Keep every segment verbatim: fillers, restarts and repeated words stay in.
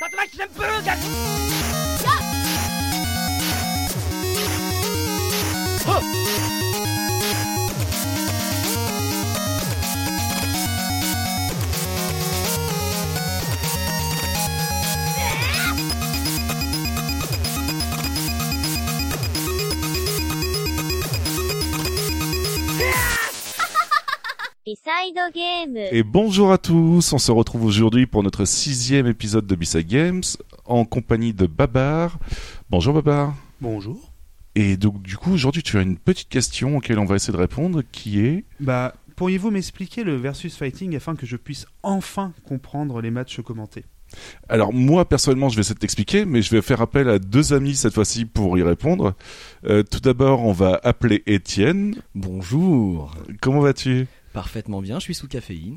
Et bonjour à tous, on se retrouve aujourd'hui pour notre sixième épisode de B-Side Games en compagnie de Babar. Bonjour Babar. Bonjour. Et donc du coup aujourd'hui tu as une petite question auquel on va essayer de répondre qui est... Bah, pourriez-vous m'expliquer le versus fighting afin que je puisse enfin comprendre les matchs commentés ? Alors moi personnellement je vais essayer de t'expliquer, mais je vais faire appel à deux amis cette fois-ci pour y répondre. Euh, tout d'abord on va appeler Étienne. Bonjour. Comment vas-tu ? Parfaitement bien, je suis sous caféine.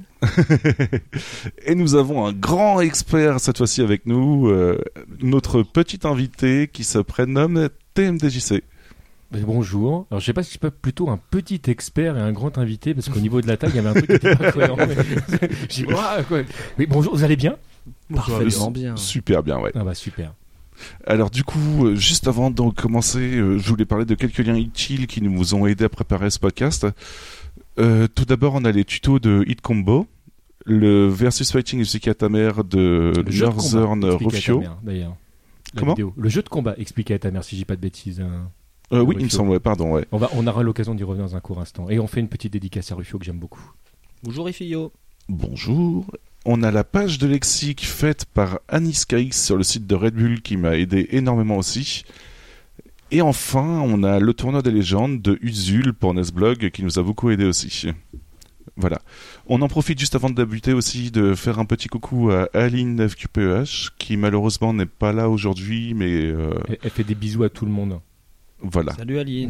Et nous avons un grand expert cette fois-ci avec nous, euh, notre petit invité qui se prénomme T M D J C. Bonjour. Alors je sais pas si je peux plutôt un petit expert et un grand invité parce qu'au niveau de la taille il y avait un truc qui était pas cohérent. Mais... J'ai dit, ah, quoi. Mais bonjour, vous allez bien ? Parfaitement bien. Super bien, ouais. Ah bah super. Alors du coup, euh, juste avant de commencer, euh, je voulais parler de quelques liens utiles qui nous ont aidés à préparer ce podcast. Euh, tout d'abord, on a les tutos de Hit Combo, le versus fighting expliqué à ta mère de Northern Rufio. D'ailleurs. Comment ? Vidéo. Le jeu de combat expliqué à ta mère, si je dis pas de bêtises. Hein. Euh, oui, Rufio. Il me semble, ouais, pardon, ouais. On va, on aura l'occasion d'y revenir dans un court instant. Et on fait une petite dédicace à Rufio que j'aime beaucoup. Bonjour Ifio. Bonjour. On a la page de lexique faite par Anis K X sur le site de Red Bull qui m'a aidé énormément aussi. Et enfin, on a le tournoi des légendes de Usul pour Nesblog qui nous a beaucoup aidé aussi. Voilà. On en profite juste avant de débuter aussi de faire un petit coucou à Aline F Q P E H qui malheureusement n'est pas là aujourd'hui, mais... Euh... Elle, elle fait des bisous à tout le monde. Voilà. Salut Aline.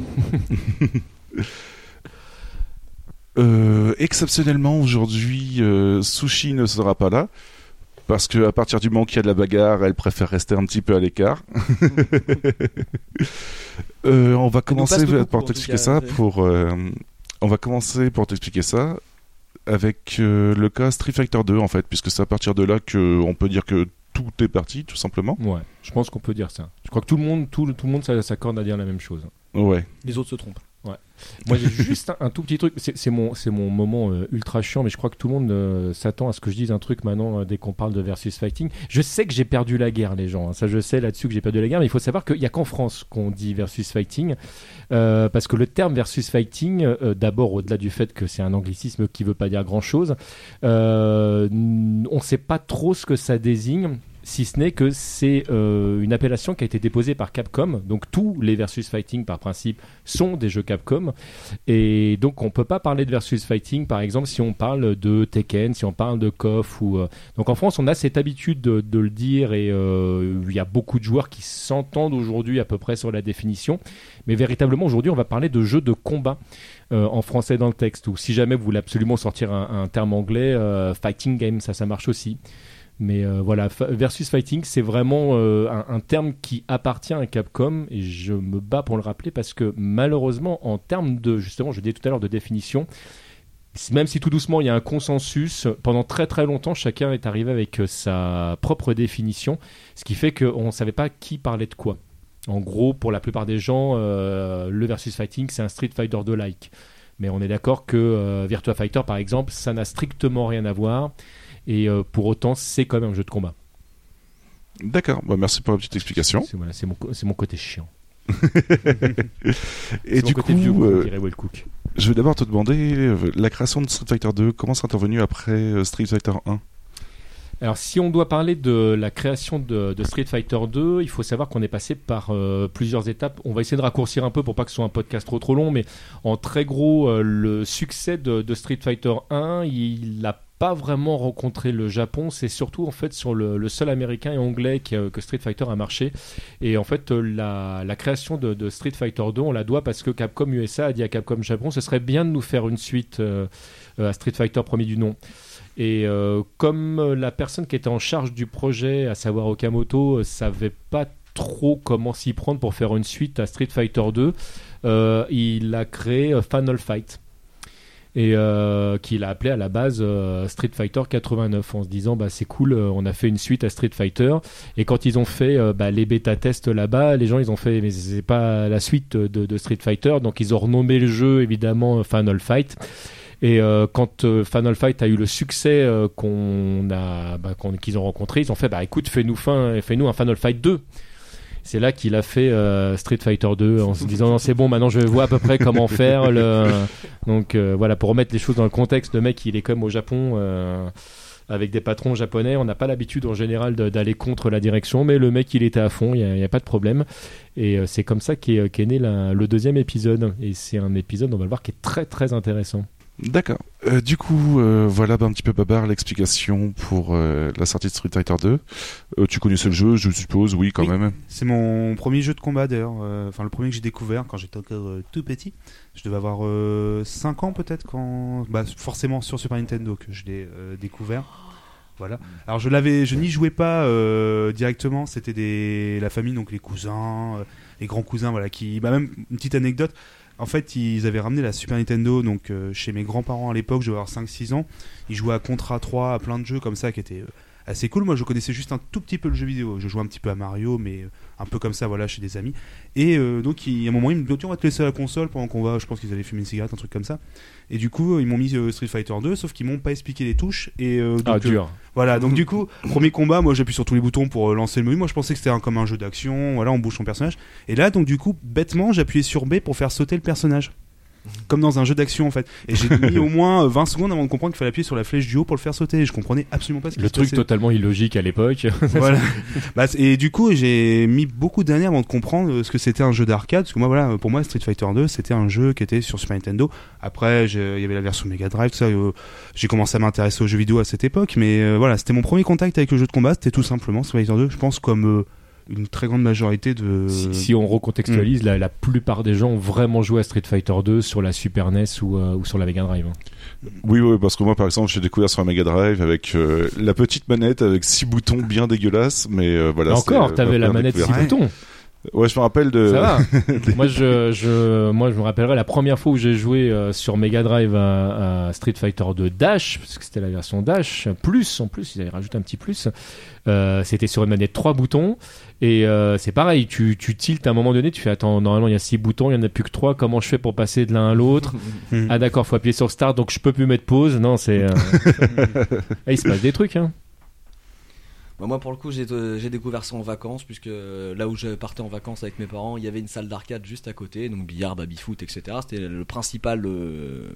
euh, exceptionnellement aujourd'hui, euh, Sushi ne sera pas là. Parce qu'à partir du moment qu'il y a de la bagarre, elle préfère rester un petit peu à l'écart. euh, on va commencer pour t'expliquer ça. Pour, euh, on va commencer pour t'expliquer ça avec euh, le cas Street Fighter deux en fait, puisque c'est à partir de là que on peut dire que tout est parti, tout simplement. Ouais, je pense qu'on peut dire ça. Je crois que tout le monde, tout, tout le monde s'accorde à dire la même chose. Ouais. Les autres se trompent. Ouais. Moi j'ai juste un, un tout petit truc, c'est, c'est, mon, c'est mon moment euh, ultra chiant, mais je crois que tout le monde euh, s'attend à ce que je dise un truc maintenant euh, dès qu'on parle de versus fighting. Je sais que j'ai perdu la guerre, les gens, hein. Ça je sais là-dessus que j'ai perdu la guerre, mais il faut savoir qu'il n'y a qu'en France qu'on dit versus fighting, euh, parce que le terme versus fighting, euh, d'abord au-delà du fait que c'est un anglicisme qui ne veut pas dire grand-chose, euh, on ne sait pas trop ce que ça désigne. Si ce n'est que c'est euh, une appellation qui a été déposée par Capcom. Donc tous les versus fighting par principe sont des jeux Capcom. Et donc on ne peut pas parler de versus fighting par exemple si on parle de Tekken, si on parle de K O F. Ou, euh... Donc en France on a cette habitude de, de le dire et euh, il y a beaucoup de joueurs qui s'entendent aujourd'hui à peu près sur la définition. Mais véritablement aujourd'hui on va parler de jeux de combat. Euh, en français dans le texte. Ou si jamais vous voulez absolument sortir un, un terme anglais, euh, fighting game, ça ça marche aussi. Mais euh, voilà, fa- versus fighting, c'est vraiment euh, un, un terme qui appartient à Capcom et je me bats pour le rappeler parce que malheureusement, en termes de, justement, je disais tout à l'heure de définition, même si tout doucement il y a un consensus, pendant très très longtemps, chacun est arrivé avec sa propre définition, ce qui fait qu'on ne savait pas qui parlait de quoi. En gros, pour la plupart des gens, euh, le versus fighting, c'est un Street Fighter deux-like. Mais on est d'accord que euh, Virtua Fighter, par exemple, ça n'a strictement rien à voir. Et euh, pour autant, c'est quand même un jeu de combat. D'accord, bah, merci pour la petite explication. C'est, voilà, c'est, mon, c'est mon côté chiant. Et c'est du mon coup, vieux, euh, dirait Will Cook. Je vais d'abord te demander, euh, la création de Street Fighter deux, comment c'est intervenu après euh, Street Fighter un ? Alors, si on doit parler de la création de, de Street Fighter deux, il faut savoir qu'on est passé par euh, plusieurs étapes. On va essayer de raccourcir un peu pour pas que ce soit un podcast trop trop long, mais en très gros, euh, le succès de, de Street Fighter un, il n'a pas vraiment rencontré le Japon. C'est surtout en fait sur le, le seul américain et anglais qui a, que Street Fighter a marché. Et en fait, la, la création de, de Street Fighter deux, on la doit parce que Capcom U S A a dit à Capcom Japon, ce serait bien de nous faire une suite euh, à Street Fighter premier du nom. Et euh, comme la personne qui était en charge du projet, à savoir Okamoto, savait pas trop comment s'y prendre pour faire une suite à Street Fighter deux, euh, il a créé Final Fight. et euh, qu'il a appelé à la base euh, Street Fighter quatre-vingt-neuf en se disant bah c'est cool, euh, on a fait une suite à Street Fighter. Et quand ils ont fait euh, bah, les bêta tests là-bas, les gens ils ont fait mais c'est pas la suite de, de Street Fighter, donc ils ont renommé le jeu évidemment Final Fight. Et euh, quand euh, Final Fight a eu le succès euh, qu'on a, bah, qu'on, qu'ils ont rencontré, ils ont fait bah écoute, fais-nous, fin, fais-nous un Final Fight deux. C'est là qu'il a fait euh, Street Fighter deux en se disant non c'est bon, maintenant je vois à peu près comment faire le... donc euh, voilà, pour remettre les choses dans le contexte, le mec il est comme au Japon euh, avec des patrons japonais, on n'a pas l'habitude en général de, d'aller contre la direction, mais le mec il était à fond, il n'y a, a pas de problème, et euh, c'est comme ça qu'est, qu'est né la, le deuxième épisode, et c'est un épisode on va le voir qui est très très intéressant. D'accord. Euh, du coup, euh, voilà bah, un petit peu Babar l'explication pour euh, la sortie de Street Fighter deux. Euh, tu connaissais le jeu, je suppose, oui quand oui. même. C'est mon premier jeu de combat d'ailleurs, enfin euh, le premier que j'ai découvert quand j'étais encore euh, tout petit. Je devais avoir euh, cinq ans peut-être quand, bah, forcément sur Super Nintendo que je l'ai euh, découvert. Voilà. Alors je l'avais, je n'y jouais pas euh, directement. C'était des la famille, donc les cousins, euh, les grands cousins, voilà, qui, bah même une petite anecdote. En fait, ils avaient ramené la Super Nintendo donc euh, chez mes grands-parents à l'époque, je devais avoir cinq six ans. Ils jouaient à Contra trois, à plein de jeux comme ça qui étaient euh, assez cool. Moi, je connaissais juste un tout petit peu le jeu vidéo. Je jouais un petit peu à Mario, mais euh, un peu comme ça, voilà, chez des amis. Et euh, donc, il, à un moment, ils me disaient, on va te laisser à la console pendant qu'on va. Je pense qu'ils allaient fumer une cigarette, un truc comme ça. Et du coup, ils m'ont mis euh, Street Fighter deux, sauf qu'ils m'ont pas expliqué les touches. Et euh, donc, ah, dur. Euh, voilà, donc du coup, premier combat, moi j'appuie sur tous les boutons pour euh, lancer le menu. Moi je pensais que c'était un, comme un jeu d'action, voilà, on bouge son personnage. Et là, donc du coup, bêtement, j'appuyais sur B pour faire sauter le personnage. Comme dans un jeu d'action en fait. Et j'ai mis au moins vingt secondes avant de comprendre qu'il fallait appuyer sur la flèche du haut pour le faire sauter. Et je comprenais absolument pas ce qui le se truc passait. Totalement illogique à l'époque. Voilà. Bah, et du coup, j'ai mis beaucoup d'années avant de comprendre ce que c'était un jeu d'arcade. Parce que moi, voilà, pour moi, Street Fighter deux, c'était un jeu qui était sur Super Nintendo. Après, il y avait la version Mega Drive, tout ça. Euh, j'ai commencé à m'intéresser aux jeux vidéo à cette époque. Mais euh, voilà, c'était mon premier contact avec le jeu de combat. C'était tout simplement Street Fighter deux. Je pense comme euh, une très grande majorité de... Si, si on recontextualise, mmh. la, la plupart des gens ont vraiment joué à Street Fighter deux sur la Super N E S ou, euh, ou sur la Mega Drive. Oui, oui, parce que moi, par exemple, j'ai découvert sur la Mega Drive avec euh, la petite manette avec six boutons bien dégueulasses, mais euh, voilà. Et encore, c'est, t'avais euh, la manette six boutons. Ouais, je me rappelle de... Ça va. moi, je, je, moi, je me rappellerai la première fois où j'ai joué euh, sur Mega Drive à, à Street Fighter deux Dash, parce que c'était la version Dash, plus, en plus, ils avaient rajouté un petit plus. Euh, c'était sur une manette trois boutons, et euh, c'est pareil, tu, tu tiltes à un moment donné, tu fais, attends, normalement, il y a six boutons, il n'y en a plus que trois, comment je fais pour passer de l'un à l'autre? Ah d'accord, faut appuyer sur Start, donc je peux plus mettre pause. Non, c'est... Euh... ah, il se passe des trucs, hein. Bah moi pour le coup j'ai, euh, j'ai découvert ça en vacances, puisque euh, là où je partais en vacances avec mes parents, il y avait une salle d'arcade juste à côté, donc billard, baby-foot, et cetera. C'était le principal euh,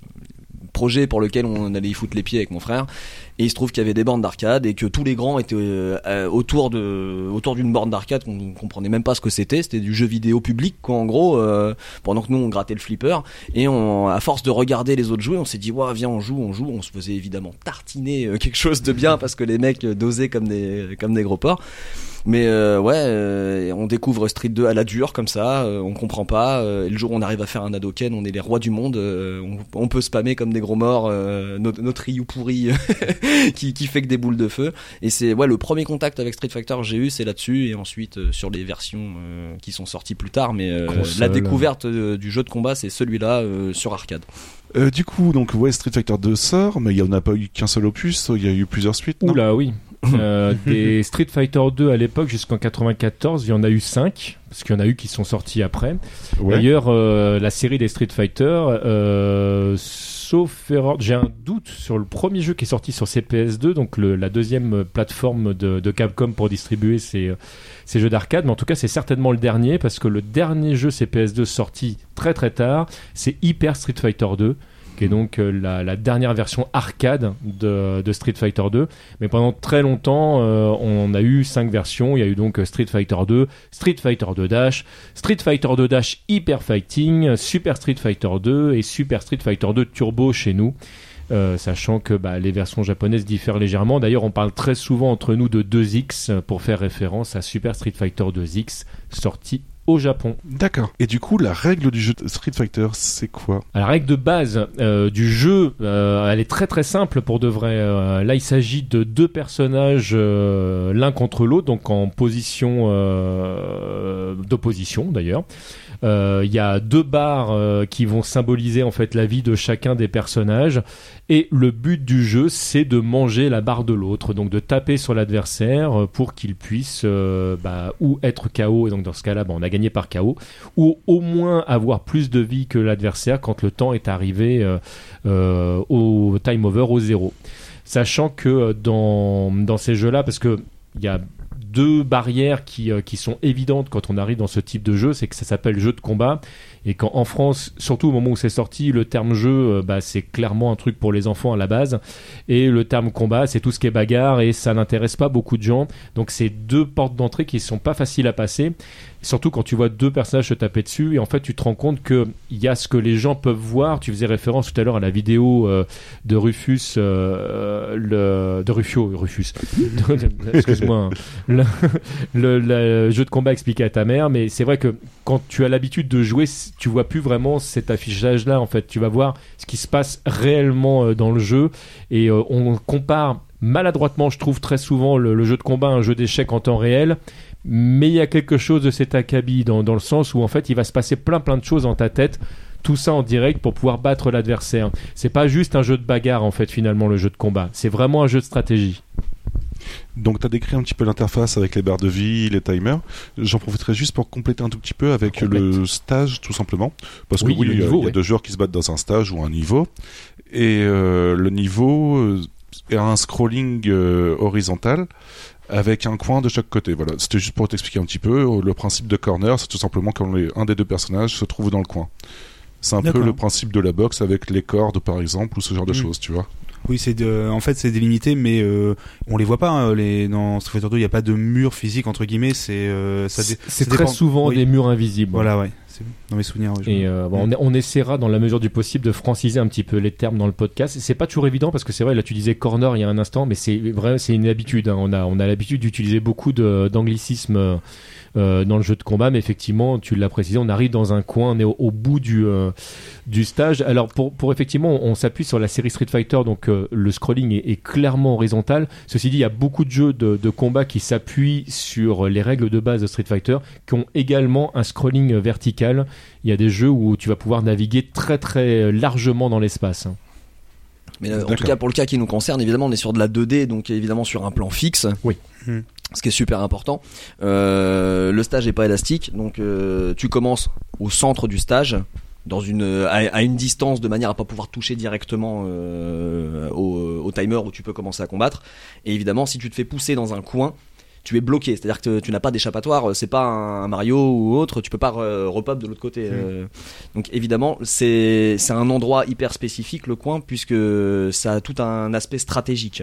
projet pour lequel on allait y foutre les pieds avec mon frère. Et il se trouve qu'il y avait des bornes d'arcade et que tous les grands étaient euh, autour, de, autour d'une borne d'arcade qu'on ne comprenait même pas ce que c'était. C'était du jeu vidéo public quoi, en gros, euh, pendant que nous on grattait le flipper. Et on, à force de regarder les autres jouer, on s'est dit ouais, viens on joue, on joue. On se faisait évidemment tartiner euh, quelque chose de bien parce que les mecs dosaient comme des, comme des gros porcs. Mais euh, ouais, euh, on découvre Street deux à la dure comme ça, euh, on comprend pas. Euh, et le jour où on arrive à faire un Hadoken, on est les rois du monde. Euh, on, on peut spammer comme des gros morts euh, notre, notre Ryu pourri qui, qui fait que des boules de feu. Et c'est ouais le premier contact avec Street Fighter que j'ai eu, c'est là-dessus. Et ensuite euh, sur les versions euh, qui sont sorties plus tard. Mais euh, la découverte euh, du jeu de combat, c'est celui-là euh, sur arcade. Euh, du coup, donc ouais, Street Fighter deux sort, mais il n'y en a pas eu qu'un seul opus. Il y a eu plusieurs suites. Non Oula, oui. euh, des Street Fighter deux à l'époque jusqu'en quatre-vingt-quatorze, il y en a eu cinq parce qu'il y en a eu qui sont sortis après. Ouais. D'ailleurs, euh, la série des Street Fighter, euh, sauf erreur, j'ai un doute sur le premier jeu qui est sorti sur C P S deux, donc le, la deuxième plateforme de, de Capcom pour distribuer ces, ces jeux d'arcade, mais en tout cas c'est certainement le dernier parce que le dernier jeu C P S deux sorti très très tard, c'est Hyper Street Fighter deux, qui est donc euh, la, la dernière version arcade de, de Street Fighter deux. Mais pendant très longtemps, euh, on a eu cinq versions. Il y a eu donc Street Fighter deux, Street Fighter deux Dash, Street Fighter deux Dash Hyper Fighting, Super Street Fighter deux et Super Street Fighter deux Turbo chez nous. Euh, sachant que bah, les versions japonaises diffèrent légèrement. D'ailleurs, on parle très souvent entre nous de deux X pour faire référence à Super Street Fighter deux X, sorti au Japon. D'accord. Et du coup, la règle du jeu de Street Fighter, c'est quoi ? La règle de base euh, du jeu, euh, elle est très très simple pour de vrai. Euh, là, il s'agit de deux personnages euh, l'un contre l'autre, donc en position euh, euh, d'opposition d'ailleurs. Il euh, y a deux barres euh, qui vont symboliser en fait la vie de chacun des personnages et le but du jeu c'est de manger la barre de l'autre, donc de taper sur l'adversaire pour qu'il puisse euh, bah, ou être K O, et donc dans ce cas-là bah, on a gagné par K O, ou au moins avoir plus de vie que l'adversaire quand le temps est arrivé euh, euh, au time over, au zéro. Sachant que dans, dans ces jeux-là, parce que il y a deux barrières qui, euh, qui sont évidentes quand on arrive dans ce type de jeu, c'est que ça s'appelle jeu de combat, et quand en France, surtout au moment où c'est sorti, le terme jeu, euh, bah, c'est clairement un truc pour les enfants à la base, et le terme combat, c'est tout ce qui est bagarre, et ça n'intéresse pas beaucoup de gens, donc c'est deux portes d'entrée qui sont pas faciles à passer, surtout quand tu vois deux personnages se taper dessus, et en fait tu te rends compte qu'il y a ce que les gens peuvent voir. Tu faisais référence tout à l'heure à la vidéo euh, de Rufus, euh, le, de Rufio, Rufus, excuse-moi, hein. le, le, le jeu de combat expliqué à ta mère, mais c'est vrai que quand tu as l'habitude de jouer, tu vois plus vraiment cet affichage-là, en fait. Tu vas voir ce qui se passe réellement euh, dans le jeu, et euh, on compare maladroitement, je trouve très souvent, le, le jeu de combat à un jeu d'échecs en temps réel. Mais il y a quelque chose de cet acabit dans, dans le sens où en fait il va se passer plein plein de choses dans ta tête, tout ça en direct pour pouvoir battre l'adversaire. C'est pas juste un jeu de bagarre en fait finalement, le jeu de combat, c'est vraiment un jeu de stratégie. Donc tu as décrit un petit peu l'interface avec les barres de vie, les timers. J'en profiterai juste pour compléter un tout petit peu avec Complète. le stage tout simplement. Parce que oui, oui il y a, niveau, y a ouais. deux joueurs qui se battent dans un stage ou un niveau. Et euh, le niveau euh, est un scrolling euh, horizontal avec un coin de chaque côté. Voilà, c'était juste pour t'expliquer un petit peu. Le principe de corner, c'est tout simplement quand les, un des deux personnages se trouve dans le coin. C'est un D'accord. peu le principe de la boxe avec les cordes, par exemple, ou ce genre de mmh. choses, tu vois. Oui, c'est de, en fait c'est délimité, mais euh, on les voit pas. Hein, les, dans Street Fighter deux, il n'y a pas de mur physique entre guillemets. C'est, euh, ça dé, c'est ça très dépend. souvent oui. des murs invisibles. Voilà, ouais. C'est dans mes souvenirs. Ouais, et euh, bon, mmh. on, on essaiera dans la mesure du possible de franciser un petit peu les termes dans le podcast. C'est pas toujours évident parce que c'est vrai. Là, tu disais corner il y a un instant, mais c'est vrai, c'est une habitude. Hein. On a, on a l'habitude d'utiliser beaucoup de, d'anglicismes. Euh, dans le jeu de combat, mais effectivement, tu l'as précisé, on arrive dans un coin, on est au, au bout du, euh, du stage. Alors, pour, pour effectivement, on, on s'appuie sur la série Street Fighter, donc euh, le scrolling est, est clairement horizontal. Ceci dit, il y a beaucoup de jeux de, de combat qui s'appuient sur les règles de base de Street Fighter, qui ont également un scrolling vertical. Il y a des jeux où tu vas pouvoir naviguer très très largement dans l'espace. Mais euh, en tout cas, pour le cas qui nous concerne, évidemment, on est sur de la deux D, donc évidemment sur un plan fixe. Oui. Mmh. Ce qui est super important. Euh, le stage est pas élastique, donc euh, tu commences au centre du stage, dans une à, à une distance de manière à pas pouvoir toucher directement euh, au, au timer où tu peux commencer à combattre. Et évidemment, si tu te fais pousser dans un coin, tu es bloqué, c'est-à-dire que tu n'as pas d'échappatoire, c'est pas un Mario ou autre, tu peux pas re- repop de l'autre côté. Mmh. Euh, donc évidemment, c'est c'est un endroit hyper spécifique, le coin, puisque ça a tout un aspect stratégique.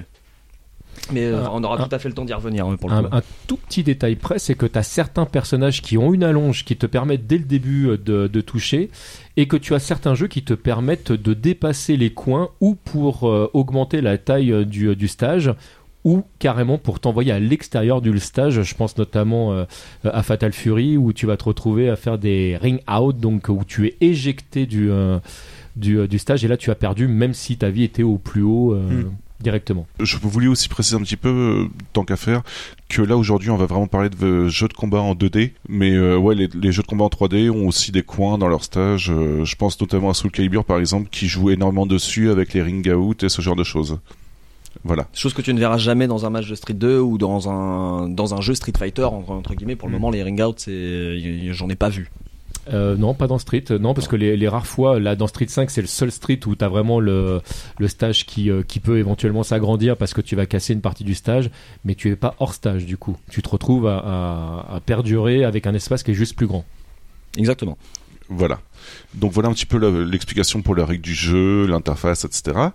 Mais euh, on aura un, tout à fait le temps d'y revenir pour le un, coup. Un tout petit détail près, c'est que tu as certains personnages qui ont une allonge qui te permettent dès le début de, de toucher, et que tu as certains jeux qui te permettent de dépasser les coins ou pour euh, augmenter la taille du, du stage, ou carrément pour t'envoyer à l'extérieur du stage. Je pense notamment euh, à Fatal Fury, où tu vas te retrouver à faire des ring out, donc où tu es éjecté du, euh, du, du stage, et là tu as perdu même si ta vie était au plus haut euh, mm. directement. Je voulais aussi préciser un petit peu, tant qu'à faire, que là aujourd'hui on va vraiment parler de jeux de combat en deux D, mais euh, ouais, les, les jeux de combat en trois D ont aussi des coins dans leur stage. Euh, je pense notamment à Soul Calibur par exemple, qui joue énormément dessus avec les ring out et ce genre de choses. Voilà. Chose que tu ne verras jamais dans un match de Street deux ou dans un, dans un jeu Street Fighter, entre, entre guillemets. Pour le mmh. moment, les ring-out, c'est, j'en ai pas vu. Euh, non, pas dans Street. Non, parce que les, les rares fois, là, dans Street cinq, c'est le seul Street où t'as vraiment le, le stage qui, euh, qui peut éventuellement s'agrandir parce que tu vas casser une partie du stage, mais tu es pas hors stage du coup. Tu te retrouves à, à, à perdurer avec un espace qui est juste plus grand. Exactement. Voilà. Donc voilà un petit peu la, l'explication pour la règle du jeu, l'interface, et cetera.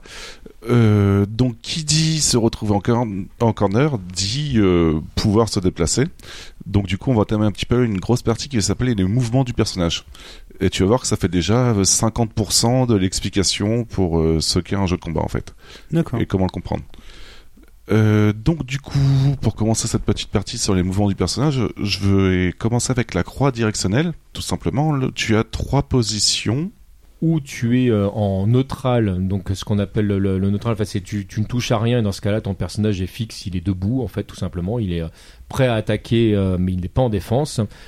Euh, donc qui dit se retrouver en, cor- en corner dit euh, pouvoir se déplacer. Donc du coup on va entamer un petit peu une grosse partie qui va s'appeler les mouvements du personnage. Et tu vas voir que ça fait déjà cinquante pour cent de l'explication pour euh, ce qu'est un jeu de combat en fait. D'accord. Et comment le comprendre. Euh, donc du coup, pour commencer cette petite partie sur les mouvements du personnage, je vais commencer avec la croix directionnelle. Tout simplement, le, tu as trois positions. Où tu es euh, en neutral, donc ce qu'on appelle le, le, le neutral, enfin, c'est tu, tu ne touches à rien, et dans ce cas-là, ton personnage est fixe, il est debout, en fait, tout simplement, il est euh, prêt à attaquer, euh, mais il n'est pas en défense.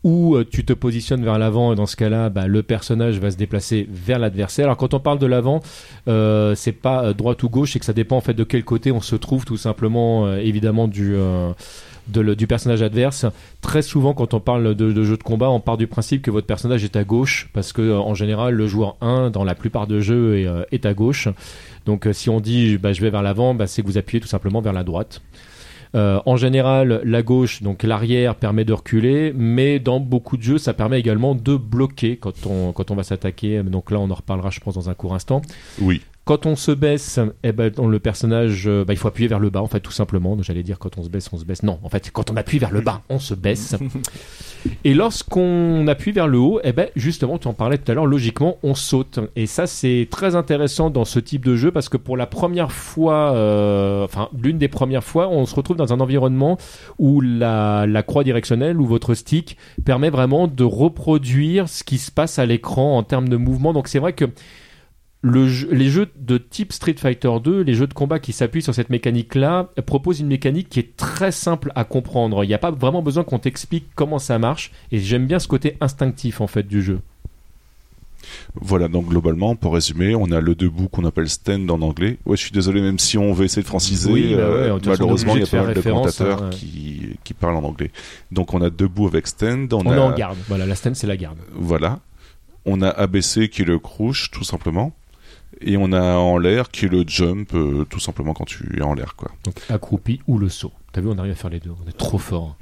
ou euh, tu te positionnes vers l'avant et dans ce cas-là, bah, le personnage va se déplacer vers l'adversaire. Alors quand on parle de l'avant, euh, c'est pas euh, droite ou gauche, c'est que ça dépend en fait de quel côté on se trouve tout simplement, euh, évidemment du euh, De le, du personnage adverse. Très souvent quand on parle de, de jeu de combat, on part du principe que votre personnage est à gauche parce que euh, en général le joueur un dans la plupart de jeux est, euh, est à gauche. Donc euh, si on dit bah, je vais vers l'avant, bah, c'est que vous appuyez tout simplement vers la droite. Euh, en général, la gauche, donc l'arrière, permet de reculer, mais dans beaucoup de jeux, ça permet également de bloquer quand on, quand on va s'attaquer. Donc là, on en reparlera, je pense, dans un court instant. Oui. Quand on se baisse, eh ben, le personnage, euh, bah, il faut appuyer vers le bas, en fait, tout simplement. Donc, j'allais dire quand on se baisse, on se baisse. Non, en fait, quand on appuie vers le bas, on se baisse. Et lorsqu'on appuie vers le haut, eh ben, justement, tu en parlais tout à l'heure, logiquement, on saute. Et ça, c'est très intéressant dans ce type de jeu parce que pour la première fois, euh, enfin, l'une des premières fois, on se retrouve dans un environnement où la, la croix directionnelle ou votre stick permet vraiment de reproduire ce qui se passe à l'écran en termes de mouvement. Donc, c'est vrai que Le jeu, les jeux de type Street Fighter deux, les jeux de combat qui s'appuient sur cette mécanique-là, proposent une mécanique qui est très simple à comprendre. Il n'y a pas vraiment besoin qu'on t'explique comment ça marche, et j'aime bien ce côté instinctif en fait du jeu. Voilà, donc globalement, pour résumer, on a le debout qu'on appelle stand en anglais. Ouais, je suis désolé, même si on veut essayer de franciser, oui, bah euh, ouais, malheureusement, il y a de pas mal de référence, commentateurs hein, ouais. qui, qui parlent en anglais. Donc on a debout avec stand, on, On a... est en garde, voilà, la stand c'est la garde. Voilà. On a A B C qui est le crouch, tout simplement. Et on a en l'air qui est le jump, euh, tout simplement quand tu es en l'air, quoi. Donc accroupi ou le saut. T'as vu, on arrive à faire les deux, on est trop fort.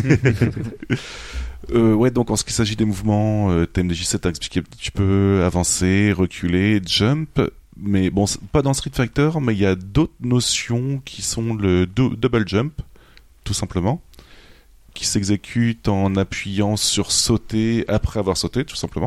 euh, ouais, donc en ce qui s'agit des mouvements, euh, T M D J sept a expliqué un petit peu avancer, reculer, jump. Mais bon, c'est pas dans Street Fighter, mais il y a d'autres notions qui sont le do- double jump, tout simplement, qui s'exécute en appuyant sur sauter après avoir sauté, tout simplement.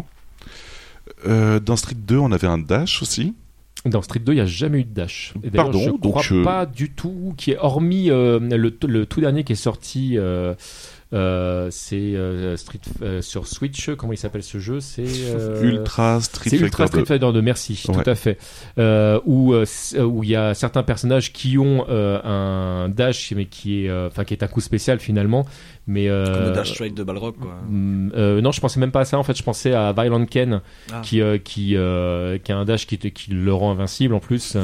Euh, dans Street deux, on avait un dash aussi. Dans Street deux, il n'y a jamais eu de dash. Et d'ailleurs, Pardon, je donc crois euh... pas du tout, qui est hormis euh, le, le tout dernier qui est sorti. Euh, Euh, c'est euh, Street euh, sur Switch. Comment il s'appelle ce jeu? C'est euh, Ultra Street c'est Fighter Ultra Street Fighter deux. Merci, ouais. tout à fait. Euh, où euh, où il y a certains personnages qui ont euh, un dash, mais qui est enfin euh, qui est un coup spécial finalement. Mais euh, comme le dash straight de Balrog, quoi. Euh, non, je pensais même pas à ça. En fait, je pensais à Violent Ken, ah. qui euh, qui euh, qui a un dash qui qui le rend invincible en plus.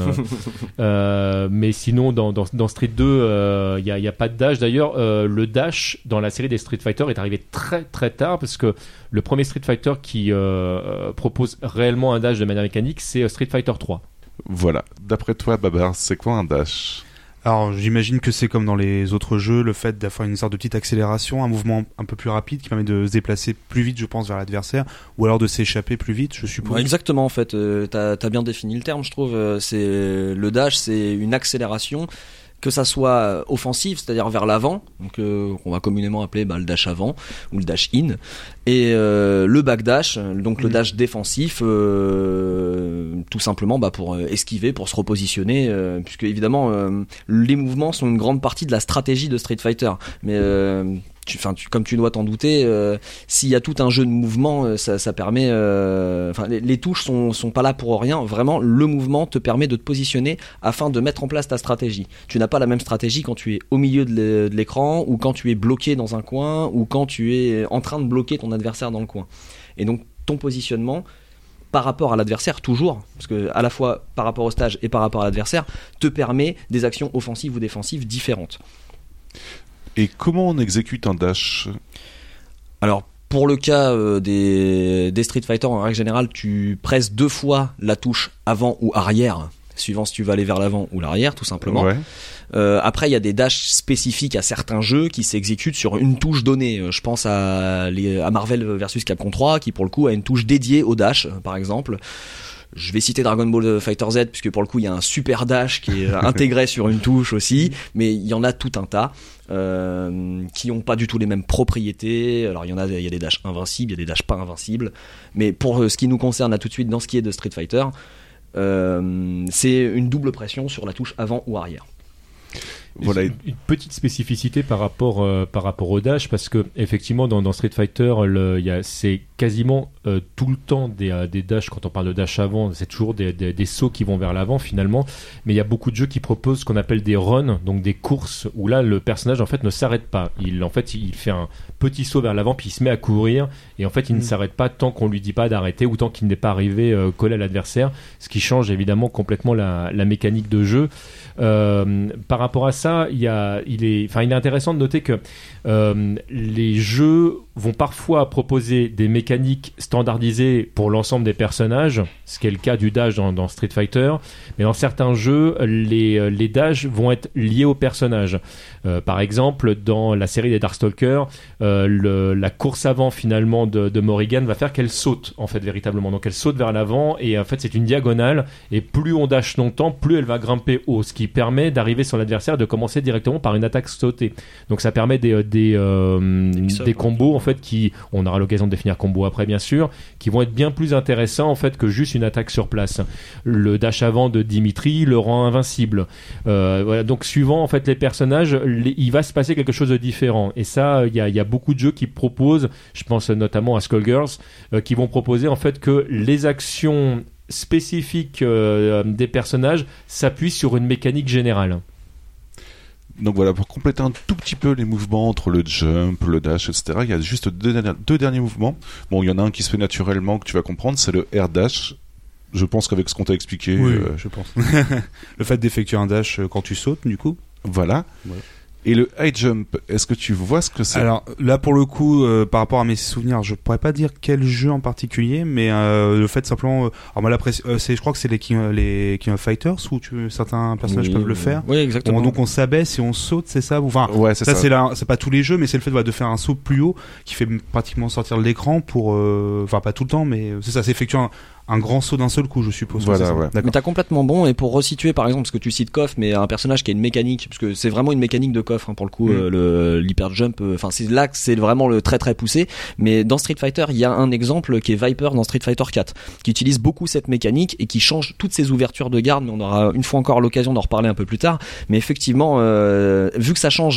euh, mais sinon, dans dans, dans Street deux, il euh, y a il y a pas de dash. D'ailleurs, euh, le dash dans la série des Street Fighter est arrivé très très tard parce que le premier Street Fighter qui euh, propose réellement un dash de manière mécanique, c'est Street Fighter trois. Voilà. D'après toi, Babar, c'est quoi un dash? Alors j'imagine que c'est comme dans les autres jeux, le fait d'avoir une sorte de petite accélération, un mouvement un peu plus rapide qui permet de se déplacer plus vite, je pense, vers l'adversaire, ou alors de s'échapper plus vite, je suppose. Ouais, exactement, en fait, euh, t'as, t'as bien défini le terme, je trouve. Euh, c'est le dash, c'est une accélération, que ça soit offensive, c'est-à-dire vers l'avant, donc euh, on va communément appeler bah, le dash avant ou le dash in, et euh, le backdash, donc le dash défensif, euh, tout simplement bah, pour esquiver, pour se repositionner, euh, puisque évidemment euh, les mouvements sont une grande partie de la stratégie de Street Fighter, mais euh, Tu, tu, comme tu dois t'en douter, euh, s'il y a tout un jeu de mouvement, ça, ça permet. Euh, enfin, les, les touches sont, sont pas là pour rien. Vraiment, le mouvement te permet de te positionner afin de mettre en place ta stratégie. Tu n'as pas la même stratégie quand tu es au milieu de l'écran, ou quand tu es bloqué dans un coin, ou quand tu es en train de bloquer ton adversaire dans le coin. Et donc, ton positionnement par rapport à l'adversaire, toujours, parce que à la fois par rapport au stage et par rapport à l'adversaire, te permet des actions offensives ou défensives différentes. Et comment on exécute un dash? Alors, pour le cas euh, des, des Street Fighter, en règle générale, tu presses deux fois la touche avant ou arrière, suivant si tu vas aller vers l'avant ou l'arrière, tout simplement. Ouais. Euh, après, il y a des dashs spécifiques à certains jeux qui s'exécutent sur une touche donnée. Je pense à, les, à Marvel versus Capcom trois, qui pour le coup a une touche dédiée au dash, par exemple. Je vais citer Dragon Ball Fighter Z, puisque pour le coup il y a un super dash qui est intégré sur une touche aussi, mais il y en a tout un tas euh, qui n'ont pas du tout les mêmes propriétés. Alors il y en a, il y a des dashs invincibles, il y a des dashs pas invincibles, mais pour ce qui nous concerne là tout de suite dans ce qui est de Street Fighter, euh, c'est une double pression sur la touche avant ou arrière. Voilà. Une, une petite spécificité par rapport, euh, par rapport au dash, parce que effectivement dans, dans Street Fighter, le, y a, c'est quasiment euh, tout le temps des, euh, des dashs. Quand on parle de dash avant, c'est toujours des, des, des sauts qui vont vers l'avant finalement. Mais il y a beaucoup de jeux qui proposent ce qu'on appelle des runs, donc des courses où là le personnage en fait ne s'arrête pas. Il en fait il fait un petit saut vers l'avant puis il se met à courir et en fait il mmh. ne s'arrête pas tant qu'on lui dit pas d'arrêter ou tant qu'il n'est pas arrivé euh, collé à l'adversaire, ce qui change évidemment complètement la, la mécanique de jeu. Euh, par rapport à ça, il y a, il est, enfin il est intéressant de noter que euh, les jeux vont parfois proposer des mécaniques standardisées pour l'ensemble des personnages, ce qui est le cas du dash dans, dans Street Fighter, mais dans certains jeux, les, les dashs vont être liés aux personnages. Euh, par exemple, dans la série des Darkstalkers, euh, le, la course avant finalement de, de Morrigan va faire qu'elle saute en fait véritablement. Donc elle saute vers l'avant et en fait c'est une diagonale et plus on dash longtemps, plus elle va grimper haut, ce qui permet d'arriver sur l'adversaire et de commencer directement par une attaque sautée. Donc ça permet des, des, euh, des combos en fait qui, on aura l'occasion de définir combo après bien sûr, qui vont être bien plus intéressants en fait que juste une attaque sur place. Le dash avant de Dimitri le rend invincible. Euh, voilà, donc suivant en fait les personnages, les, il va se passer quelque chose de différent. Et ça, il y a, y a beaucoup de jeux qui proposent, je pense notamment à Skullgirls, euh, qui vont proposer en fait que les actions spécifiques euh, des personnages s'appuient sur une mécanique générale. Donc voilà, pour compléter un tout petit peu les mouvements entre le jump, le dash, et cetera, il y a juste deux derniers, deux derniers mouvements. Bon, il y en a un qui se fait naturellement, que tu vas comprendre, c'est le air dash. Je pense qu'avec ce qu'on t'a expliqué... Oui, euh... je pense. Le fait d'effectuer un dash quand tu sautes, du coup. Voilà. Ouais. Et le high jump, est-ce que tu vois ce que c'est ? Alors là, pour le coup, euh, par rapport à mes souvenirs, je pourrais pas dire quel jeu en particulier, mais euh, le fait simplement, euh, alors moi, euh, c'est, je crois que c'est les King, les King of Fighters où tu, certains personnages oui, peuvent le faire. Oui, exactement. On, donc on s'abaisse et on saute, c'est ça ? Enfin, ouais, c'est ça, ça. c'est là, c'est pas tous les jeux, mais c'est le fait voilà, de faire un saut plus haut qui fait pratiquement sortir de l'écran pour, enfin euh, pas tout le temps, mais c'est ça, c'est effectuer un un grand saut d'un seul coup, je suppose. Voilà, ouais. Mais t'as complètement bon. Et pour resituer, par exemple, parce que tu cites Koff, mais un personnage qui a une mécanique, parce que c'est vraiment une mécanique de Koff, hein, pour le coup, mm. euh, le l'hyper jump. Enfin, euh, c'est là que c'est vraiment le très très poussé. Mais dans Street Fighter, il y a un exemple qui est Viper dans Street Fighter quatre, qui utilise beaucoup cette mécanique et qui change toutes ses ouvertures de garde. Mais on aura une fois encore l'occasion d'en reparler un peu plus tard. Mais effectivement, euh, vu que ça change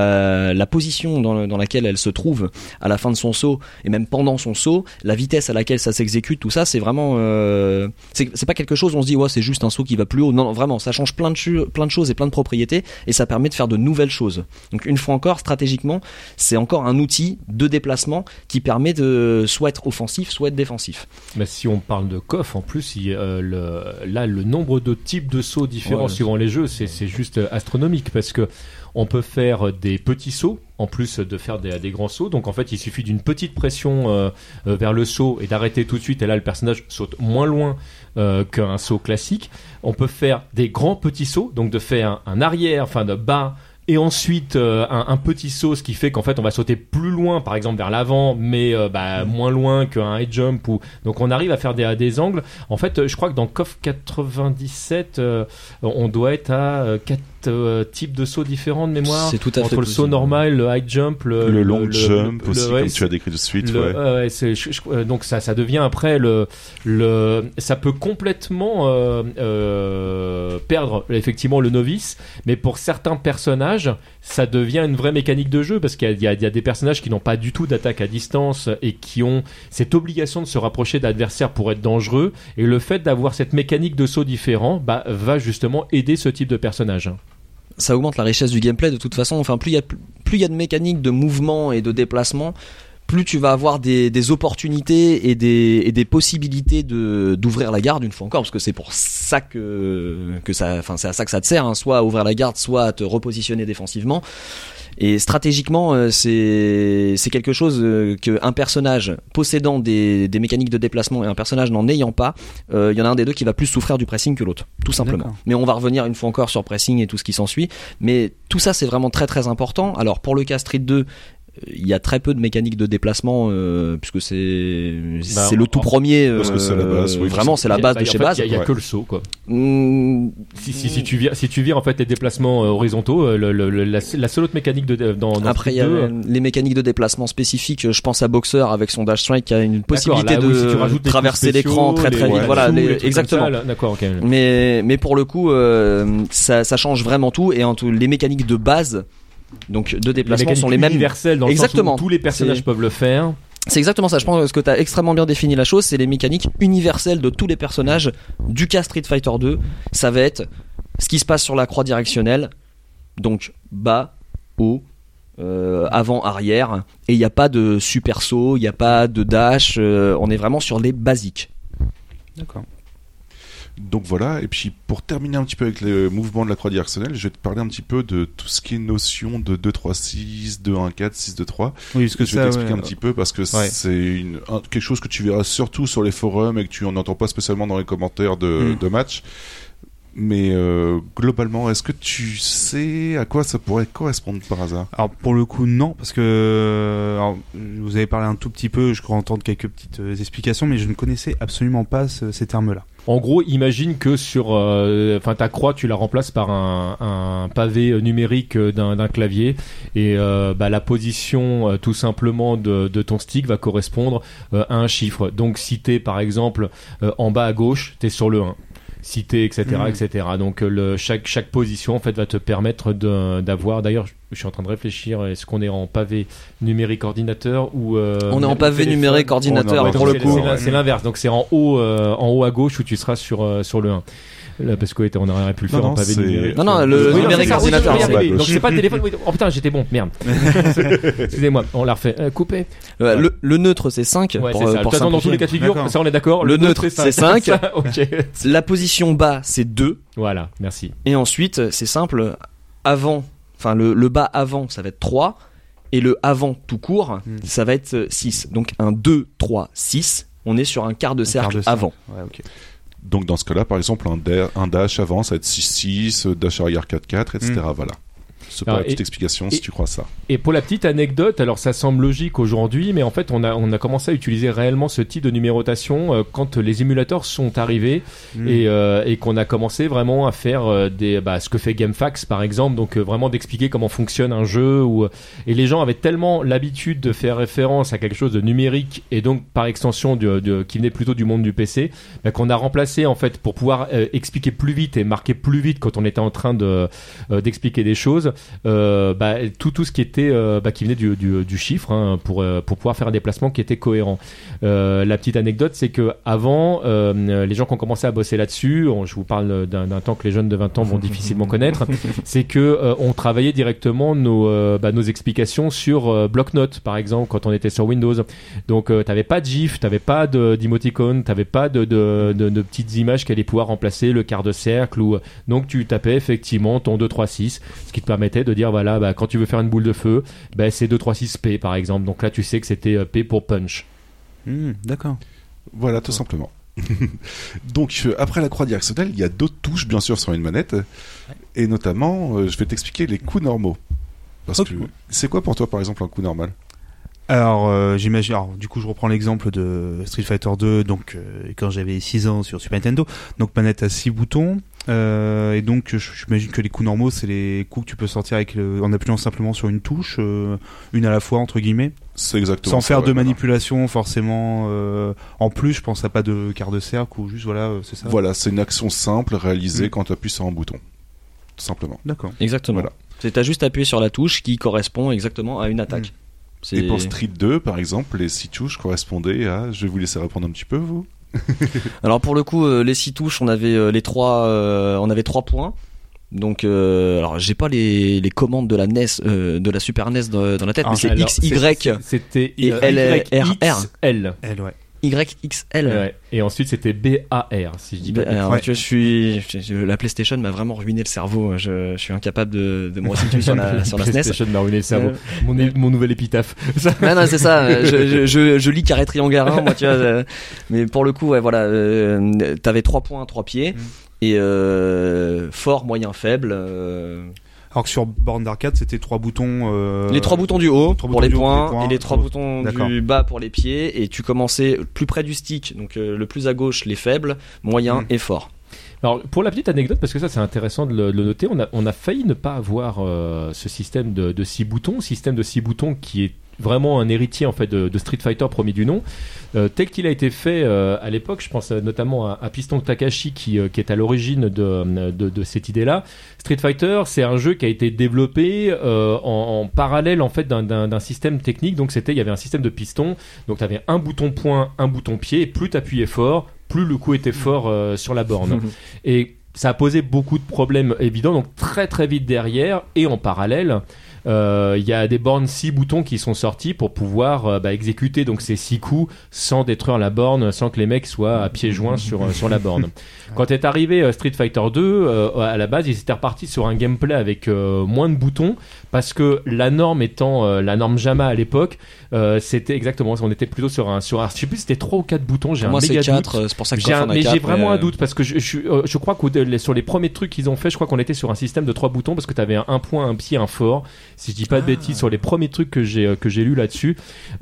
la la position dans, dans laquelle elle se trouve à la fin de son saut et même pendant son saut, la vitesse à laquelle ça s'exécute, tout ça, c'est vraiment euh, C'est, c'est pas quelque chose où on se dit ouais c'est juste un saut qui va plus haut. Non, non vraiment ça change plein de, chu- plein de choses et plein de propriétés et ça permet de faire de nouvelles choses. Donc une fois encore stratégiquement c'est encore un outil de déplacement qui permet de soit être offensif soit être défensif. Mais si on parle de Koff en plus il, euh, le, là le nombre de types de sauts différents ouais, suivant les jeux c'est, c'est juste astronomique parce que on peut faire des petits sauts en plus de faire des, des grands sauts. Donc en fait, il suffit d'une petite pression euh, euh, vers le saut et d'arrêter tout de suite. Et là, le personnage saute moins loin euh, qu'un saut classique. On peut faire des grands petits sauts, donc de faire un, un arrière, enfin de bas. Et ensuite euh, un, un petit saut, ce qui fait qu'en fait on va sauter plus loin, par exemple vers l'avant, mais euh, bah, moins loin qu'un high jump. Ou... Donc on arrive à faire des, des angles. En fait, je crois que dans Koff quatre-vingt-dix-sept, euh, on doit être à euh, quatre euh, types de sauts différents de mémoire. C'est tout à fait entre le possible. saut normal, le high jump, le, le long le, jump le, aussi, le, ouais, comme tu as décrit de suite. Le, ouais. Euh, ouais, c'est, je, je, donc ça, ça devient après le, le, ça peut complètement euh, euh, perdre effectivement le novice, mais pour certains personnages, ça devient une vraie mécanique de jeu parce qu'il y a, il y a des personnages qui n'ont pas du tout d'attaque à distance et qui ont cette obligation de se rapprocher d'adversaires pour être dangereux. Et le fait d'avoir cette mécanique de saut différent, bah, va justement aider ce type de personnage. Ça augmente la richesse du gameplay de toute façon. Enfin, plus il y a plus il y a de mécaniques de mouvement et de déplacement, plus tu vas avoir des, des opportunités et des, et des possibilités de, d'ouvrir la garde une fois encore, parce que c'est pour ça que, que ça, enfin, c'est à ça que ça te sert, hein, soit à ouvrir la garde, soit à te repositionner défensivement. Et stratégiquement, euh, c'est, c'est quelque chose euh, qu'un personnage possédant des, des mécaniques de déplacement et un personnage n'en ayant pas, il euh, y en a un des deux qui va plus souffrir du pressing que l'autre, tout simplement. D'accord. Mais on va revenir une fois encore sur pressing et tout ce qui s'ensuit. Mais tout ça, c'est vraiment très très important. Alors pour le cas Street deux, il y a très peu de mécaniques de déplacement euh, puisque c'est bah, c'est le tout premier euh, parce que c'est la base, oui, vraiment c'est la base bah, de chez fait, base. Il y a, y a ouais. que le saut quoi. Mmh. Si, si, si tu vires si tu vires en fait les déplacements euh, horizontaux, euh, le, le, la, la seule autre mécanique de dans, dans après il y a deux, les mécaniques de déplacement spécifiques. Je pense à Boxer avec son dash strike qui a une possibilité là, de oui, si traverser spéciaux, l'écran très très les, vite. ouais, Voilà, les, les, exactement. Ça, là, d'accord, okay. Mais mais pour le coup, euh, ça ça change vraiment tout et en tout, les mécaniques de base. Donc de déplacement les sont les mêmes universelles dans le exactement sens où tous les personnages c'est... peuvent le faire C'est exactement ça, je pense que tu as extrêmement bien défini la chose, c'est les mécaniques universelles de tous les personnages du cas Street Fighter deux. Ça va être ce qui se passe sur la croix directionnelle, donc bas, haut, euh, avant, arrière, et il n'y a pas de super saut, il n'y a pas de dash, euh, on est vraiment sur les basiques. D'accord. Donc voilà, et puis pour terminer un petit peu avec le mouvement de la croix directionnelle, je vais te parler un petit peu de tout ce qui est notion de deux trois six, deux un quatre, six deux trois. Oui, parce que je vais ça, t'expliquer ouais. un petit peu parce que Ouais. c'est une, un- quelque chose que tu verras surtout sur les forums et que tu n'en entends pas spécialement dans les commentaires de, Mm. de match. Mais euh, globalement, est-ce que tu sais à quoi ça pourrait correspondre par hasard? Alors pour le coup non, parce que alors, vous avez parlé un tout petit peu, je crois entendre quelques petites euh, explications, mais je ne connaissais absolument pas ce- ces termes-là. En gros, imagine que sur, euh, enfin, ta croix, tu la remplaces par un, un pavé numérique d'un, d'un clavier, et euh, bah, la position, euh, tout simplement, de, de ton stick va correspondre euh, à un chiffre. Donc, si t'es, par exemple, euh, en bas à gauche, t'es sur le un. Si t'es, et cetera, Mmh. et cetera. Donc, euh, le, chaque chaque position, en fait, va te permettre de, d'avoir. D'ailleurs, je, je suis en train de réfléchir. Est-ce qu'on est en pavé numérique ordinateur ou euh, On est en pavé téléphone numérique ordinateur Ouais, pour donc le c'est, coup. c'est l'in- c'est l'inverse. Donc c'est en haut, euh, en haut à gauche où tu seras sur euh, sur le un. Là, parce qu'on on aurait pu le Non, faire en non, pavé c'est- numérique. Non, non, le Oui, non, numérique c'est ça, oui, ordinateur. je vais y c'est arriver. pas Donc c'est pas le téléphone. Oui. Oh putain, j'étais bon. Merde. Excusez-moi. On l'a refait. Euh, coupé. Euh, le, le neutre c'est cinq Ouais, pour, c'est euh, ça. De pour toute façon, dans tous simplifier. les cas de figure, D'accord. ça on est d'accord. Le neutre, c'est cinq. Ça, ok. La position bas c'est deux, Voilà. Merci. et ensuite c'est simple, avant, enfin le, le bas avant ça va être trois, et le avant tout court Mm. ça va être six. Donc un deux, trois, six, on est sur un quart de Un cercle quart de cercle. avant. Ouais, ok. Donc dans ce cas-là, par exemple, un, da- un dash avant, ça va être six six, dash arrière quatre quatre, et cetera. Mm. Voilà. C'est Alors, pas la petite et- explication et- si tu crois ça. Et pour la petite anecdote, alors ça semble logique aujourd'hui, mais en fait on a on a commencé à utiliser réellement ce type de numérotation euh, quand les émulateurs sont arrivés. Mmh. et, euh, et qu'on a commencé vraiment à faire euh, des, bah, ce que fait GameFAQs par exemple, donc euh, vraiment d'expliquer comment fonctionne un jeu, ou, et les gens avaient tellement l'habitude de faire référence à quelque chose de numérique et donc par extension du, du- qui venait plutôt du monde du P C, bah, qu'on a remplacé en fait pour pouvoir euh, expliquer plus vite et marquer plus vite quand on était en train de, euh, d'expliquer des choses, euh, bah, tout, tout ce qui était euh, bah, qui venait du, du, du chiffre, hein, pour, euh, pour pouvoir faire un déplacement qui était cohérent. Euh, la petite anecdote, c'est que avant, euh, les gens qui ont commencé à bosser là-dessus, on- je vous parle d'un, d'un temps que les jeunes de vingt ans vont difficilement connaître, c'est que euh, on travaillait directement nos, euh, bah, nos explications sur euh, bloc-notes, par exemple, quand on était sur Windows. Donc, euh, t'avais pas de GIF, t'avais pas de, d'émoticône, t'avais pas de, de, de, de petites images qui allaient pouvoir remplacer le quart de cercle. Ou, donc, tu tapais effectivement ton deux trois six, ce qui te permettait de dire, voilà, bah, quand tu veux faire une boule de feu, bah, c'est deux trois six P, par exemple. Donc là, tu sais que c'était euh, P pour punch. Mmh, d'accord. Voilà, tout simplement. Donc, euh, après la croix directionnelle, il y a d'autres touches, bien sûr, sur une manette. Et notamment, euh, je vais t'expliquer les coups normaux. Parce Ok. que c'est quoi pour toi, par exemple, un coup normal? Alors, euh, j'imagine. Alors, du coup, je reprends l'exemple de Street Fighter deux. Donc, euh, quand j'avais six ans sur Super Nintendo, donc manette à six boutons. Euh, et donc, je- j'imagine que les coups normaux, c'est les coups que tu peux sortir avec le- en appuyant simplement sur une touche, euh, une à la fois entre guillemets, C'est exactement sans ça, faire ouais, de voilà. manipulation forcément. Euh, en plus, je pense à pas de quart de cercle ou juste voilà, euh, c'est ça. Voilà, c'est une action simple réalisée Mm. quand tu appuies sur un bouton. Tout simplement. D'accord. Exactement. Voilà. C'est t'as juste appuyé sur la touche qui correspond exactement à une attaque. C'est... Et pour Street deux, par exemple, les six touches correspondaient à... Je vais vous laisser répondre un petit peu, vous. Alors pour le coup, euh, les six touches, on avait euh, les trois, euh, on avait trois points. Donc, euh, alors j'ai pas les, les commandes de la N E S, euh, de la Super N E S dans, dans la tête, Ah, mais c'est Alors, X Y, c'est- C'était et euh, L R R. Y X L. Elle, ouais. Y X L. Ouais. Et ensuite c'était B A R, si je dis pas de Alors, Ouais. tu vois, je suis, je- je- la PlayStation m'a vraiment ruiné le cerveau. Je, je suis incapable de, de me resituer sur la, sur la S N E S. PlayStation m'a ruiné le cerveau. Euh, Mon, é- mon nouvel épitaphe. Ça- Non, non, c'est ça. Je, je, je, je lis carré triangle à un, moi, tu vois. euh, Mais pour le coup, ouais, voilà, euh, t'avais trois points, trois pieds, Mm. et euh, fort, moyen, faible. euh, Alors que sur borne d'arcade, c'était trois boutons. euh, les trois boutons du haut trois pour boutons les du haut pour points, les points, et les trois trois- boutons D'accord. du bas pour les pieds, et tu commençais plus près du stick, donc euh, le plus à gauche, les faibles, moyens Mm. et forts. Alors pour la petite anecdote, parce que ça c'est intéressant de le, de le noter, on a, on a failli ne pas avoir euh, ce système de, de six boutons, système de six boutons qui est vraiment un héritier en fait de, de Street Fighter premier du nom, euh, tel qu'il a été fait euh, à l'époque. Je pense euh, notamment à, à Piston Takahashi qui, euh, qui est à l'origine de, de, de cette idée-là. Street Fighter, c'est un jeu qui a été développé euh, en, en parallèle en fait d'un, d'un, d'un système technique. Donc c'était, il y avait un système de piston. Donc tu avais un bouton point, un bouton pied. Et plus tu appuyais fort, plus le coup était fort euh, sur la borne. Et ça a posé beaucoup de problèmes évidents. Donc très très vite derrière et en parallèle, il euh, y a des bornes six boutons qui sont sortis pour pouvoir euh, bah, exécuter donc ces six coups sans détruire la borne, sans que les mecs soient à pieds joints sur, sur la borne. Quand est arrivé euh, Street Fighter deux, euh, à la base ils étaient repartis sur un gameplay avec euh, moins de boutons parce que la norme étant euh, la norme JAMA à l'époque, euh, c'était exactement ça. On était plutôt sur un, sur un, je sais plus si c'était trois ou quatre boutons. J'ai Moi, un méga c'est quatre, doute. c'est pour ça que j'ai un, on a mais quatre, j'ai vraiment mais... un doute parce que je, je, euh, je crois que sur les premiers trucs qu'ils ont fait, je crois qu'on était sur un système de trois boutons parce que tu avais un, un point, un pied, un fort. Si je dis pas de Ah. bêtises, sur les premiers trucs que j'ai que j'ai lu là-dessus,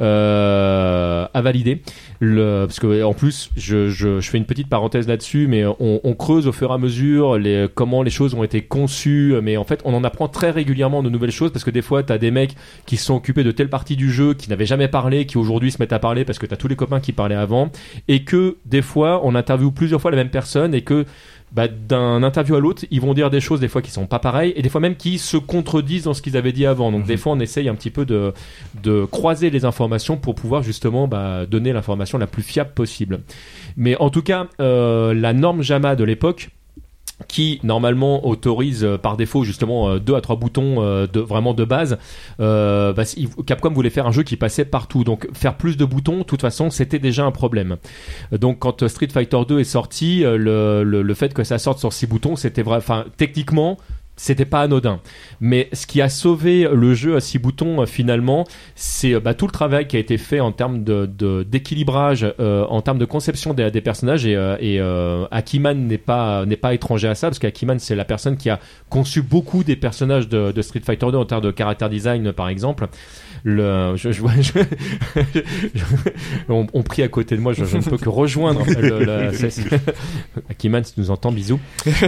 euh, à valider. Le, parce que en plus, je, je, je fais une petite parenthèse là-dessus, mais on, on creuse au fur et à mesure les, comment les choses ont été conçues. Mais en fait, on en apprend très régulièrement de nouvelles choses parce que des fois, t'as des mecs qui se sont occupés de telle partie du jeu, qui n'avaient jamais parlé, qui aujourd'hui se mettent à parler parce que t'as tous les copains qui parlaient avant, et que des fois, on interviewe plusieurs fois la même personne et que bah, d'un interview à l'autre, ils vont dire des choses des fois qui sont pas pareilles et des fois même qui se contredisent dans ce qu'ils avaient dit avant. Donc mmh. des fois, on essaye un petit peu de, de croiser les informations pour pouvoir justement bah, donner l'information la plus fiable possible. Mais en tout cas, euh, la norme JAMA de l'époque, qui normalement autorise euh, par défaut justement euh, deux à trois boutons euh, de, vraiment de base, euh, bah, Capcom voulait faire un jeu qui passait partout, donc faire plus de boutons de toute façon c'était déjà un problème. Donc quand Street Fighter deux est sorti, euh, le, le, le fait que ça sorte sur six boutons, c'était vrai, enfin techniquement c'était pas anodin. Mais ce qui a sauvé le jeu à six boutons, euh, finalement, c'est bah, tout le travail qui a été fait en termes de, de, d'équilibrage, euh, en termes de conception des, des personnages. Et, euh, et euh, Akiman n'est pas, n'est pas étranger à ça, parce qu'Akiman, c'est la personne qui a conçu beaucoup des personnages de, de Street Fighter deux en termes de character design, par exemple. Le, je, je, je, je, on, on prie à côté de moi, je, je ne peux que rejoindre le, le, c'est, c'est, Akiman, si tu nous entends, bisous.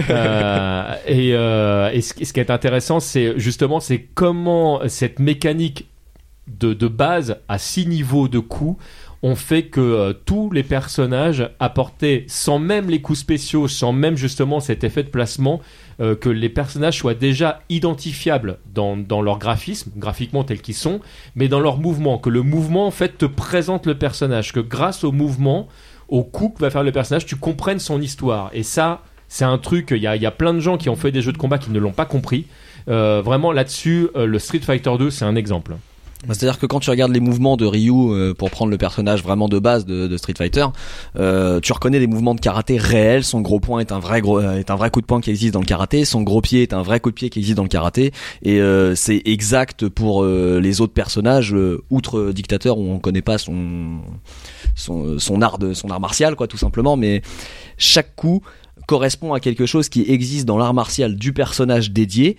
Euh, et, euh, et ce, ce qui est intéressant, c'est justement c'est comment cette mécanique de, de base à six niveaux de coups ont fait que euh, tous les personnages apportaient, sans même les coups spéciaux, sans même justement cet effet de placement, euh, que les personnages soient déjà identifiables dans, dans leur graphisme, graphiquement tels qu'ils sont, mais dans leur mouvement, que le mouvement en fait te présente le personnage, que grâce au mouvement, au coup que va faire le personnage, tu comprennes son histoire. Et ça, c'est un truc, il y a, y a plein de gens qui ont fait des jeux de combat qui ne l'ont pas compris. Euh, vraiment là-dessus, euh, le Street Fighter deux, c'est un exemple. C'est-à-dire que quand tu regardes les mouvements de Ryu euh, pour prendre le personnage vraiment de base de, de Street Fighter, euh, tu reconnais des mouvements de karaté réels. Son gros poing est un vrai gros, est un vrai coup de poing qui existe dans le karaté. Son gros pied est un vrai coup de pied qui existe dans le karaté. Et euh, c'est exact pour euh, les autres personnages, euh, outre Dictateur où on connaît pas son son son art de son art martial quoi, tout simplement. Mais chaque coup correspond à quelque chose qui existe dans l'art martial du personnage dédié.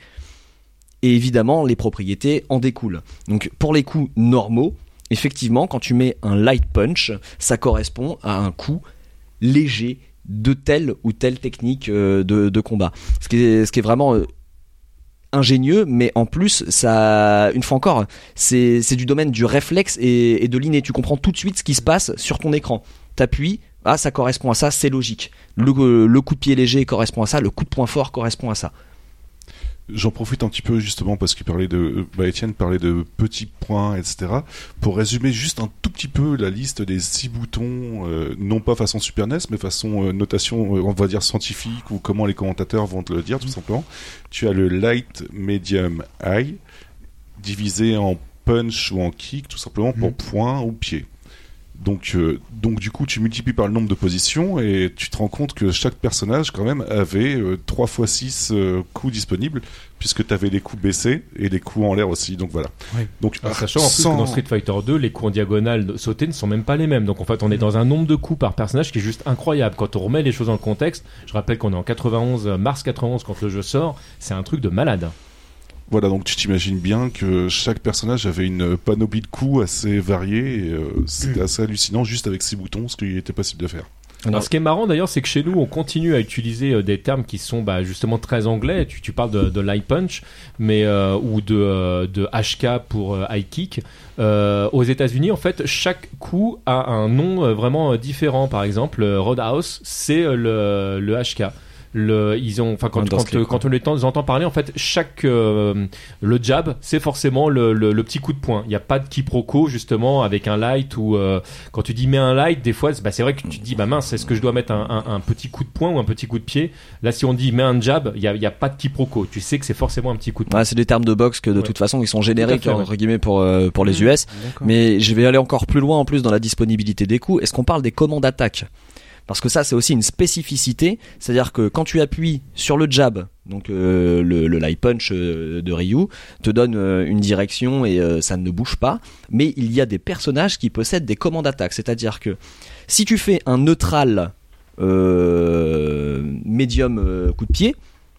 Et évidemment, les propriétés en découlent. Donc, pour les coups normaux, effectivement, quand tu mets un light punch, ça correspond à un coup léger de telle ou telle technique euh, de, de combat. Ce qui est, ce qui est vraiment euh, ingénieux, mais en plus, ça, une fois encore, c'est, c'est du domaine du réflexe et, et de l'inné. Tu comprends tout de suite ce qui se passe sur ton écran. T'appuies, ah, ça correspond à ça, c'est logique. Le, le coup de pied léger correspond à ça, le coup de poing fort correspond à ça. J'en profite un petit peu justement parce qu'il parlait de, bah Étienne parlait de petits points, et cetera. Pour résumer juste un tout petit peu la liste des six boutons, euh, non pas façon Super N E S, mais façon euh, notation, euh, on va dire scientifique ou comment les commentateurs vont te le dire tout simplement. Tu as le light, medium, high, divisé en punch ou en kick, tout simplement pour mmh. point ou pied. Donc, euh, donc du coup, tu multiplies par le nombre de positions et tu te rends compte que chaque personnage, quand même, avait euh, trois fois six euh, coups disponibles, puisque tu avais les coups baissés et les coups en l'air aussi. Donc voilà. Oui. Donc, ah, sachant en plus sans... que dans Street Fighter deux, les coups en diagonale sautés ne sont même pas les mêmes. Donc en fait, on est dans un nombre de coups par personnage qui est juste incroyable. Quand on remet les choses dans le contexte, je rappelle qu'on est en quatre-vingt-onze, mars quatre-vingt-onze quand le jeu sort, c'est un truc de malade. Voilà, donc tu t'imagines bien que chaque personnage avait une panoplie de coups assez variée et euh, c'était assez hallucinant juste avec ces boutons ce qu'il était possible de faire. Alors, ce qui est marrant d'ailleurs, c'est que chez nous, on continue à utiliser euh, des termes qui sont bah, justement très anglais. Tu, tu parles de, de light punch, mais euh, ou de, euh, de H K pour euh, high kick. Euh, aux États-Unis, en fait, chaque coup a un nom euh, vraiment euh, différent. Par exemple, le Roadhouse, c'est euh, le, le H K. Le, ils ont, enfin, quand, quand, quand, quand on les entend parler, en fait, chaque euh, le jab, c'est forcément le, le, le petit coup de poing. Il n'y a pas de quiproquo justement avec un light ou euh, quand tu dis mets un light, des fois, bah, c'est vrai que tu te dis bah mince, est-ce que je dois mettre un, un, un petit coup de poing ou un petit coup de pied? Là, si on dit mets un jab, il y a, il y a pas de quiproquo. Tu sais que c'est forcément un petit coup de poing. Ouais, c'est des termes de boxe que de ouais. toute façon ils sont génériques fait, entre ouais. guillemets pour euh, pour les U S. D'accord. Mais je vais aller encore plus loin en plus dans la disponibilité des coups. Est-ce qu'on parle des commandes d'attaque? Parce que ça, c'est aussi une spécificité, c'est-à-dire que quand tu appuies sur le jab, donc euh, le, le light punch euh, de Ryu, te donne euh, une direction et euh, ça ne bouge pas, mais il y a des personnages qui possèdent des commandes d'attaque, c'est-à-dire que si tu fais un neutral euh, médium euh, coup de pied,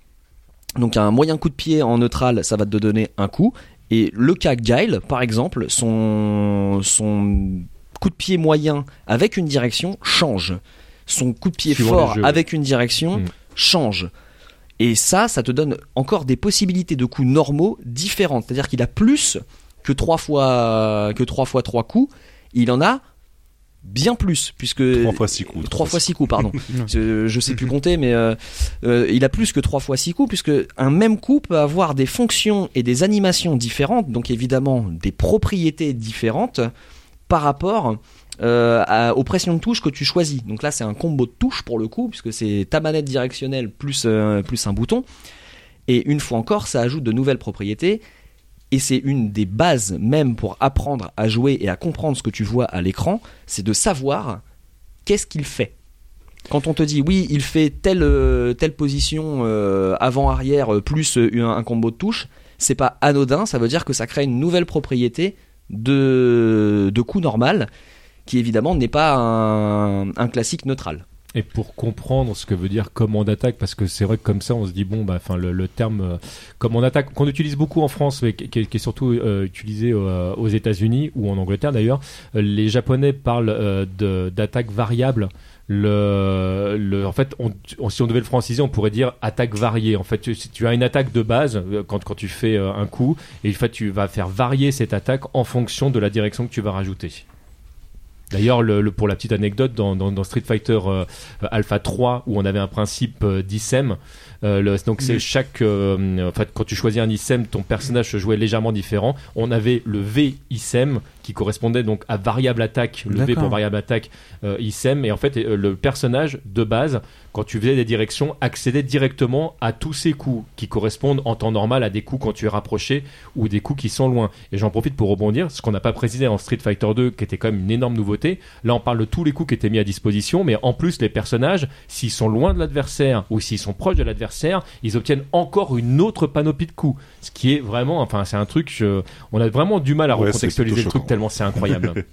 donc un moyen coup de pied en neutral, ça va te donner un coup, et le cas Guile, par exemple, son, son coup de pied moyen avec une direction change. Son coup de pied Suivant fort les jeux, avec une direction mmh. change. Et ça, ça te donne encore des possibilités de coups normaux différentes. C'est-à-dire qu'il a plus que trois fois que trois fois trois coups. Il en a bien plus, puisque trois fois six coups. trois fois six coups, pardon. je, je sais plus compter, mais euh, euh, il a plus que trois fois six coups, puisque un même coup peut avoir des fonctions et des animations différentes, donc évidemment des propriétés différentes par rapport Euh, à, aux pressions de touche que tu choisis. Donc là c'est un combo de touches pour le coup, puisque c'est ta manette directionnelle plus, euh, plus un bouton, et une fois encore ça ajoute de nouvelles propriétés, et c'est une des bases même pour apprendre à jouer et à comprendre ce que tu vois à l'écran, c'est de savoir qu'est-ce qu'il fait. Quand on te dit oui il fait telle, euh, telle position euh, avant-arrière plus un, un combo de touches, c'est pas anodin, ça veut dire que ça crée une nouvelle propriété de, de coup normal, qui évidemment n'est pas un, un classique neutral. Et pour comprendre ce que veut dire commande d'attaque, parce que c'est vrai que comme ça on se dit bon bah enfin le, le terme euh, commande d'attaque qu'on utilise beaucoup en France, mais qui, qui, est, qui est surtout euh, utilisé euh, aux États-Unis ou en Angleterre d'ailleurs. Euh, les Japonais parlent euh, de, d'attaque variable. Le, le, en fait, on, on, si on devait le franciser, on pourrait dire attaque variée. En fait, tu, tu as une attaque de base euh, quand, quand tu fais euh, un coup, et en fait, tu vas faire varier cette attaque en fonction de la direction que tu vas rajouter. D'ailleurs, le, le, pour la petite anecdote, dans, dans, dans Street Fighter euh, Alpha trois, où on avait un principe euh, d'I S E M, euh, le, donc c'est mmh. chaque, euh, en fait, quand tu choisis un I S E M, ton personnage se jouait légèrement différent. On avait le V I S E M qui correspondait donc à variable attaque, le D'accord. V pour variable attaque euh, I S E M, et en fait euh, le personnage de base, quand tu faisais des directions, accédait directement à tous ces coups qui correspondent en temps normal à des coups quand tu es rapproché ou des coups qui sont loin. Et j'en profite pour rebondir, ce qu'on n'a pas précisé en Street Fighter deux, qui était quand même une énorme nouveauté. Là on parle de tous les coups qui étaient mis à disposition, mais en plus les personnages, s'ils sont loin de l'adversaire ou s'ils sont proches de l'adversaire, ils obtiennent encore une autre panoplie de coups, ce qui est vraiment, enfin c'est un truc, je, on a vraiment du mal à ouais, recontextualiser le truc tellement c'est incroyable.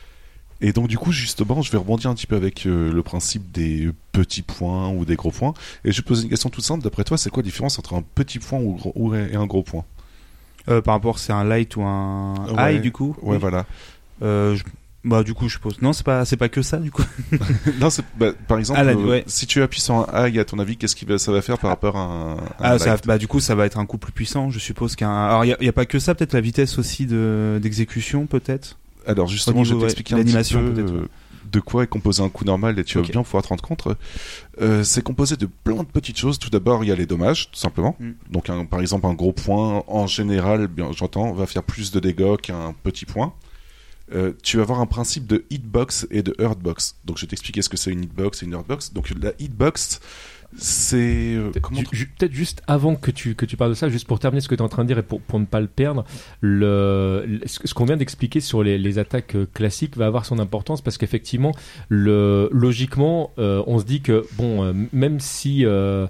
Et donc du coup justement je vais rebondir un petit peu avec euh, le principe des petits points ou des gros points, et je vais poser une question toute simple. D'après toi c'est quoi la différence entre un petit point ou, gros, ou et un gros point? euh, Par rapport c'est un light ou un ouais, high du coup? Ouais, oui. voilà. Euh, je... Bah du coup je suppose non c'est pas c'est pas que ça du coup. Non c'est bah, par exemple ah, là, euh, ouais. si tu appuies sur un high, à ton avis qu'est-ce que ça va faire par rapport à un, à ah un ça, light? bah du coup ça va être un coup plus puissant je suppose qu'un. Alors il y, y a pas que ça, peut-être la vitesse aussi de d'exécution peut-être. Alors justement, je vais t'expliquer ouais, un petit peu euh, de quoi est composé un coup normal, et tu okay. vas bien pouvoir te rendre compte. Euh, c'est composé de plein de petites choses. Tout d'abord, il y a les dommages, tout simplement. Mm. Donc, un, par exemple, un gros point, en général, bien, j'entends, va faire plus de dégâts qu'un petit point. Euh, tu vas avoir un principe de hitbox et de hurtbox. Donc, je vais t'expliquer ce que c'est une hitbox et une hurtbox. Donc, la hitbox, c'est euh, comment ju- ju- peut-être juste avant que tu que tu parles de ça, juste pour terminer ce que tu es en train de dire et pour pour ne pas le perdre, le, le ce qu'on vient d'expliquer sur les, les attaques classiques va avoir son importance, parce qu'effectivement le logiquement euh, on se dit que bon euh, même si euh,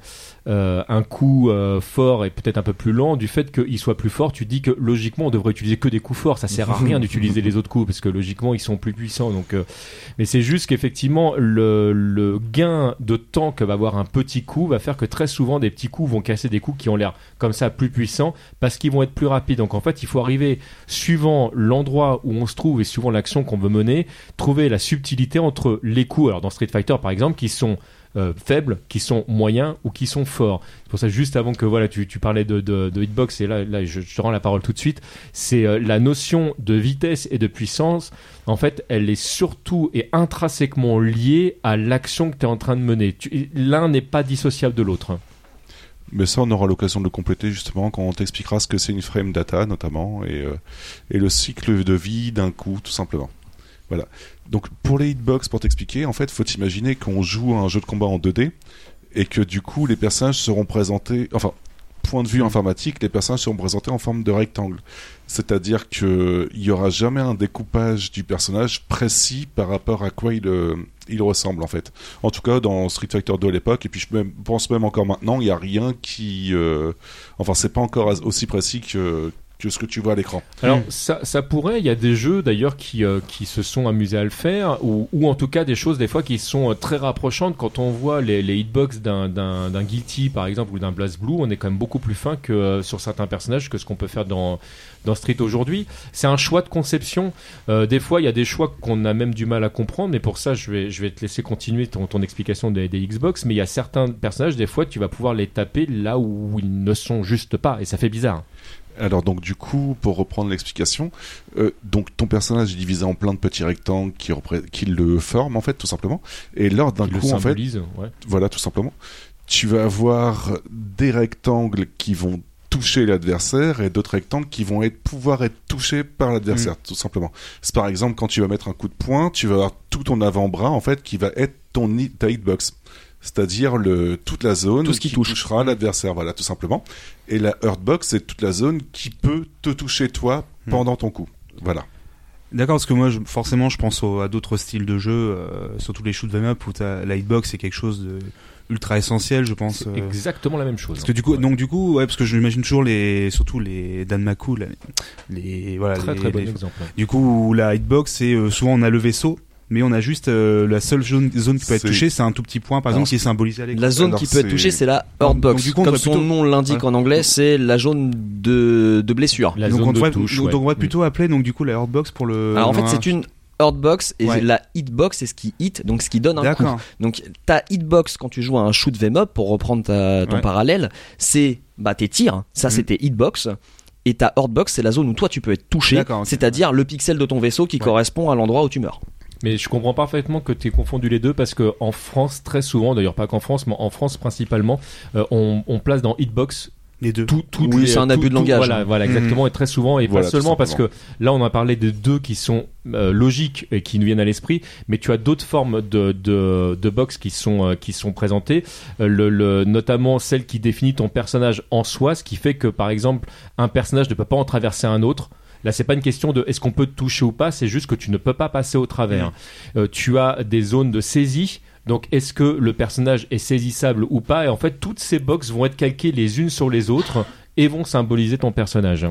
euh, un coup euh, fort et peut-être un peu plus lent, du fait qu'il soit plus fort, tu te dis que logiquement on devrait utiliser que des coups forts, ça sert à rien d'utiliser les autres coups parce que logiquement ils sont plus puissants. Donc, euh, mais c'est juste qu'effectivement le, le gain de temps que va avoir un petit coup va faire que très souvent des petits coups vont casser des coups qui ont l'air comme ça plus puissants parce qu'ils vont être plus rapides. Donc en fait il faut arriver, suivant l'endroit où on se trouve et suivant l'action qu'on veut mener, trouver la subtilité entre les coups, alors dans Street Fighter par exemple, qui sont Euh, faibles, qui sont moyens ou qui sont forts. C'est pour ça, juste avant que voilà, tu, tu parlais de, de, de hitbox, et là, là je, je te rends la parole tout de suite, c'est euh, la notion de vitesse et de puissance, en fait, elle est surtout et intrinsèquement liée à l'action que tu es en train de mener. Tu, l'un n'est pas dissociable de l'autre. Mais ça, on aura l'occasion de le compléter justement quand on t'expliquera ce que c'est une frame data, notamment, et, euh, et le cycle de vie d'un coup, tout simplement. Voilà. Donc pour les hitbox, pour t'expliquer, en fait, faut imaginer qu'on joue à un jeu de combat en deux D et que du coup les personnages seront présentés, enfin, point de vue informatique, les personnages seront présentés en forme de rectangle. C'est-à-dire que il y aura jamais un découpage du personnage précis par rapport à quoi il euh, il ressemble en fait. En tout cas dans Street Fighter deux à l'époque, et puis je même, pense même encore maintenant, il y a rien qui, euh, enfin c'est pas encore aussi précis que que ce que tu vois à l'écran. Alors mmh. ça, ça pourrait, il y a des jeux d'ailleurs qui, euh, qui se sont amusés à le faire, ou, ou en tout cas des choses des fois qui sont euh, très rapprochantes. Quand on voit les, les hitbox d'un, d'un, d'un Guilty par exemple ou d'un BlazBlue, on est quand même beaucoup plus fin que euh, sur certains personnages que ce qu'on peut faire dans, dans Street aujourd'hui. C'est un choix de conception. Euh, des fois il y a des choix qu'on a même du mal à comprendre, mais pour ça je vais, je vais te laisser continuer ton, ton explication des, des Xbox, mais il y a certains personnages des fois tu vas pouvoir les taper là où ils ne sont juste pas, et ça fait bizarre. Alors donc du coup, pour reprendre l'explication, euh, donc ton personnage est divisé en plein de petits rectangles qui, repré- qui le forment en fait tout simplement. Et lors d'un qui coup en fait, ouais. voilà tout simplement, tu vas avoir des rectangles qui vont toucher l'adversaire et d'autres rectangles qui vont être, pouvoir être touchés par l'adversaire, mmh. tout simplement. C'est par exemple quand tu vas mettre un coup de poing, tu vas avoir tout ton avant-bras en fait qui va être ton ta hitbox. C'est-à-dire le, toute la zone tout ce qui, qui touche. touchera l'adversaire, voilà, tout simplement. Et la hurtbox, c'est toute la zone qui peut te toucher toi pendant ton coup. Voilà. D'accord, parce que moi, je, forcément, je pense au, à d'autres styles de jeu, euh, surtout les shoot 'em up où t'as, la hitbox c'est quelque chose de ultra essentiel, je pense. C'est euh... exactement la même chose. Parce que du coup, ouais. donc du coup, ouais, parce que je m'imagine toujours les, surtout les Danmaku, là, les, voilà, très les, très bon les, exemple. Du coup, la hitbox, c'est euh, souvent on a le vaisseau. Mais on a juste euh, la seule zone, zone qui peut être c'est... touchée, c'est un tout petit point, par exemple, qui est symbolisé à l'écran. La zone Alors qui peut c'est... être touchée, c'est la hurtbox. Donc, coup, comme son plutôt... nom l'indique voilà. en anglais, c'est la zone de, de blessure. La donc zone on de devrait, touche. donc ouais. on devrait plutôt appeler donc du coup la hurtbox pour le. Alors en fait, c'est une hurtbox et ouais. la hitbox c'est ce qui hit, donc ce qui donne un D'accord. coup. Donc ta hitbox quand tu joues à un shoot 'em up, pour reprendre ta, ton ouais. parallèle, c'est bah tes tirs, ça mmh. c'est tes hitbox. Et ta hurtbox c'est la zone où toi tu peux être touché, okay. c'est-à-dire le pixel de ton vaisseau qui ouais. correspond à l'endroit où tu meurs. Mais je comprends parfaitement que tu aies confondu les deux parce que en France, très souvent, d'ailleurs pas qu'en France, mais en France principalement, euh, on, on place dans hitbox les deux. Tout, tout oui, les, c'est un abus tout, de langage. Tout, voilà, voilà, exactement, mmh. et très souvent, et voilà, pas seulement parce que là, on a parlé des deux qui sont euh, logiques et qui nous viennent à l'esprit, mais tu as d'autres formes de de, de box qui sont euh, qui sont présentées, euh, le, le, notamment celle qui définit ton personnage en soi, ce qui fait que par exemple, un personnage ne peut pas en traverser un autre. Là, c'est pas une question de est-ce qu'on peut te toucher ou pas, c'est juste que tu ne peux pas passer au travers. Mmh. Euh, tu as des zones de saisie. Donc, est-ce que le personnage est saisissable ou pas ? Et en fait, toutes ces boxes vont être calquées les unes sur les autres et vont symboliser ton personnage.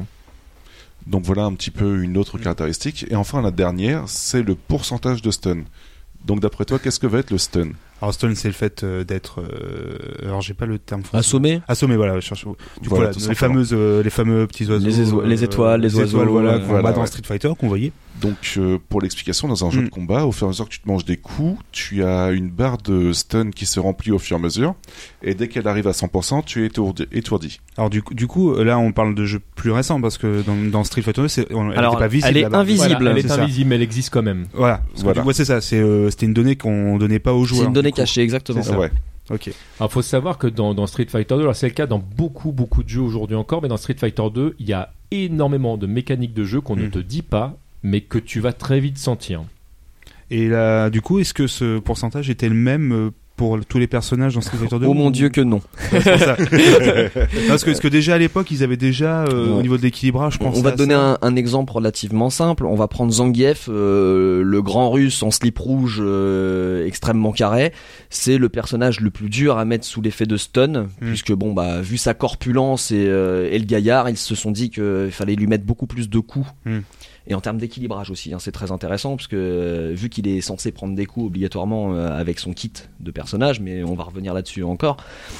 Donc voilà un petit peu une autre caractéristique. Et enfin, la dernière, c'est le pourcentage de stun. Donc d'après toi, qu'est-ce que va être le stun ? Alors stun, c'est le fait euh, d'être. Euh... Alors j'ai pas le terme français. Assommé. Assommé, voilà. Je cherche. Du coup, voilà, voilà les fameuses, euh, les fameux petits oiseaux. Les, éso- les étoiles, les, les oiseaux. Étoiles, voilà, qu'on voilà, bat dans ouais. Street Fighter, qu'on voyait. Donc euh, pour l'explication, dans un jeu mm. de combat, au fur et à mesure que tu te manges des coups, tu as une barre de stun qui se remplit au fur et à mesure, et dès qu'elle arrive à cent pour cent, tu es étourdi. étourdi. Alors du coup, du coup, là, on parle de jeux plus récents parce que dans, dans Street Fighter, c'est, on, elle Alors, était pas visible. Elle est invisible. Voilà, elle est c'est invisible, mais elle existe quand même. Voilà. Parce voilà. que du coup, c'est ça. C'est, euh, c'était une donnée qu'on donnait pas aux joueurs. C'est une donnée cachée, exactement. C'est ça. Ouais. Ok. Alors, faut savoir que dans, dans Street Fighter deux, alors c'est le cas dans beaucoup, beaucoup de jeux aujourd'hui encore, mais dans Street Fighter deux, il y a énormément de mécaniques de jeu qu'on mmh. ne te dit pas, mais que tu vas très vite sentir. Et là, du coup, est-ce que ce pourcentage était le même pour tous les personnages dans Street Fighter deux? Oh mon dieu que non. Ouais, c'est pour ça. parce, que, parce que déjà à l'époque ils avaient déjà euh, Ouais. au niveau de l'équilibrage, je pense. On va te donner un, un exemple relativement simple. On va prendre Zangief, euh, le grand russe en slip rouge euh, extrêmement carré. C'est le personnage le plus dur à mettre sous l'effet de stun, mm. puisque bon bah vu sa corpulence et, euh, et le gaillard, ils se sont dit qu'il fallait lui mettre beaucoup plus de coups. Mm. Et en termes d'équilibrage aussi, hein, c'est très intéressant parce que euh, vu qu'il est censé prendre des coups obligatoirement euh, avec son kit de personnage, mais on va revenir là-dessus encore,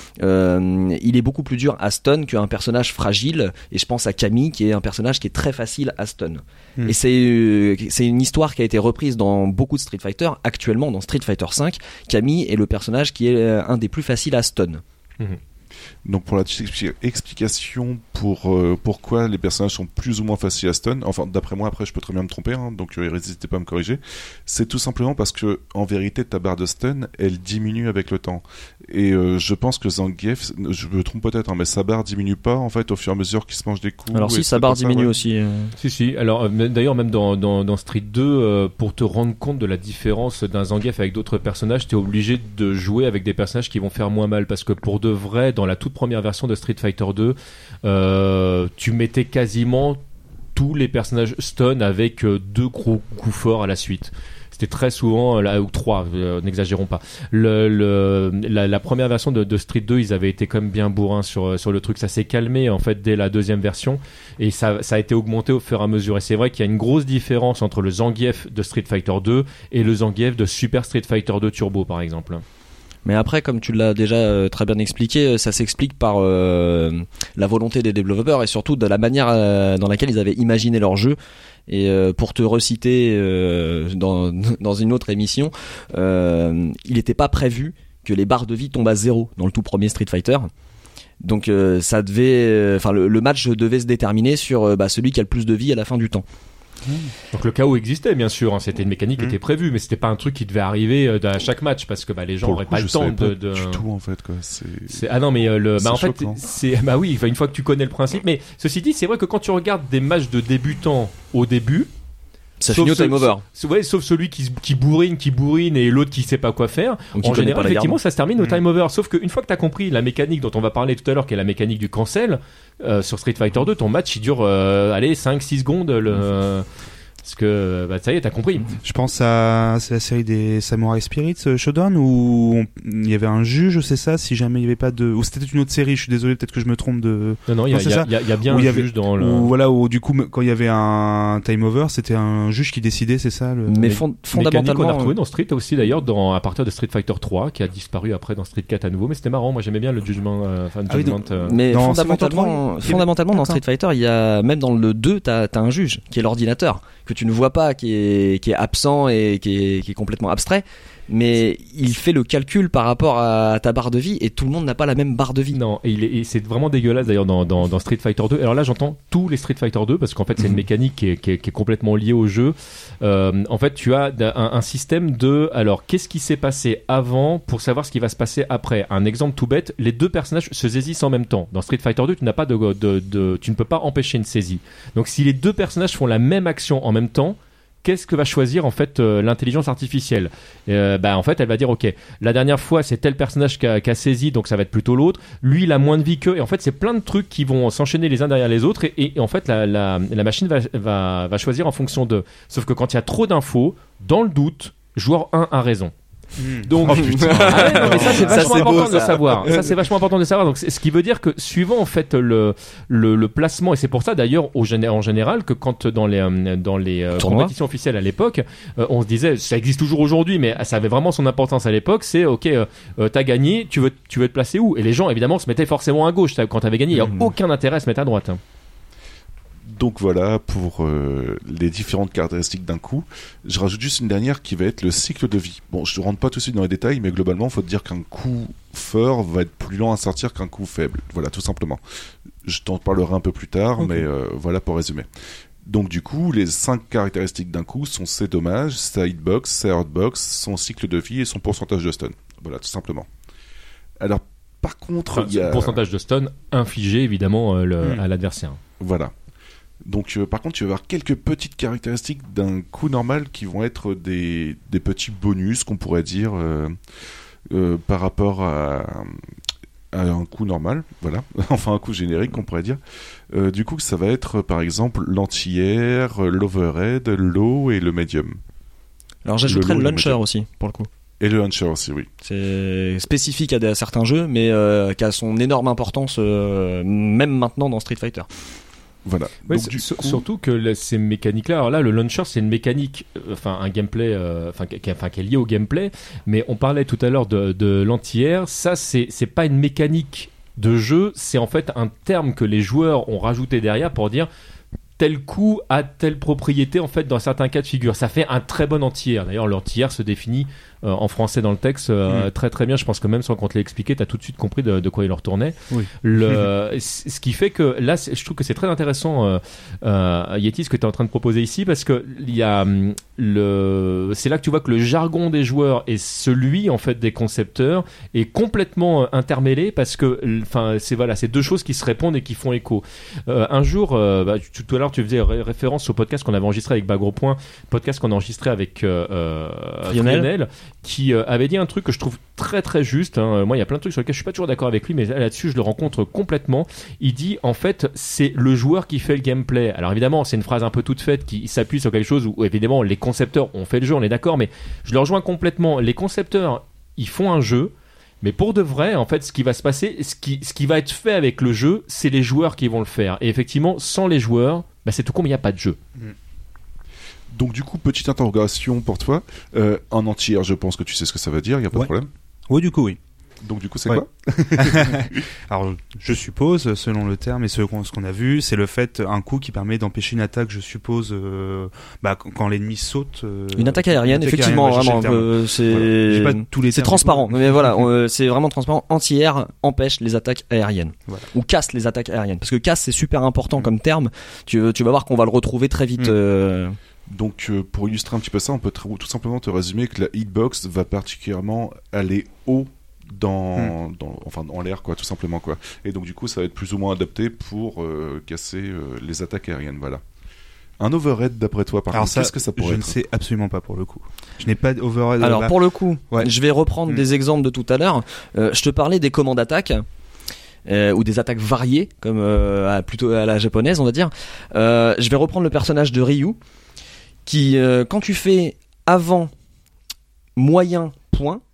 euh, il est beaucoup plus dur à stun qu'un personnage fragile. Et je pense à Camille qui est un personnage qui est très facile à stun. Mmh. Et c'est euh, c'est une histoire qui a été reprise dans beaucoup de Street Fighter. Actuellement dans Street Fighter cinq, Camille est le personnage qui est un des plus faciles à stun. Mmh. Donc pour la petite explication pour euh, pourquoi les personnages sont plus ou moins faciles à stun, enfin d'après moi, après je peux très bien me tromper, hein, donc euh, n'hésitez pas à me corriger, c'est tout simplement parce que en vérité ta barre de stun elle diminue avec le temps, et euh, je pense que Zangief, je me trompe peut-être, hein, mais sa barre diminue pas en fait au fur et à mesure qu'il se mange des coups. Alors si sa barre diminue ça, ouais. aussi. Euh... Si si, alors euh, d'ailleurs même dans, dans, dans Street deux, euh, pour te rendre compte de la différence d'un Zangief avec d'autres personnages, t'es obligé de jouer avec des personnages qui vont faire moins mal, parce que pour de vrai, dans la toute première version de Street Fighter deux, euh, tu mettais quasiment tous les personnages stun avec euh, deux gros coups forts à la suite. C'était très souvent, là, ou trois, euh, n'exagérons pas. Le, le, la, la première version de, de Street deux, ils avaient été quand même bien bourrins sur, sur le truc. Ça s'est calmé en fait dès la deuxième version et ça, ça a été augmenté au fur et à mesure. Et c'est vrai qu'il y a une grosse différence entre le Zangief de Street Fighter deux et le Zangief de Super Street Fighter deux Turbo par exemple. Mais après, comme tu l'as déjà euh, très bien expliqué, ça s'explique par euh, la volonté des développeurs et surtout de la manière euh, dans laquelle ils avaient imaginé leur jeu. Et euh, pour te reciter euh, dans, dans une autre émission, euh, il n'était pas prévu que les barres de vie tombent à zéro dans le tout premier Street Fighter. Donc euh, ça devait, enfin euh, le, le match devait se déterminer sur euh, bah, celui qui a le plus de vie à la fin du temps. Donc le chaos existait bien sûr, hein, c'était une mécanique qui mmh. était prévue, mais c'était pas un truc qui devait arriver euh, à chaque match parce que bah, les gens n'auraient pas le temps de, pas de... du tout en fait quoi. C'est... c'est... Ah non mais euh, le... c'est bah, en choquant. fait c'est bah oui une fois que tu connais le principe, mais ceci dit c'est vrai que quand tu regardes des matchs de débutants au début, ça finit au time over. Ouais, sauf celui qui, qui bourrine, qui bourrine et l'autre qui sait pas quoi faire. Donc, en général, effectivement, ça se termine au time over. Sauf qu'une fois que tu as compris la mécanique dont on va parler tout à l'heure, qui est la mécanique du cancel, euh, sur Street Fighter deux, ton match il dure euh, allez, cinq six secondes. Le... Mmh. Parce que bah, ça y est, t'as compris. Je pense à c'est la série des Samurai Spirits euh, Shodown où on... il y avait un juge, c'est ça, si jamais il y avait pas de, ou c'était une autre série, je suis désolé, peut-être que je me trompe de. Non non, il y, y, y, y a bien où un avait... juge dans le. Où, voilà, où du coup quand il y avait un time over, c'était un juge qui décidait, c'est ça. Le... Mais fond... fondamentalement, on a retrouvé dans Street aussi d'ailleurs, dans à partir de Street Fighter trois, qui a disparu après dans Street quatre à nouveau, mais c'était marrant. Moi j'aimais bien le judgment. Euh, enfin, ah judgment oui, euh... Mais dans fondamentalement, fondamentalement dans Street Fighter, il y a même dans le deux, t'as as un juge qui est l'ordinateur que tu ne vois pas, qui est, qui est absent et qui est, qui est complètement abstrait, mais il fait le calcul par rapport à ta barre de vie et tout le monde n'a pas la même barre de vie. Non, et, il est, et c'est vraiment dégueulasse d'ailleurs dans, dans, dans Street Fighter deux. Alors là j'entends tous les Street Fighter deux parce qu'en fait c'est une mécanique qui est, qui est, qui est complètement liée au jeu. Euh, en fait tu as un, un système de, alors qu'est-ce qui s'est passé avant pour savoir ce qui va se passer après. Un exemple tout bête, les deux personnages se saisissent en même temps. Dans Street Fighter deux tu n'as pas de, de, de, tu ne peux pas empêcher une saisie. Donc si les deux personnages font la même action en même temps, qu'est-ce que va choisir en fait euh, l'intelligence artificielle? euh, bah en fait elle va dire ok, la dernière fois c'est tel personnage qui a, qui a saisi, donc ça va être plutôt l'autre, lui il a moins de vie qu'eux, et en fait c'est plein de trucs qui vont s'enchaîner les uns derrière les autres et, et, et en fait la, la, la machine va, va, va choisir en fonction d'eux. Sauf que quand il y a trop d'infos, dans le doute, joueur un a raison. Mmh. Donc, oh, putain. Ah ouais, non, mais ça c'est vachement ça, c'est important beau, de savoir. Ça c'est vachement important de savoir. Donc, ce qui veut dire que suivant en fait le le, le placement, et c'est pour ça d'ailleurs au géné- en général que quand dans les dans les euh, compétitions officielles à l'époque, euh, on se disait, ça existe toujours aujourd'hui, mais ça avait vraiment son importance à l'époque. C'est ok, euh, t'as gagné, tu veux tu veux te placer où? Et les gens évidemment se mettaient forcément à gauche. Quand t'avais gagné, il y a mmh. aucun intérêt à se mettre à droite. Hein. Donc voilà pour euh, les différentes caractéristiques d'un coup. Je rajoute juste une dernière qui va être le cycle de vie. Bon, je ne rentre pas tout de suite dans les détails, mais globalement, il faut te dire qu'un coup fort va être plus lent à sortir qu'un coup faible. Voilà, tout simplement. Je t'en parlerai un peu plus tard, okay. mais euh, voilà pour résumer. Donc du coup, les cinq caractéristiques d'un coup sont ses dommages, sa hitbox, sa hurtbox, son cycle de vie et son pourcentage de stun. Voilà, tout simplement. Alors, par contre, enfin, il y a... pourcentage de stun infligé évidemment euh, le, mmh. à l'adversaire. Voilà. Donc euh, par contre tu vas avoir quelques petites caractéristiques d'un coup normal qui vont être des, des petits bonus qu'on pourrait dire. Euh, euh, par rapport à, à un coup normal, voilà, enfin un coup générique on pourrait dire. Euh, du coup ça va être par exemple l'anti-air, l'overhead, low et le medium. Alors j'ajouterais Le le, low, le launcher medium. aussi pour le coup. Et le launcher aussi, oui. C'est spécifique à, des, à certains jeux, mais euh, qui a son énorme importance euh, même maintenant dans Street Fighter. Voilà. Ouais, Donc, s- du s- coup, surtout que là, ces mécaniques-là, alors là, le launcher, c'est une mécanique, euh, enfin un gameplay, euh, enfin qui, qui- enfin, qui est lié au gameplay. Mais on parlait tout à l'heure de, de l'anti-air. Ça, c'est c'est pas une mécanique de jeu, c'est en fait un terme que les joueurs ont rajouté derrière pour dire tel coup a telle propriété en fait dans certains cas de figure. Ça fait un très bon anti-air. D'ailleurs, l'anti-air se définit euh, en français dans le texte euh, Mm. très très bien. Je pense que même sans qu'on te l'ait expliqué, t'as tout de suite compris de, de quoi il en retournait. Oui. Le, c- ce qui fait que là, c'est- je trouve que c'est très intéressant, euh, euh, Yeti, ce que tu es en train de proposer ici, parce que il y a hum, le, c'est là que tu vois que le jargon des joueurs et celui en fait des concepteurs est complètement euh, intermêlé, parce que, enfin, c'est voilà, c'est deux choses qui se répondent et qui font écho. Euh, un jour, euh, bah, tu- tout à l'heure, tu faisais ré- référence au podcast qu'on avait enregistré avec Bagro Point, podcast qu'on a enregistré avec euh, euh, Frionel. Frionel, qui euh, avait dit un truc que je trouve très très juste. Hein. Moi, il y a plein de trucs sur lesquels je suis pas toujours d'accord avec lui, mais là- là-dessus, je le rencontre complètement. Il dit, en fait, c'est le joueur qui fait le gameplay. Alors évidemment, c'est une phrase un peu toute faite qui s'appuie sur quelque chose où, où, évidemment, les concepteurs ont fait le jeu, on est d'accord, mais je le rejoins complètement. Les concepteurs, ils font un jeu. Mais pour de vrai, en fait, ce qui va se passer, ce qui, ce qui va être fait avec le jeu, c'est les joueurs qui vont le faire. Et effectivement, sans les joueurs, bah, c'est tout con, mais il n'y a pas de jeu. donc du coup, petite interrogation pour toi. Euh, en anti-air, je pense que tu sais ce que ça veut dire, il n'y a pas Ouais. de problème. Oui, du coup, oui. Donc du coup, c'est Ouais. quoi? Alors, je suppose, selon le terme et ce qu'on, ce qu'on a vu, c'est le fait, un coup qui permet d'empêcher une attaque, je suppose, euh, bah, quand quand l'ennemi saute. euh, Une attaque aérienne, une attaque effectivement, aérienne, ouais, vraiment. j'ai le terme. euh, c'est Voilà. J'ai pas tous les c'est termes transparent, du coup. mais voilà, on, euh, c'est vraiment transparent. Anti-air empêche les attaques aériennes. Voilà. Ou casse les attaques aériennes. Parce que casse, c'est super important comme terme. Tu, tu vas voir qu'on va le retrouver très vite. Mm. euh, Donc euh, pour illustrer un petit peu ça, on peut tr- tout simplement te résumer que la hitbox va particulièrement aller haut dans, Hmm. dans enfin dans l'air quoi, tout simplement quoi. Et donc du coup, ça va être plus ou moins adapté pour euh, casser euh, les attaques aériennes, voilà. Un overhead d'après toi, par Alors contre, ça, qu'est-ce que ça pourrait je être? ne sais absolument pas pour le coup. Je n'ai pas d'overhead. Alors bah, pour le coup, ouais. je vais reprendre Mm. des exemples de tout à l'heure. Euh, je te parlais des commandes d'attaque. Euh, ou des attaques variées, comme euh, à- plutôt à la japonaise, on va dire. Euh, je vais reprendre le personnage de Ryu, qui, euh, quand tu fais avant, moyen, point,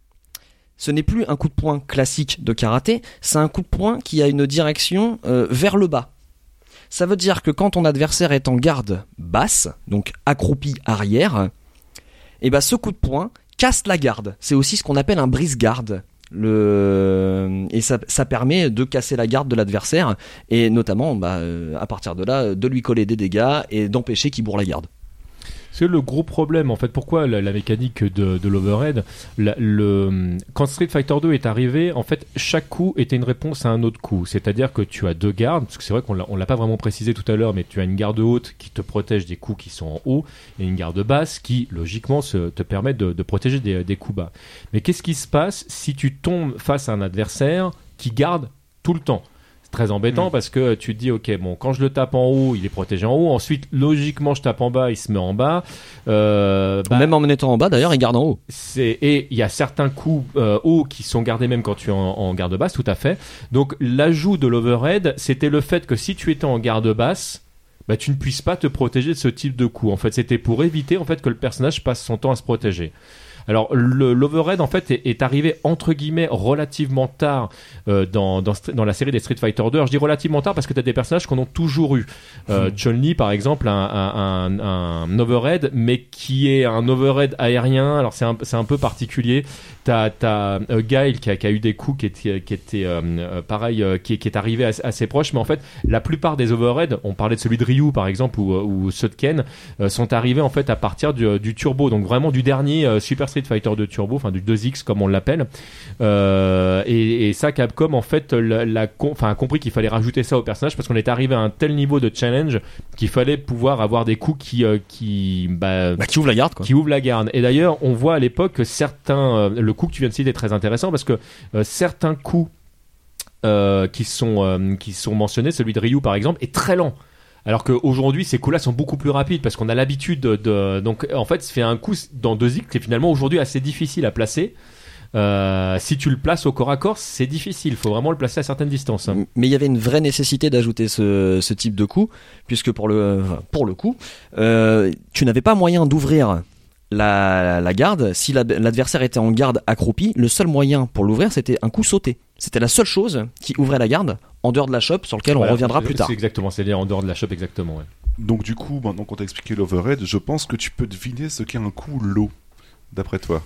ce n'est plus un coup de poing classique de karaté, c'est un coup de poing qui a une direction euh, vers le bas. Ça veut dire que quand ton adversaire est en garde basse, donc accroupi arrière, et ben ce coup de poing casse la garde. C'est aussi ce qu'on appelle un brise-garde. Le... Et ça, ça permet de casser la garde de l'adversaire et notamment bah, euh, à partir de là de lui coller des dégâts et d'empêcher qu'il bourre la garde. C'est le gros problème en fait. Pourquoi la, la mécanique de, de l'overhead, la- le, quand Street Fighter deux est arrivé, en fait, chaque coup était une réponse à un autre coup. C'est-à-dire que tu as deux gardes, parce que c'est vrai qu'on l'a, on l'a pas vraiment précisé tout à l'heure, mais tu as une garde haute qui te protège des coups qui sont en haut et une garde basse qui, logiquement, se, te permet de, de protéger des, des coups bas. Mais qu'est-ce qui se passe si tu tombes face à un adversaire qui garde tout le temps ? Très embêtant Mm. parce que tu te dis ok bon quand je le tape en haut il est protégé en haut, ensuite logiquement je tape en bas il se met en bas, euh, bah, Même en étant en bas d'ailleurs il garde en haut. c'est, et il y a certains coups euh, hauts qui sont gardés même quand tu es en, en garde basse, tout à fait. Donc l'ajout de l'overhead c'était le fait que si tu étais en garde basse, bah, tu ne puisses pas te protéger de ce type de coup. En fait c'était pour éviter en fait que le personnage passe son temps à se protéger. Alors le, l'overhead en fait est, est arrivé entre guillemets relativement tard euh, dans, dans, dans la série des Street Fighter deux. Alors, je dis relativement tard parce que tu as des personnages qu'on a toujours eu. Euh, Mmh. Chun-Li par exemple a un, un, un, un overhead mais qui est un overhead aérien. Alors c'est un, c'est un peu particulier. T'as, t'as euh, Guile qui a, qui a eu des coups qui étaient, qui étaient euh, euh, pareil, euh, qui, qui est arrivé assez, assez proche. Mais en fait la plupart des overheads, on parlait de celui de Ryu par exemple ou, ou ceux de Ken, euh, sont arrivés en fait à partir du, du turbo. Donc vraiment du dernier euh, Super Street Fighter deux Turbo, enfin du deux X comme on l'appelle. Euh, et, et ça, Capcom en fait la, la, enfin, a compris qu'il fallait rajouter ça au personnage parce qu'on était arrivé à un tel niveau de challenge qu'il fallait pouvoir avoir des coups qui, euh, qui, bah, Bah, qui ouvre la garde quoi. qui ouvrent la garde. Et d'ailleurs, on voit à l'époque que certains, euh, le coup que tu viens de citer est très intéressant parce que euh, certains coups euh, qui sont euh, qui sont mentionnés, celui de Ryu par exemple, est très lent. Alors qu'aujourd'hui, ces coups-là sont beaucoup plus rapides parce qu'on a l'habitude de, de... Donc, en fait, c'est fait un coup dans deux X qui est finalement aujourd'hui assez difficile à placer. Euh, si tu le places au corps à corps, c'est difficile. Il faut vraiment le placer à certaines distances. Hein. Mais il y avait une vraie nécessité d'ajouter ce, ce type de coup, puisque pour le, pour le coup, euh, tu n'avais pas moyen d'ouvrir la, la garde. Si la, l'adversaire était en garde accroupi, le seul moyen pour l'ouvrir, c'était un coup sauté. C'était la seule chose qui ouvrait la garde en dehors de la shop, sur lequel voilà, on reviendra c'est, plus tard. C'est exactement, c'est en dehors de la shop, exactement. Ouais. Donc du coup, maintenant qu'on t'a expliqué l'overhead, je pense que tu peux deviner ce qu'est un coup low, d'après toi.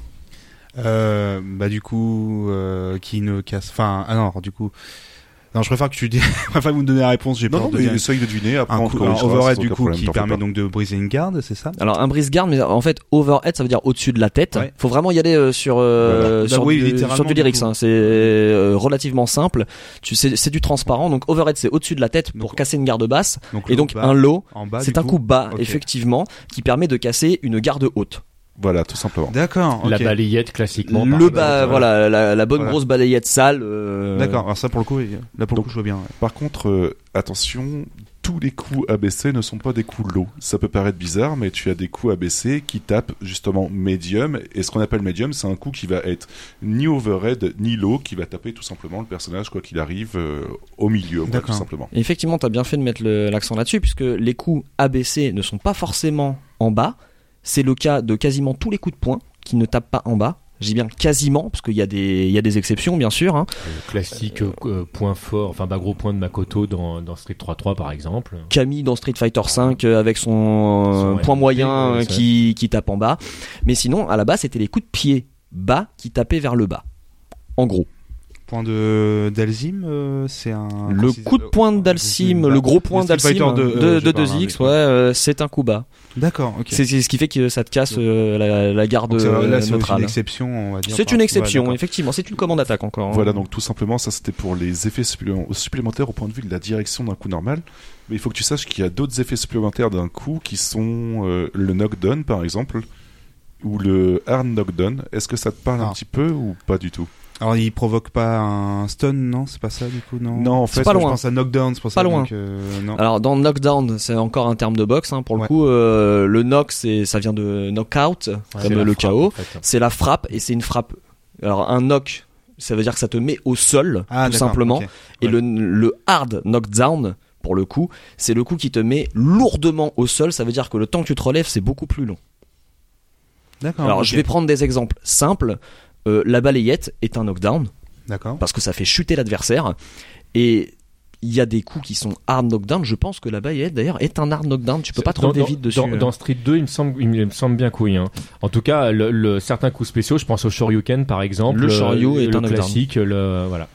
Euh, bah du coup, euh, qui ne casse... Enfin, ah non, du coup... Non, je préfère que tu dis... Enfin, vous me donnez la réponse, j'ai non, peur non, de mais dire... essaye de deviner, après un, on coup, te un corrigera, overhead sans du aucun coup problème, qui t'en fais permet pas. donc de briser une garde, c'est ça? Alors un brise-garde, mais en fait overhead ça veut dire au-dessus de la tête. Ouais. Faut vraiment y aller euh, sur euh, Voilà. sur, Bah oui, du, littéralement, sur du du lyrics. coup. Hein. C'est euh, relativement simple. Tu sais, c'est du transparent. Donc overhead c'est au-dessus de la tête pour Donc, casser une garde basse. Donc, Et donc bas, un low, en bas, c'est du un coup bas Ok. effectivement qui permet de casser une garde haute. Voilà, tout simplement. D'accord, ok. La balayette classiquement. Le par bas, exemple, ouais. voilà, la, la bonne Voilà. grosse balayette sale. euh, D'accord, alors ça pour le coup, là pour le Donc, coup je vois bien. Ouais. Par contre, euh, attention, tous les coups A B C ne sont pas des coups low. Ça peut paraître bizarre, mais tu as des coups A B C qui tapent justement medium, et ce qu'on appelle medium, c'est un coup qui va être ni overhead ni low, qui va taper tout simplement le personnage quoi qu'il arrive euh, au milieu, quoi, D'accord. tout simplement. Et effectivement, tu as bien fait de mettre le- l'accent là-dessus, puisque les coups A B C ne sont pas forcément en bas. C'est le cas de quasiment tous les coups de poing qui ne tapent pas en bas. Je dis bien quasiment, parce qu'il y a des, il y a des exceptions, bien sûr. Hein. Le classique euh, euh, point fort, enfin bas gros point de Makoto dans, dans Street trois trois par exemple. Camille dans Street Fighter cinq euh, avec son, euh, Son point M P, moyen ouais, euh, c'est qui, qui tape en bas. Mais sinon, à la base, c'était les coups de pied bas qui tapaient vers le bas. En gros. Point de d'Alzim, euh, c'est un... Le coup de poing d'Alcim, le gros point Street d'Alcim Fighter de, deux, de, euh, je de parle, deux X, hein, ouais, euh, c'est un coup bas. D'accord, ok. C'est c'est ce qui fait que ça te casse euh, la, la garde Donc, c'est- là euh, c'est aussi une neutrale. exception, on va dire. C'est par- une ouais, exception, d'accord. effectivement. C'est une commande attaque encore. hein. Voilà, donc tout simplement, ça c'était pour les effets supplé- supplémentaires au point de vue de la direction d'un coup normal. Mais il faut que tu saches qu'il y a d'autres effets supplémentaires d'un coup qui sont euh, le knockdown par exemple, ou le hard knockdown. Est-ce que ça te parle Ah. un petit peu ou pas du tout? Alors il provoque pas un stun, non? C'est pas ça du coup, non? Non, en fait, pas Je loin. pense à knockdown, c'est pour ça. Pas loin. donc, euh, non. Alors dans knockdown, c'est encore un terme de boxe. Hein, pour le Ouais. coup, euh, le knock, c'est ça vient de knockout, Ouais, comme c'est le la K frappe, O. en fait. C'est la frappe et c'est une frappe. Alors un knock, ça veut dire que ça te met au sol, Ah, tout d'accord, simplement. ok. Et Ouais. le, le hard knockdown, pour le coup, c'est le coup qui te met lourdement au sol. Ça veut dire que le temps que tu te relèves, c'est beaucoup plus long. D'accord. Alors ok. je vais prendre des exemples simples. Euh, la balayette est un knockdown. D'accord. Parce que ça fait chuter l'adversaire. Et il y a des coups qui sont hard knockdown. Je pense que la balayette d'ailleurs est un hard knockdown. Tu peux pas trop Dans- vite dans, dessus. Dans, dans Street deux, il me semble, il me semble bien que oui. Hein. En tout cas, le, le- certains coups spéciaux, je pense au Shoryuken par exemple. Le Shoryu est le un knockdown. classique, le voilà.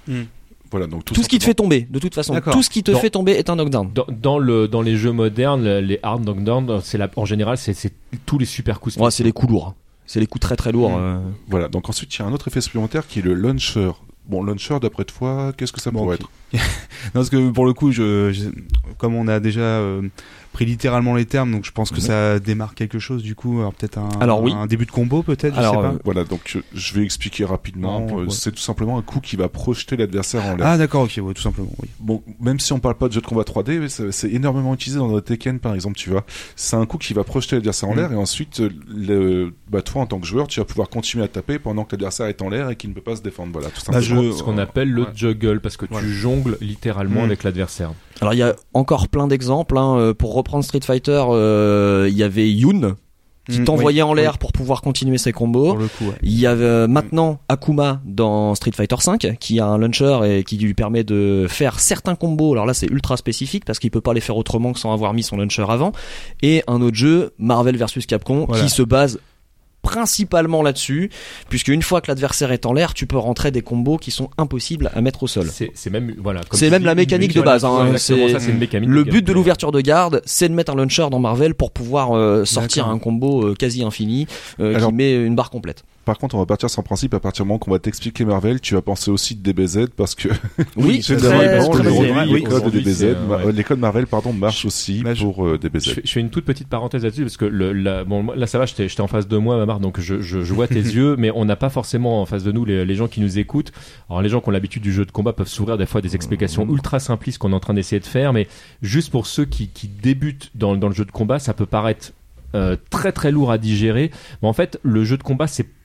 Voilà, donc tout, Tout ce qui te simplement- fait tomber, de toute façon, D'accord. tout ce qui te Dans- fait tomber est un knockdown. Dans, dans le dans les jeux modernes, les hard knockdown, c'est la, en général, c'est, c'est tous les super coups spéciaux. Ouais, c'est les coups lourds. C'est les coups très très lourds. Mm. euh. Voilà, donc ensuite il y a un autre effet supplémentaire qui est le launcher. Bon, launcher, d'après toi, qu'est-ce que ça Bon, pourrait ok. être? Non, parce que pour le coup, je, je- comme on a déjà euh, pris littéralement les termes, donc je pense que Mhm. ça démarque quelque chose du coup. Alors peut-être un, Alors, oui. un début de combo, peut-être. Je Alors, sais pas. euh, Voilà, donc je, je vais expliquer rapidement. Non, Euh, ouais. C'est tout simplement un coup qui va projeter l'adversaire en l'air. Ah d'accord, ok, ouais, tout simplement. Oui. Bon, même si on parle pas de jeu de combat trois D, mais c'est c'est énormément utilisé dans le Tekken par exemple, tu vois. C'est un coup qui va projeter l'adversaire en Mm. l'air et ensuite, euh, le, bah, toi en tant que joueur, tu vas pouvoir continuer à taper pendant que l'adversaire est en l'air et qu'il ne peut pas se défendre. Voilà, tout Bah, simplement. je- Ce qu'on appelle le Ouais. juggle, parce que Voilà. tu jongles littéralement Mm. avec l'adversaire. Alors il y a encore plein d'exemples. Hein. Euh, Pour reprendre Street Fighter, euh, il y avait Yoon qui Mm, t'envoyait oui, en l'air oui, pour pouvoir continuer ses combos. pour le coup. Ouais. Il y a euh, maintenant Akuma dans Street Fighter cinq qui a un launcher et qui lui permet de faire certains combos. Alors là c'est ultra spécifique parce qu'il peut pas les faire autrement que sans avoir mis son launcher avant. Et un autre jeu, Marvel versus Capcom, Voilà. qui se base principalement là-dessus, puisque une fois que l'adversaire est en l'air, tu peux rentrer des combos qui sont impossibles à mettre au sol. C'est, c'est même voilà. comme C'est tu même dis, la une- mécanique une- de base, hein. voilà, exactement, C'est- ça, c'est une mécanique. Le de but de gameplay. l'ouverture de garde, c'est de mettre un launcher dans Marvel pour pouvoir euh, sortir D'accord. un combo euh, quasi infini euh, Alors- qui met une barre complète. Par contre, on va partir sans principe. À partir du moment qu'on va t'expliquer Marvel, tu vas penser aussi de D B Z parce que Oui, c'est très, vrai, très, bon, très le facile. droit- les oui, codes de aujourd'hui, D B Z, c'est, euh, ma- ouais. les codes Marvel, pardon, marchent aussi Bah, je- pour euh, D B Z. Je fais, je fais une toute petite parenthèse là-dessus parce que le, la- bon, moi, là ça va, j'étais, j'étais en face de moi, Mamar, donc je, je, je vois tes yeux, mais on n'a pas forcément en face de nous les, les gens qui nous écoutent. Alors les gens qui ont l'habitude du jeu de combat peuvent s'ouvrir des fois des explications ultra simplistes qu'on est en train d'essayer de faire, mais juste pour ceux qui, qui débutent dans, dans le jeu de combat, ça peut paraître euh, très très lourd à digérer. Mais en fait, le jeu de combat c'est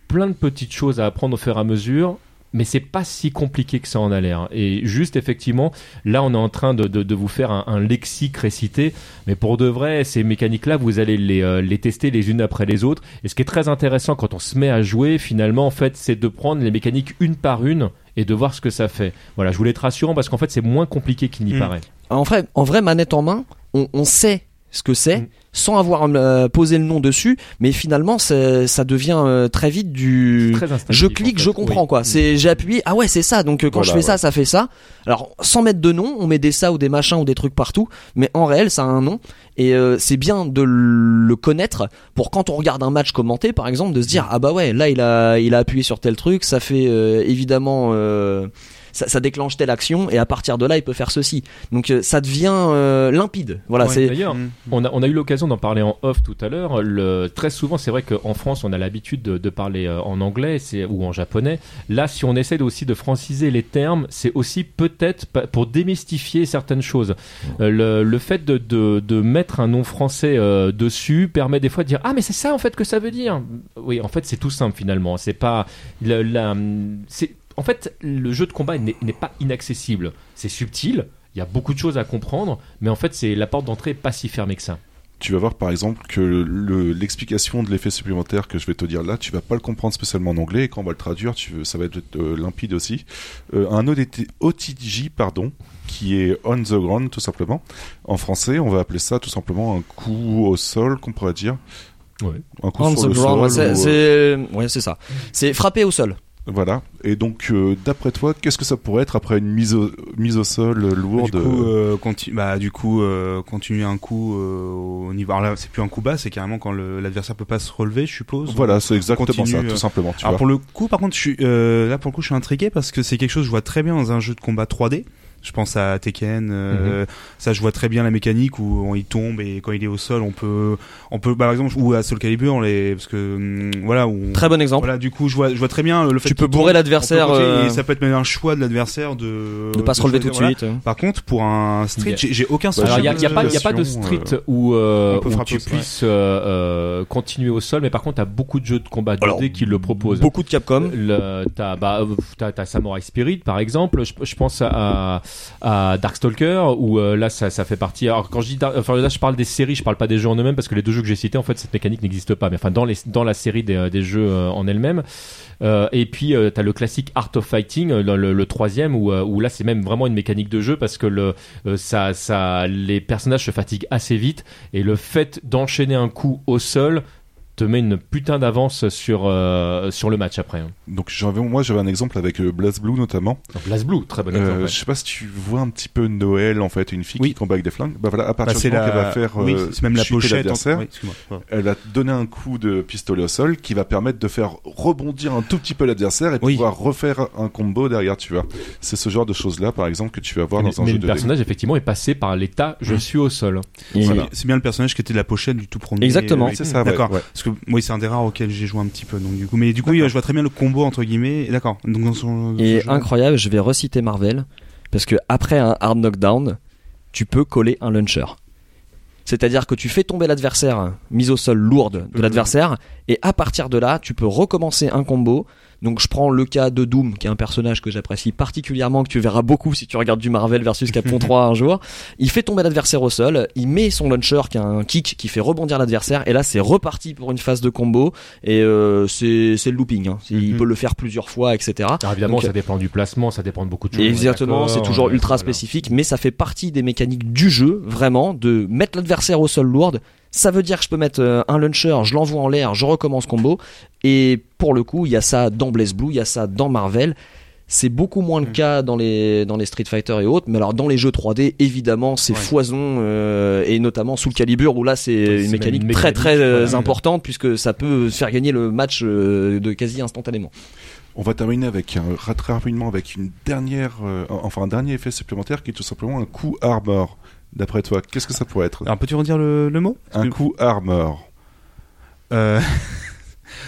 plein de petites choses à apprendre au fur et à mesure. Mais c'est pas si compliqué que ça en a l'air. Et juste, effectivement, là, on est en train de, de, de vous faire un, un lexique récité. Mais pour de vrai, ces mécaniques-là, vous allez les, euh, les tester les unes après les autres. Et ce qui est très intéressant quand on se met à jouer, finalement, en fait, c'est de prendre les mécaniques une par une et de voir ce que ça fait. Voilà, je voulais être rassurant parce qu'en fait, c'est moins compliqué qu'il n'y mmh. paraît. En vrai, en vrai, manette en main, on, on sait ce que c'est. Mmh. Sans avoir euh, posé le nom dessus, mais finalement ça devient euh, très vite du je clique, en fait. Je comprends oui. quoi. C'est j'ai appuyé, ah ouais c'est ça. Donc euh, quand voilà, je fais ouais. ça, ça fait ça. Alors sans mettre de nom, on met des ça ou des machins ou des trucs partout, mais en réel ça a un nom et euh, c'est bien de le connaître pour quand on regarde un match commenté par exemple de se dire ah bah ouais là il a il a appuyé sur tel truc, ça fait euh, évidemment euh, Ça, ça déclenche telle action et à partir de là il peut faire ceci donc euh, ça devient euh, limpide voilà ouais, c'est d'ailleurs mmh. on, a, on a eu l'occasion d'en parler en off tout à l'heure le, très souvent c'est vrai qu'en France on a l'habitude de, de parler euh, en anglais c'est, ou en japonais là si on essaie aussi de franciser les termes c'est aussi peut-être pour démystifier certaines choses mmh. euh, le, le fait de, de, de mettre un nom français euh, dessus permet des fois de dire ah mais c'est ça en fait que ça veut dire oui en fait c'est tout simple finalement c'est pas la, la, c'est en fait, le jeu de combat n'est, n'est pas inaccessible. C'est subtil, il y a beaucoup de choses à comprendre, mais en fait, c'est, la porte d'entrée n'est pas si fermée que ça. Tu vas voir par exemple que le, l'explication de l'effet supplémentaire que je vais te dire là, tu vas pas le comprendre spécialement en anglais, et quand on va le traduire, tu, ça va être euh, limpide aussi. Euh, un O T J, pardon, qui est on the ground tout simplement. En français, on va appeler ça tout simplement un coup au sol, qu'on pourrait dire. Ouais. Un coup on sur the le ground, sol. Ouais, c'est, ou, euh... c'est... Ouais, c'est ça. C'est frapper au sol. Voilà. Et donc, euh, d'après toi, qu'est-ce que ça pourrait être après une mise au, mise au sol euh, lourde? Du coup, euh, continu, bah, du coup, euh, continuer un coup euh, au niveau. Alors là, c'est plus un coup bas, c'est carrément quand le, l'adversaire peut pas se relever, je suppose. Voilà, c'est exactement continue, ça, tout simplement. Tu alors vois. Pour le coup, par contre, je suis euh, là pour le coup, je suis intrigué parce que c'est quelque chose que je vois très bien dans un jeu de combat trois D. Je pense à Tekken, euh, mm-hmm. ça je vois très bien la mécanique où on, il tombe et quand il est au sol on peut, on peut, bah, par exemple, ou à Soul Calibur, les, parce que hum, voilà. Où, très bon exemple. Voilà, du coup je vois, je vois très bien le fait. Tu peux bourrer tombe, l'adversaire. Euh... Et ça peut être même un choix de l'adversaire de. De pas se relever tout de voilà. suite. Par contre, pour un street, j'ai, j'ai aucun sens. Alors il y a, y a pas, il y a pas de street euh, où, euh, où tu puisses ouais. euh, continuer au sol, mais par contre t'as beaucoup de jeux de combat deux D qui le proposent. Beaucoup de Capcom. Le, t'as, bah, t'as, t'as Samurai Spirit par exemple. Je, je pense à, à Darkstalker où euh, là ça, ça fait partie. Alors quand je dis Dark, enfin là je parle des séries, je parle pas des jeux en eux-mêmes parce que les deux jeux que j'ai cités en fait cette mécanique n'existe pas. Mais enfin dans les dans la série des, des jeux euh, en elle-même. Euh, et puis euh, t'as le classique Art of Fighting, le, le, le troisième où, euh, où là c'est même vraiment une mécanique de jeu parce que le euh, ça ça les personnages se fatiguent assez vite et le fait d'enchaîner un coup au sol te met une putain d'avance sur euh, sur le match après. Hein. Donc j'avais, moi j'avais un exemple avec euh, BlazBlue notamment. BlazBlue, très bon exemple. Euh, ouais. Je sais pas si tu vois un petit peu Noël en fait, une fille oui. qui combat avec des flingues. Bah voilà, à partir bah, du moment la... qu'elle va faire, oui, euh, c'est même la pochette. L'adversaire, en... oui, ouais. Elle a donné un coup de pistolet au sol qui va permettre de faire rebondir un tout petit peu l'adversaire et oui. pouvoir refaire un combo derrière. Tu vois, c'est ce genre de choses là, par exemple, que tu vas voir mais, dans un mais jeu le de personnage effectivement est passé par l'état je mmh. suis au sol. Voilà. C'est bien le personnage qui était de la pochette du tout premier. Exactement. C'est ça. D'accord. Ouais. Parce que moi c'est un des rares auquel j'ai joué un petit peu donc du coup mais du coup oui, je vois très bien le combo entre guillemets d'accord donc dans son, dans et son incroyable je vais reciter Marvel parce que après un hard knockdown tu peux coller un launcher c'est-à-dire que tu fais tomber l'adversaire mise au sol lourde de l'adversaire et à partir de là tu peux recommencer un combo. Donc je prends le cas de Doom qui est un personnage que j'apprécie particulièrement, que tu verras beaucoup si tu regardes du Marvel versus Capcom trois un jour. Il fait tomber l'adversaire au sol, il met son launcher qui a un kick qui fait rebondir l'adversaire et là c'est reparti pour une phase de combo et euh, c'est, c'est le looping hein. Il mm-hmm. peut le faire plusieurs fois etc. Alors évidemment donc, ça dépend du placement, ça dépend de beaucoup de choses. Exactement, c'est toujours ultra voilà. spécifique mais ça fait partie des mécaniques du jeu vraiment de mettre l'adversaire au sol lourde. Ça veut dire que je peux mettre euh, un launcher, je l'envoie en l'air, je recommence combo. Et pour le coup, il y a ça dans BlazBlue, il y a ça dans Marvel. C'est beaucoup moins le mmh. cas dans les dans les Street Fighter et autres. Mais alors dans les jeux trois D, évidemment, c'est ouais. foison euh, et notamment Soul Calibur où là c'est ouais, une c'est mécanique, une mécanique très très euh, voilà, importante puisque ça peut faire gagner le match euh, de quasi instantanément. On va terminer avec un, très rapidement avec une dernière, euh, enfin un dernier effet supplémentaire qui est tout simplement un coup armor. D'après toi, qu'est-ce que ça pourrait être? Alors peux-tu redire le, le mot? Un que... coup armor. Euh...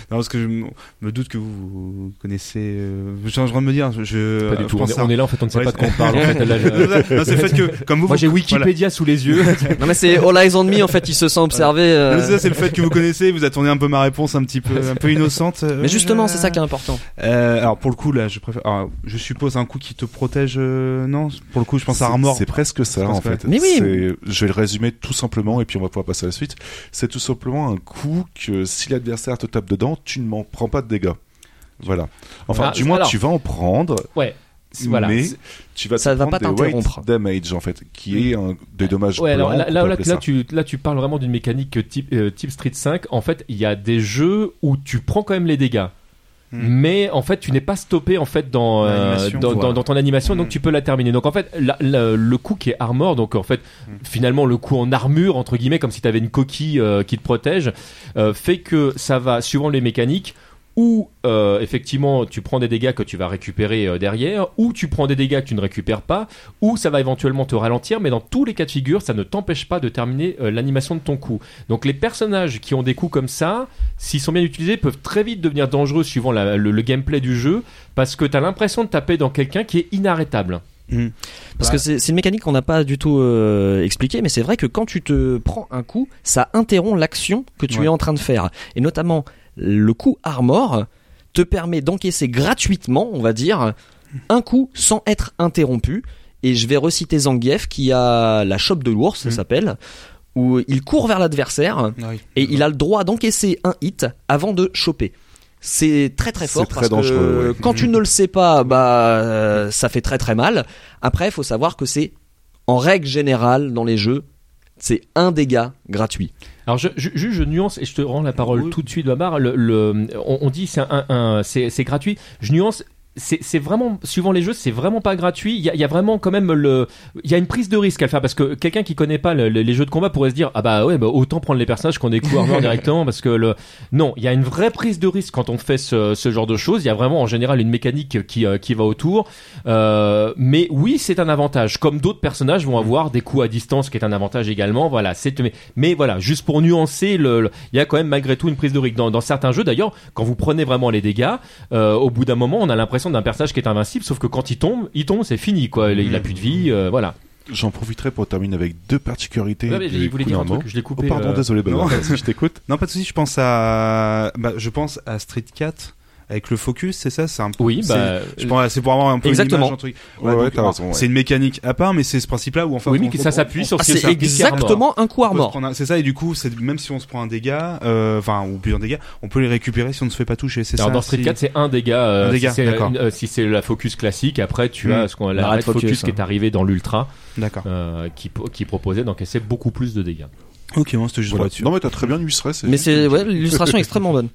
Non, parce que je me- me doute que vous, vous connaissez. Euh, je suis en train de me dire. Je, Pas du je tout. On pense est, à- on est là en fait, on ne sait Ouais, pas de quoi on parle. En fait, là, je- non, c'est le fait que comme vous. Moi, j'ai vous- Wikipédia sous les yeux. Non mais c'est All Eyes on Me en fait, il se sent observé. euh, voilà. Non, c'est ça, c'est le fait que vous connaissez. Vous attendez un peu ma réponse, un petit peu, un peu innocente. Mais justement, c'est ça qui est important. Euh, alors pour le coup là, je préfère. Alors, je suppose un coup qui te protège. euh, non, pour le coup, je pense à C'est- Armor. C'est presque ça Je pense en que- fait. Mais oui. C'est- Je vais le résumer tout simplement et puis on va pouvoir passer à la suite. C'est tout simplement un coup que si l'adversaire te tape dedans, tu ne m'en prends pas de dégâts. Voilà. Enfin, Ah, du moins, alors- tu vas en prendre, Ouais. C'est- Voilà. mais C'est- tu vas te Ça va prendre pas des t'interrompre. weight damage en fait, qui est un, des dommages Ouais, alors blancs, là, on là, peut là, appeler là, ça. tu, là, tu parles vraiment d'une mécanique type, euh, type Street cinq. En fait, il y a des jeux où tu prends quand même les dégâts. Hmm. Mais en fait, tu n'es pas stoppé en fait dans euh, L'animation, dans, voilà. dans, dans ton animation, donc Hmm. tu peux la terminer. Donc en fait, la- la- le coup qui est armor, donc en fait, Hmm. finalement le coup en armure entre guillemets, comme si tu avais une coquille euh, qui te protège, euh, fait que ça va suivant les mécaniques. Ou euh, effectivement tu prends des dégâts que tu vas récupérer euh, derrière, ou tu prends des dégâts que tu ne récupères pas, ou ça va éventuellement te ralentir, mais dans tous les cas de figure ça ne t'empêche pas de terminer euh, l'animation de ton coup. Donc les personnages qui ont des coups comme ça, s'ils sont bien utilisés, peuvent très vite devenir dangereux suivant la- le, le gameplay du jeu, parce que tu as l'impression de taper dans quelqu'un qui est inarrêtable. Hmm. Parce Bah. que c'est c'est une mécanique qu'on n'a pas du tout euh, expliquée, mais c'est vrai que quand tu te prends un coup, ça interrompt l'action que tu Ouais. es en train de faire. Et notamment, le coup Armor te permet d'encaisser gratuitement, on va dire, un coup sans être interrompu. Et je vais reciter Zangief qui a la chope de l'ours, ça Mhm. s'appelle, où il court vers l'adversaire Ah oui. et il a le droit d'encaisser un hit avant de choper. C'est très très fort C'est très parce que dangereux, ouais. quand tu ne le sais pas, bah euh, ça fait très très mal. Après, il faut savoir que c'est en règle générale dans les jeux, c'est un dégât gratuit. Alors je, je, je, je nuance et je te rends la parole Oui. tout de suite, Babar. Le, le, on, on dit c'est un, un, c'est, c'est gratuit. Je nuance. C'est, c'est vraiment, suivant les jeux, c'est vraiment pas gratuit. Il y a, il y a vraiment quand même le, il y a une prise de risque à le faire parce que quelqu'un qui connaît pas le- le- les jeux de combat pourrait se dire ah bah ouais bah autant prendre les personnages qu'on des coups armor directement parce que le, non, il y a une vraie prise de risque quand on fait ce, ce genre de choses. Il y a vraiment en général une mécanique qui, euh, qui va autour. Euh, mais oui, c'est un avantage. Comme d'autres personnages vont avoir des coups à distance, qui est un avantage également. Voilà, c'est mais, mais voilà, juste pour nuancer, le, le- il y a quand même malgré tout une prise de risque dans, dans certains jeux. D'ailleurs, quand vous prenez vraiment les dégâts, euh, au bout d'un moment, on a l'impression d'un personnage qui est invincible, sauf que quand il tombe, il tombe, c'est fini quoi. Il, il a plus de vie, euh, voilà. J'en profiterai pour terminer avec deux particularités. Ouais, mais du il voulait coup dire un d'Armor. truc, je l'ai coupé. Oh, pardon, euh, désolé, Benoît, non. vas-y, je t'écoute. Non, pas de souci. Je pense à, bah, je pense à Street quatre avec le focus, c'est ça, c'est un peu. Oui, c'est- bah. je pense, c'est pour avoir un peu Exactement. une image, un truc. Ouais, ouais, donc, t'as bon, raison, ouais. C'est une mécanique à part, mais c'est ce principe-là où enfin. oui, mais on- que ça on- s'appuie on- sur Ah, ce qui est c'est sur- qui est armor. exactement un coup on peut se Armor. prendre un- C'est ça, et du coup, c'est même si on se prend un dégât, euh, enfin ou plusieurs dégâts, on peut les récupérer si on ne se fait pas toucher. C'est Alors ça. dans Street si- quatre, c'est un dégât. euh, Un dégât, si c'est, d'accord. une- euh, si c'est la focus classique, après tu Hmm. as ce qu'on la L'arrêt red de focus, focus qui hein. est arrivé dans l'ultra, D'accord. euh, qui po- qui proposait d'encaisser beaucoup plus de dégâts. Ok, moi c'était juste Voilà. là-dessus. Non, mais t'as très bien illustré. Mais c'est ouais, l'illustration est extrêmement bonne.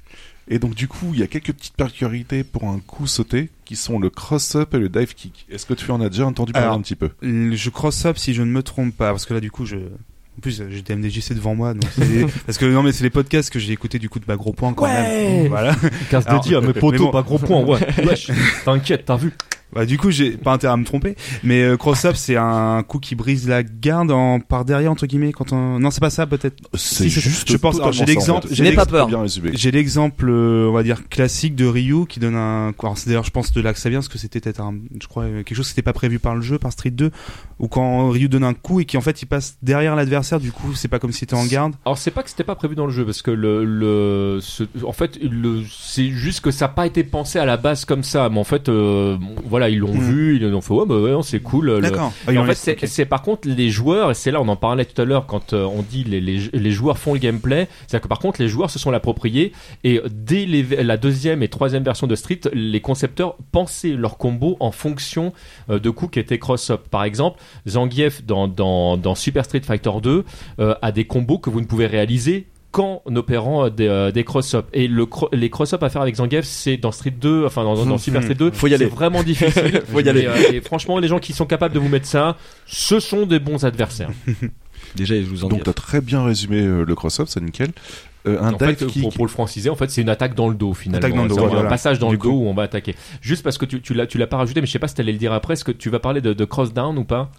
Et donc, du coup, il y a quelques petites particularités pour un coup sauté qui sont le cross-up et le dive kick. Est-ce que tu en as déjà entendu parler Alors, un petit peu? Je cross-up si je ne me trompe pas, parce que là du coup je. En plus, j'ai T M D J C devant moi, donc c'est... parce que non, mais c'est les podcasts que j'ai écoutés du coup de ma gros point quand Ouais. même. Voilà. Casse Alors, de dire, mais mais poteau, bon. pas gros point, ouais. Wesh, t'inquiète, t'as vu. Bah du coup, j'ai pas intérêt à me tromper, mais euh, cross-up c'est un coup qui brise la garde en par derrière entre guillemets quand on. Non, c'est pas ça peut-être. C'est Si, c'est- juste. je pense- alors, j'ai totalement ça, en l'exemple- fait. j'ai C'est l'exemple- très peur. bien résumé. J'ai l'exemple, euh, on va dire classique de Ryu qui donne un. Alors c'est d'ailleurs, je pense de là que ça vient, parce que c'était peut-être un, je crois euh, quelque chose qui n'était pas prévu par le jeu, par Street deux, où quand Ryu donne un coup et qui en fait il passe derrière l'adversaire, du coup c'est pas comme si c'était en garde. Alors c'est pas que c'était pas prévu dans le jeu parce que le, le ce- en fait le c'est juste que ça n'a pas été pensé à la base comme ça, mais en fait euh, bon, voilà ils l'ont Mm. vu, ils ont fait ouais bah ouais non, c'est cool. le- D'accord. Ah, Et ils en ont fait, laissé- c'est, ok. c'est par contre les joueurs, et c'est là on en parlait tout à l'heure quand euh, on dit les, les, les joueurs font le gameplay, c'est-à-dire que par contre les joueurs se sont l'appropriés et dès les, la deuxième et troisième version de Street, les concepteurs pensaient leur combo en fonction euh, de coups qui étaient cross-up. Par exemple, Zangief dans, dans, dans Super Street Fighter deux euh, a des combos que vous ne pouvez réaliser qu'en opérant euh, des, euh, des cross-up. Et le cro- les cross-up à faire avec Zangief, c'est dans Street deux, enfin dans, dans Super Street deux, Faut y aller. c'est vraiment difficile. Faut y aller. Et, euh, et franchement, les gens qui sont capables de vous mettre ça, ce sont des bons adversaires. Déjà, je vous en Donc, dis. t'as très bien résumé euh, le cross-up, c'est nickel. Euh, un En dive fait, kick. pour, pour le franciser, en fait, c'est une attaque dans le dos finalement. Attaque dans le dos, C'est un voilà. passage dans Du le coup. dos où on va attaquer. Juste parce que tu, tu l'as, tu l'as pas rajouté, mais je sais pas si t'allais le dire après. Est-ce que tu vas parler de, de cross down ou pas?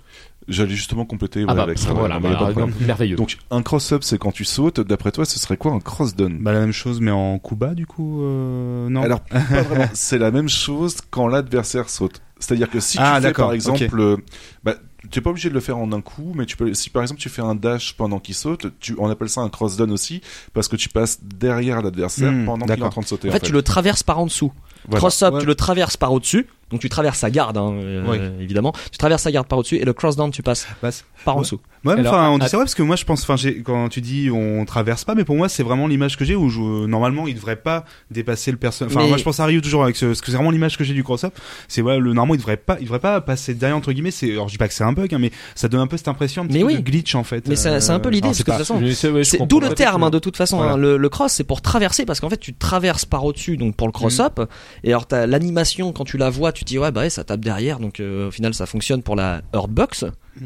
J'allais justement compléter Ah ouais, bah, avec ça. voilà, ouais, mais y a bah, pas de problème. merveilleux. Donc un cross-up, c'est quand tu sautes. D'après toi, ce serait quoi un cross-down? Bah la même chose mais en coup bas du coup euh... non. Alors pas vraiment. C'est la même chose quand l'adversaire saute. C'est-à-dire que si Ah, tu fais d'accord, par exemple, ok. euh, bah, tu n'es pas obligé de le faire en un coup, mais tu peux. Si par exemple tu fais un dash pendant qu'il saute, tu, on appelle ça un cross-down aussi, parce que tu passes derrière l'adversaire Hmm, pendant qu'il est d'accord. en train de sauter. En fait, tu le traverses par en dessous. Voilà. Cross-up, Ouais. tu le traverses par au-dessus. Donc tu traverses sa garde, hein, euh, Oui. évidemment. Tu traverses sa garde par au-dessus et le cross-down, tu passes Bah, c'est- par en Ouais. dessous. Ouais, mais Alors, enfin, on dit à- ça ouais, parce que moi je pense, enfin, j'ai, quand tu dis on traverse pas, mais pour moi c'est vraiment l'image que j'ai où je, normalement il devrait pas dépasser le personnage. Enfin, Mais- moi je pense à Ryu toujours avec ce, parce que c'est vraiment l'image que j'ai du cross-up. C'est ouais, le normalement il devrait pas, il devrait pas passer derrière entre guillemets. C'est, alors je dis pas que c'est un bug, hein, mais ça donne un peu cette impression un petit Mais peu oui. de glitch en fait. Mais c'est- c'est un peu l'idée, alors, parce c'est que de pas- toute façon, Je sais, ouais, je C'est comprends d'où le terme, hein, de toute façon. Voilà. hein. Le, le cross, c'est pour traverser, parce qu'en fait, tu traverses par au-dessus, donc pour le cross-up. Et alors, t'as l'animation, quand tu la vois, tu te dis, ouais, bah ouais, ça tape derrière, donc euh, au final, ça fonctionne pour la Hurtbox.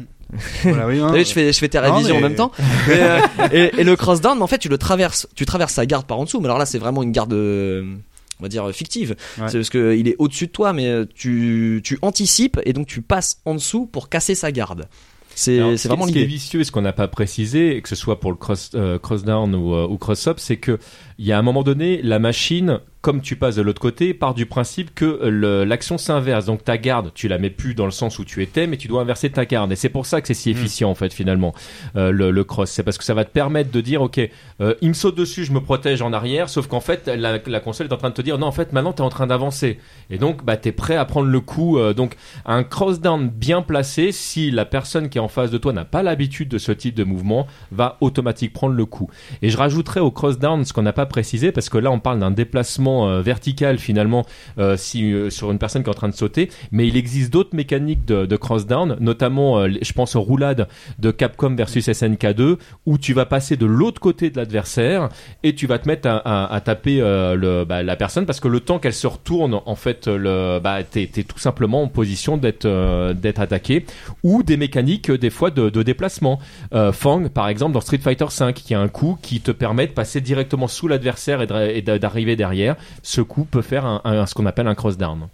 Voilà, oui, hein. T'as vu, je fais, je fais tes Non, révisions mais- en même temps. Mais, euh, et, et le cross-down, mais en fait, tu le traverses, tu traverses sa garde par en dessous. Mais alors là, c'est vraiment une garde, euh, on va dire, fictive. Ouais. C'est parce qu'il est au-dessus de toi, mais euh, tu, tu anticipes et donc tu passes en dessous pour casser sa garde. C'est Alors, c'est ce qui- vraiment ce qui est l'idée. vicieux et ce qu'on n'a pas précisé, que ce soit pour le cross, euh, cross down ou, euh, ou cross up, c'est que il y a un moment donné, la machine, comme tu passes de l'autre côté, part du principe que le- l'action s'inverse. Donc ta garde, tu la mets plus dans le sens où tu étais, mais tu dois inverser ta garde. Et c'est pour ça que c'est si efficient en fait finalement euh, le, le cross. C'est parce que ça va te permettre de dire ok, euh, il me saute dessus, je me protège en arrière. Sauf qu'en fait, la, la console est en train de te dire non, en fait maintenant t'es en train d'avancer. Et donc bah t'es prêt à prendre le coup. euh, donc un cross down bien placé, si la personne qui est en face de toi n'a pas l'habitude de ce type de mouvement, va automatiquement prendre le coup. Et je rajouterais au cross down ce qu'on n'a pas précisé, parce que là on parle d'un déplacement euh, vertical finalement euh, si, euh, sur une personne qui est en train de sauter, mais il existe d'autres mécaniques de, de cross down, notamment euh, je pense aux roulades de Capcom versus S N K deux, où tu vas passer de l'autre côté de l'adversaire et tu vas te mettre à, à, à taper euh, le, bah, la personne, parce que le temps qu'elle se retourne, en fait le, bah, t'es, t'es tout simplement en position d'être, euh, d'être attaqué. Ou des mécaniques euh, des fois de, de déplacement. Euh, Fang par exemple dans Street Fighter cinq, qui a un coup qui te permet de passer directement sous l'adversaire et, de, et de, d'arriver derrière. Ce coup peut faire un, un, ce qu'on appelle un cross down.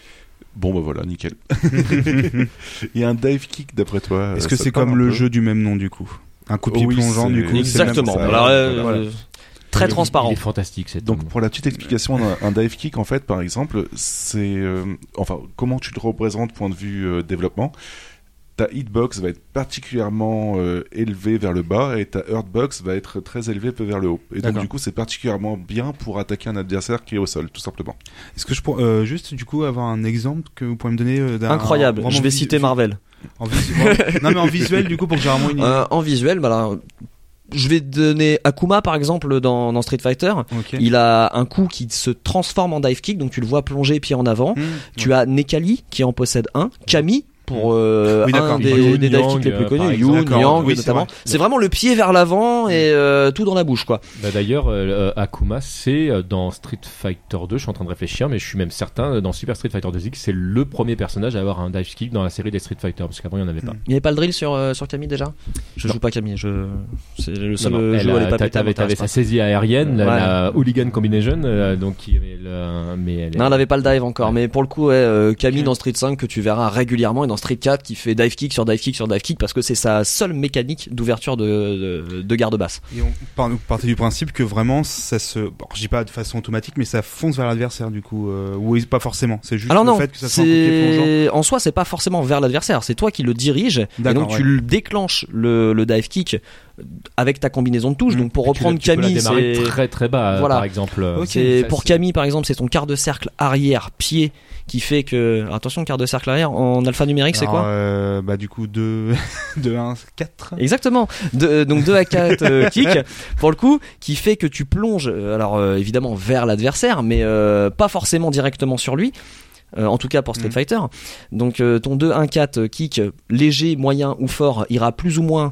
Bon bah voilà, nickel. Il y a un dive kick d'après toi. Est-ce euh, que ça c'est te parle comme un le peu jeu du même nom du coup? Un coup de pied Oui, plongeant c'est- du coup. c'est le même- Exactement. ça, Alors, euh, voilà. euh, très Il est- transparent. Il est fantastique cet Donc homme. pour la petite explication, un, un dive kick en fait, par exemple, c'est euh, enfin comment tu le représentes point de vue euh, développement. Ta hitbox va être particulièrement euh, élevée vers le bas et ta hurtbox va être très élevée vers le haut. Et donc D'accord. du coup, c'est particulièrement bien pour attaquer un adversaire qui est au sol, tout simplement. Est-ce que je pourrais euh, juste du coup avoir un exemple que vous pourriez me donner euh, d'un Incroyable. vraiment Je vais visu- citer Marvel. En visuel. non mais en visuel du coup pour que j'ai vraiment une idée. Euh, en visuel, bah là, je vais donner Akuma par exemple dans, dans Street Fighter. Ok. Il a un coup qui se transforme en dive kick, donc tu le vois plonger pied en avant. Mmh, Tu as Nekali qui en possède un, Kami pour euh, Oui, d'accord. un des, Yoon, des dive Yang, kicks les plus euh, connus, par Yoon, exemple. Yang Oui, c'est notamment. vrai. C'est vraiment le pied vers l'avant et euh, tout dans la bouche quoi. Bah d'ailleurs, euh, Akuma, c'est euh, dans Street Fighter deux, je suis en train de réfléchir, mais je suis même certain, euh, dans Super Street Fighter deux X, c'est le premier personnage à avoir un dive kick dans la série des Street Fighter, parce qu'avant il n'y en avait pas. Il n'y avait pas le drill sur euh, sur Kami déjà. Je Non. joue pas Kami, je c'est le seul Non, non, jeu elle où a- elle est pas t'a- pétée, t'avais, t'avais m'intéresse sa saisie aérienne, la, Ouais. la Hooligan Combination, euh, donc qui avait le, mais elle est- Non, elle avait pas le dive encore, Ouais. mais pour le coup, ouais, euh, Kami Ok. dans Street cinq que tu verras régulièrement et dans Street quatre qui fait dive kick sur dive kick sur dive kick parce que c'est sa seule mécanique d'ouverture de, de, de garde basse. Et on part, vous partez du principe que vraiment ça se, bon, je dis pas de façon automatique, mais ça fonce vers l'adversaire du coup, euh, ou pas forcément. C'est juste Alors le non, fait que ça soit un coup de pied plongeant. c'est en soi c'est pas forcément vers l'adversaire, c'est toi qui le dirige et D'accord, donc ouais. tu le déclenches le, le dive kick avec ta combinaison de touches. Mmh. Donc pour tu, reprendre la- tu peux la Kami, démarrer c'est très très bas, euh, Voilà. par exemple. euh, Ok. c'est ça, pour c'est- Kami par exemple, c'est ton quart de cercle arrière pied qui fait que alors, attention, quart de cercle arrière en alphanumérique c'est Alors, quoi euh, Bah du coup deux, deux, un, quatre. Exactement. De, euh, donc deux à quatre euh, kicks pour le coup, qui fait que tu plonges, euh, alors euh, évidemment vers l'adversaire, mais euh, pas forcément directement sur lui. Euh, en tout cas pour Street Mhm. Fighter. Donc euh, ton deux un quatre kick léger, moyen ou fort ira plus ou moins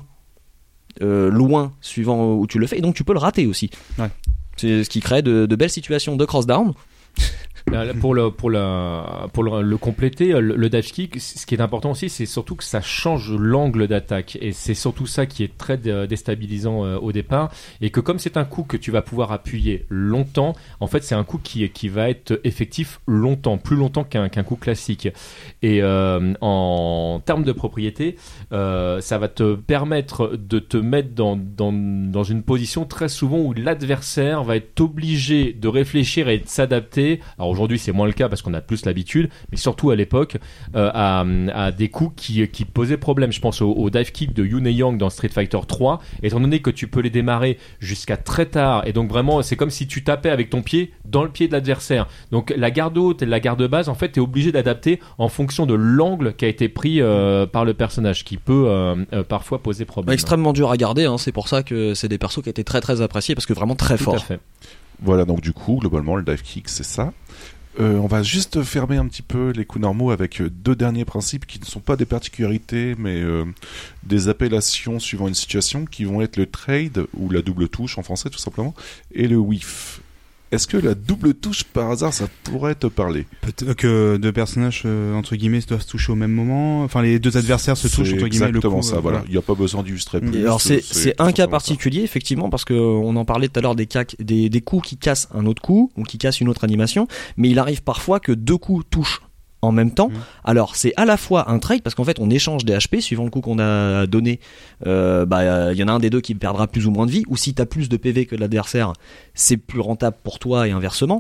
euh, loin suivant où tu le fais, et donc tu peux le rater aussi. Ouais. C'est ce qui crée de, de belles situations de cross down. Là, pour le pour la pour le, le compléter, le, le dive kick, ce qui est important aussi, c'est surtout que ça change l'angle d'attaque, et c'est surtout ça qui est très déstabilisant euh, au départ, et que comme c'est un coup que tu vas pouvoir appuyer longtemps, en fait c'est un coup qui qui va être effectif longtemps, plus longtemps qu'un qu'un coup classique. Et euh, en termes de propriété, euh, ça va te permettre de te mettre dans dans dans une position très souvent où l'adversaire va être obligé de réfléchir et de s'adapter. Alors aujourd'hui c'est moins le cas parce qu'on a plus l'habitude, mais surtout à l'époque euh, à, à des coups qui, qui posaient problème. Je pense au, au dive kick de Yoon Young dans Street Fighter trois, étant donné que tu peux les démarrer jusqu'à très tard, et donc vraiment c'est comme si tu tapais avec ton pied dans le pied de l'adversaire. Donc la garde haute et la garde basse, en fait tu es obligé d'adapter en fonction de l'angle qui a été pris euh, par le personnage, qui peut euh, euh, parfois poser problème. Extrêmement dur à garder, hein. C'est pour ça que c'est des persos qui étaient très très appréciés, parce que vraiment très Tout forts. à fait. Voilà, donc du coup, globalement, le dive kick, c'est ça. Euh, on va juste fermer un petit peu les coups normaux avec deux derniers principes qui ne sont pas des particularités, mais euh, des appellations suivant une situation, qui vont être le trade, ou la double touche en français tout simplement, et le whiff. Est-ce que la double touche, par hasard, ça pourrait te parler ? Peut-être que deux personnages, euh, entre guillemets, doivent se toucher au même moment. Enfin, les deux adversaires se touchent, entre guillemets, le coup. Exactement ça, euh, voilà. Il n'y a pas besoin d'illustrer plus. Et alors c'est, c'est, c'est tout un cas simplement particulier, effectivement, parce que on en parlait tout à l'heure des, cas, des, des coups qui cassent un autre coup, ou qui cassent une autre animation, mais il arrive parfois que deux coups touchent en même temps. Mmh. Alors c'est à la fois un trade, parce qu'en fait on échange des H P suivant le coup qu'on a donné. Euh, bah il euh, y en a un des deux qui perdra plus ou moins de vie, ou si t'as plus de P V que l'adversaire, c'est plus rentable pour toi et inversement.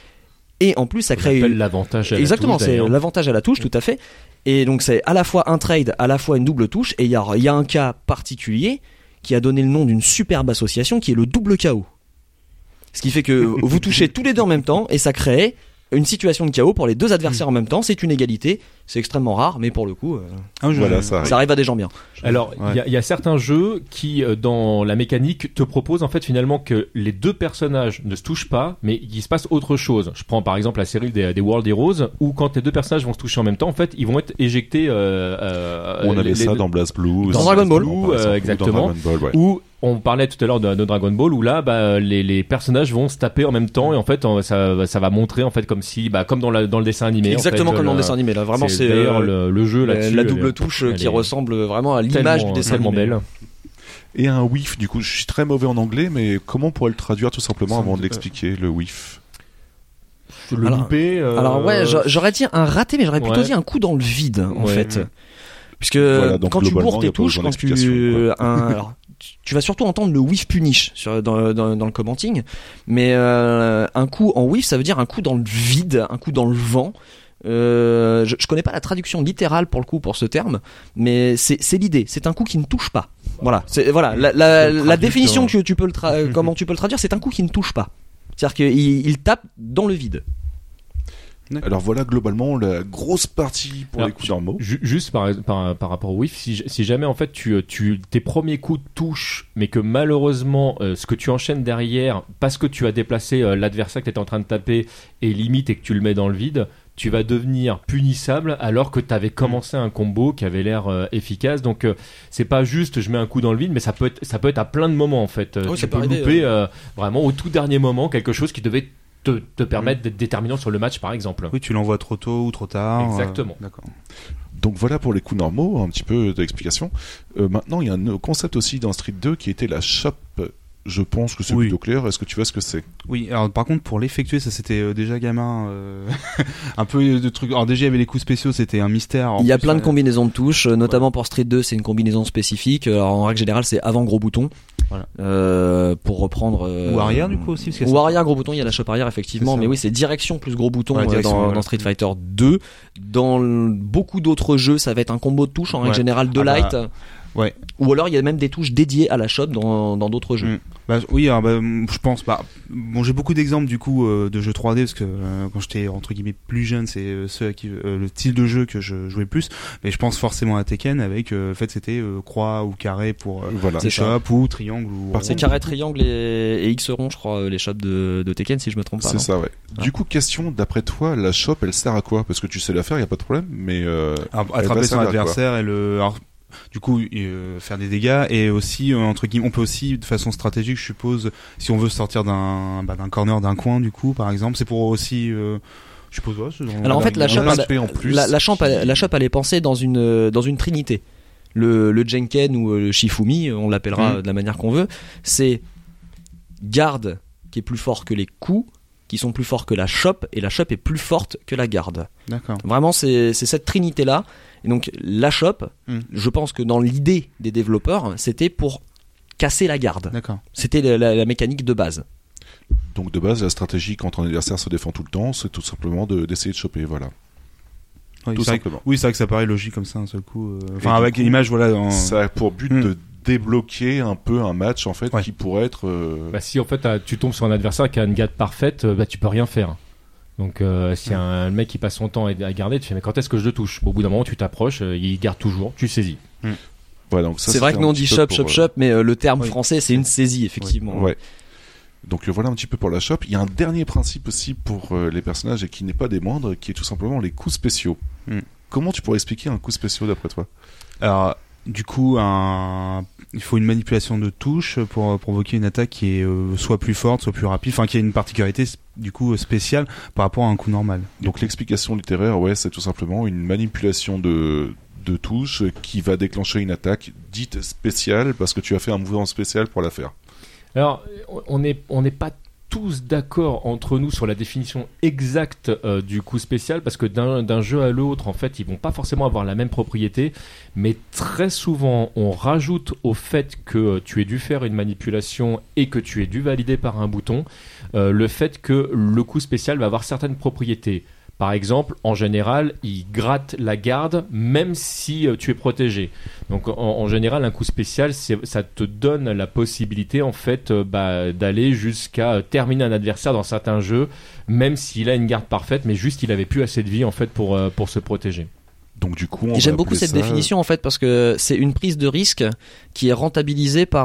Et en plus ça On crée appelle une... l'avantage à la exactement, touche, c'est d'ailleurs. l'avantage à la touche, tout à fait. Et donc c'est à la fois un trade, à la fois une double touche, et il y a, y a un cas particulier qui a donné le nom d'une superbe association qui est le double K O. Ce qui fait que vous touchez tous les deux en même temps, et ça crée une situation de K O pour les deux adversaires en même temps. C'est une égalité, c'est extrêmement rare, mais pour le coup, euh, Ah, je- Voilà, ça arrive. ça arrive à des gens bien. Alors, il Ouais. y, a- il y a certains jeux qui, euh, dans la mécanique, te proposent en fait finalement que les deux personnages ne se touchent pas, mais qu'il se passe autre chose. Je prends par exemple la série des, des World Heroes, où quand les deux personnages vont se toucher en même temps, en fait, ils vont être éjectés. Euh, euh, On avait les- ça les- dans BlazBlue. Dans Dragon Ball. par exemple, Euh, ou dans exactement. Dragon Ball, ouais. Où on parlait tout à l'heure de, de Dragon Ball, où là, bah, les, les personnages vont se taper en même temps, et en fait, on- ça, ça va montrer en fait comme si, bah, comme dans, la, dans le dessin animé. Exactement en fait, comme dans le le- dessin animé. Là, vraiment, c'est, d'ailleurs euh, le, le jeu la, là-dessus. la elle double est- touche elle qui est ressemble vraiment à tellement- l'image du dessin tellement animé. belle. Et un whiff, du coup, je suis très mauvais en anglais, mais comment on pourrait le traduire tout simplement Ça, avant de euh, l'expliquer, le whiff ? Le Alors- loupé. euh, Alors ouais, j'a- j'aurais dit un raté, mais j'aurais plutôt Ouais. dit un coup dans le vide, en Ouais. fait. Puisque Voilà, donc quand tu globalement, bourres y a tes pas touches, besoin quand d'explication, tu, quoi. un, alors, tu- tu vas surtout entendre le whiff punish sur, dans, dans, dans le commenting, mais euh, un coup en whiff, ça veut dire un coup dans le vide, un coup dans le vent. Euh, je, je connais pas la traduction littérale pour le coup pour ce terme, mais c'est, c'est l'idée. C'est un coup qui ne touche pas. Voilà, c'est, voilà la, la, Le la traducteur. définition que tu peux le tra- comment tu peux le traduire, c'est un coup qui ne touche pas. C'est-à-dire qu'il il tape dans le vide. Alors voilà, globalement, la grosse partie pour Alors, les coups normaux. Ju- Juste par, par, par rapport au whiff, si, si jamais en fait tu, tu, tes premiers coups touchent, mais que malheureusement euh, ce que tu enchaînes derrière, parce que tu as déplacé euh, l'adversaire que tu étais en train de taper et limite et que tu le mets dans le vide, tu vas devenir punissable alors que tu avais commencé un combo qui avait l'air euh, efficace. Donc euh, c'est pas juste je mets un coup dans le vide, mais ça peut être, ça peut être à plein de moments en fait. Euh, Oui, tu ça peux peut arriver, louper euh, vraiment au tout dernier moment quelque chose qui devait te, te permettre d'être déterminant sur le match par exemple. Oui, tu l'envoies trop tôt ou trop tard. euh, Exactement. D'accord. Donc voilà pour les coups normaux, un petit peu d'explication. Euh, maintenant, il y a un concept aussi dans Street deux qui était la shop. Je pense que c'est Oui. plutôt clair. Est-ce que tu vois ce que c'est ? Oui, alors par contre pour l'effectuer, ça c'était euh, déjà gamin, euh, un peu de trucs. Alors déjà il y avait les coups spéciaux, c'était un mystère. En Il y a plus, plein de euh, combinaisons de touches, euh, notamment pour Street deux, c'est une combinaison spécifique. Alors, en règle générale, c'est avant gros bouton. Voilà. Euh, pour reprendre. euh, Ou arrière du coup aussi. Parce qu'il y a Ou ça. arrière gros bouton, il y a la chope arrière effectivement, C'est ça. mais oui, c'est direction plus gros bouton Ouais, euh, direction, dans, voilà. dans Street Fighter deux. Dans le- beaucoup d'autres jeux, ça va être un combo de touches en règle Ouais. générale de Ah bah, light. ouais. Ou alors il y a même des touches dédiées à la shop dans dans d'autres jeux. Mm. Bah, oui, alors, bah, je pense. Bah, bon, j'ai beaucoup d'exemples du coup euh, de jeux trois D parce que euh, quand j'étais entre guillemets plus jeune, c'est euh, ceux à qui, euh, le style de jeu que je jouais le plus. Mais je pense forcément à Tekken avec euh, le fait c'était euh, croix ou carré pour euh, Voilà. C'est les ça. shops ou triangle ou. Par C'est rond. carré, triangle et, et X rond, je crois, euh, les shops de, de Tekken, si je me trompe pas. C'est non ça, ouais. Ah. Du coup, question, d'après toi, la shop, elle sert à quoi ? Parce que tu sais la faire, il n'y a pas de problème, mais... Euh... Alors, Elle attraper va son servir à quoi adversaire et le. Alors, du coup, euh, faire des dégâts et aussi euh, entre guillemets, on peut aussi de façon stratégique, je suppose, si on veut sortir d'un bah, d'un corner, d'un coin, du coup, par exemple, c'est pour aussi euh, Je suppose. Ouais, c'est dans- Alors en fait, la il y shop, a un elle- aspect en plus la, la shop, qui- elle, la shop, elle est pensée dans une euh, dans une trinité. Le, le Jenken ou euh, le Shifumi, on l'appellera Mm. de la manière qu'on veut. C'est garde qui est plus fort que les coups, qui sont plus forts que la shop, et la shop est plus forte que la garde. D'accord. Vraiment, c'est c'est cette trinité là. Et donc la shop, Mm. je pense que dans l'idée des développeurs, c'était pour casser la garde. D'accord. C'était la, la- la mécanique de base. Donc de base, la stratégie quand ton adversaire se défend tout le temps, c'est tout simplement de- d'essayer de choper, voilà. Oui, Tout c'est vrai que- simplement. oui, c'est vrai que ça paraît logique comme ça un seul coup. euh, Enfin, Et du avec coup, l'image, voilà. En... Ça a pour but Mm. de débloquer un peu un match en fait Ouais. qui pourrait être. euh, Bah, si en fait t'as- tu tombes sur un adversaire qui a une garde parfaite, euh, bah, tu peux rien faire. Donc euh, si un, un mec qui passe son temps à à garder, tu fais mais quand est-ce que je le touche? Au bout d'un moment tu t'approches, euh, il garde toujours, tu saisis. Voilà, donc ça, C'est vrai c'était que nous un on dit petit peu shop, pour, shop, euh, shop, mais euh, le terme Oui. français c'est une saisie effectivement. Ouais. Donc euh, voilà un petit peu pour la shop. Il y a un dernier principe aussi pour euh, les personnages et qui n'est pas des moindres, qui est tout simplement les coups spéciaux. Mm. Comment tu pourrais expliquer un coup spécial d'après toi? Alors, du coup, un... il faut une manipulation de touche pour euh, provoquer une attaque qui est euh, soit plus forte, soit plus rapide, enfin qui a une particularité du coup euh, spéciale par rapport à un coup normal. Donc l'explication littéraire, ouais, c'est tout simplement une manipulation de de touche qui va déclencher une attaque dite spéciale parce que tu as fait un mouvement spécial pour la faire. Alors on n'est on n'est pas tous d'accord entre nous sur la définition exacte euh, du coup spécial parce que d'un d'un jeu à l'autre en fait ils vont pas forcément avoir la même propriété, mais très souvent on rajoute au fait que euh, tu aies dû faire une manipulation et que tu aies dû valider par un bouton euh, le fait que le coup spécial va avoir certaines propriétés. Par exemple, en général, il gratte la garde même si euh, tu es protégé. Donc en, en général, un coup spécial, c'est, ça te donne la possibilité en fait euh, bah, d'aller jusqu'à euh, terminer un adversaire dans certains jeux, même s'il a une garde parfaite, mais juste il avait plus assez de vie en fait pour, euh, pour se protéger. Donc du coup, on Et j'aime va beaucoup appeler cette ça- définition en fait parce que c'est une prise de risque qui est rentabilisée par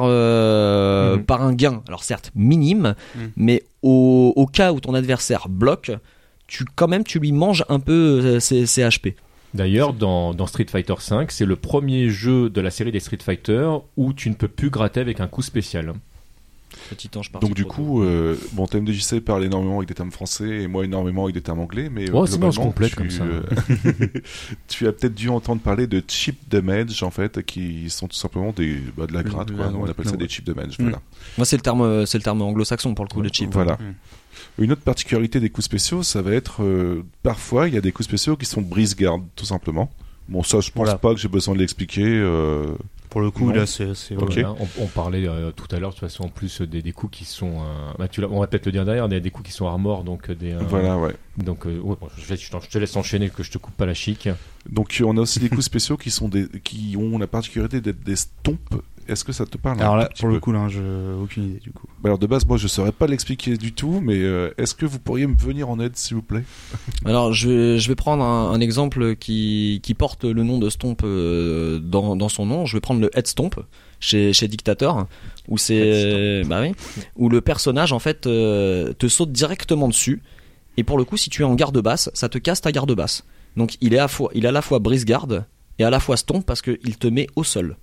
euh, Mhm. par un gain. Alors certes minime, Mhm. mais au, au cas où ton adversaire bloque, tu quand même tu lui manges un peu euh, ses, ses H P. D'ailleurs, dans, dans Street Fighter cinq, c'est le premier jeu de la série des Street Fighter où tu ne peux plus gratter avec un coup spécial. Petit ange parti Donc du trop coup, euh, bon, T M D J C parle énormément avec des termes français et moi énormément avec des termes anglais, mais euh, Oh, c'est bien, je globalement, complète tu, comme ça. euh, tu as peut-être dû entendre parler de chip damage en fait, qui sont tout simplement des bah, de la gratte, De quoi. la- On ouais, appelle ça ouais. des chip damage. Mm. Voilà. Moi c'est le terme euh, c'est le terme anglo-saxon pour le coup le chip. Voilà. Mm. Une autre particularité des coups spéciaux, ça va être euh, parfois il y a des coups spéciaux qui sont brise-garde, tout simplement. Bon, ça, je pense Voilà. pas que j'ai besoin de l'expliquer. euh, Pour le coup, Non. là, c'est. c'est- Ok. Voilà, on, on parlait euh, tout à l'heure de toute façon en plus des, des coups qui sont euh, bah, tu l'as- on va peut-être le dire derrière, des, des coups qui sont armor, donc euh, des euh, Voilà, ouais. donc euh, ouais, bon, je, vais- je t'en- je te laisse enchaîner que je te coupe pas la chic. Donc on a aussi des coups spéciaux qui sont des, qui ont la particularité d'être des stompes. Est-ce que ça te parle un Alors là, tout petit pour le peu coup, là, j'ai aucune idée du coup. Bah alors de base, moi je saurais pas l'expliquer du tout, mais euh, est-ce que vous pourriez me venir en aide, s'il vous plaît? Alors je, je vais prendre un, un exemple qui, qui porte le nom de Stomp euh, dans, dans son nom. Je vais prendre le Head Stomp chez, chez Dictator, où c'est bah oui, où le personnage en fait euh, te saute directement dessus. Et pour le coup, si tu es en garde basse, ça te casse ta garde basse. Donc il est à fois, il est à la fois brise garde et à la fois Stomp parce qu'il te met au sol.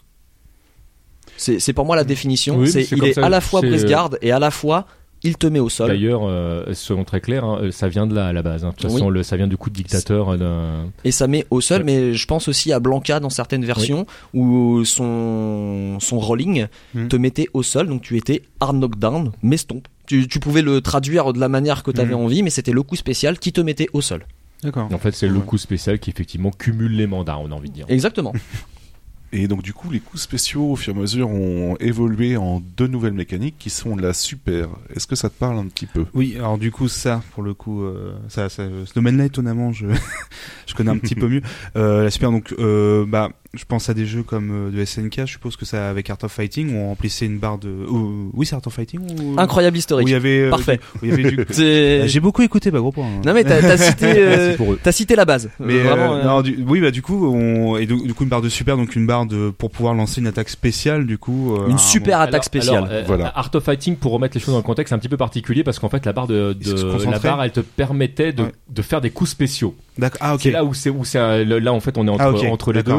C'est, c'est pour moi la définition. Oui, c'est, c'est il comme est ça, à la fois c'est- brise garde et à la fois il te met au sol. D'ailleurs, euh, soyons très clairs, hein, ça vient de là à la base. hein. De toute Oui. façon, le, ça vient du coup de dictateur. euh, d'un- Et ça met au sol, Ouais. mais je pense aussi à Blanca dans certaines versions où son, son rolling Mm. te mettait au sol, donc tu étais hard knockdown, mais stomp. Tu, tu pouvais le traduire de la manière que tu avais Mm. envie, mais c'était le coup spécial qui te mettait au sol. D'accord. En fait, c'est le Ouais. coup spécial qui effectivement cumule les mandats, on a envie de dire. Exactement. Et donc du coup, les coups spéciaux au fur et à mesure ont évolué en deux nouvelles mécaniques qui sont la super. Est-ce que ça te parle un petit peu? Oui, alors du coup, ça, pour le coup, euh, ça, ça, ce domaine-là, étonnamment, je, je connais un petit peu mieux. Euh, la super, donc, euh, bah, je pense à des jeux comme euh, de S N K, je suppose que ça avec Art of Fighting, où on remplissait une barre de. Oh, oui, c'est Art of Fighting ou... Incroyable Où historique. il y avait. euh, Parfait. Où il y avait du... C'est- Euh, J'ai beaucoup écouté, bah gros point. hein. Non mais t'as, t'as cité, euh, Merci pour eux. t'as cité la base. Mais Euh, vraiment. euh, euh, non, du, oui, bah du coup, on, et du, du coup une barre de super, donc une barre de pour pouvoir lancer une attaque spéciale, du coup. euh, à un une super moment. attaque Alors- spéciale. alors, euh, Voilà. Art of Fighting, pour remettre les choses dans le contexte, c'est un petit peu particulier parce qu'en fait, la barre de, Il se de concentrait. la barre, elle te permettait de, Ouais. de faire des coups spéciaux. D'accord. Ah ok. C'est là où c'est où c'est un- le- là en fait on est entre Ah, ok. entre les D'accord. deux.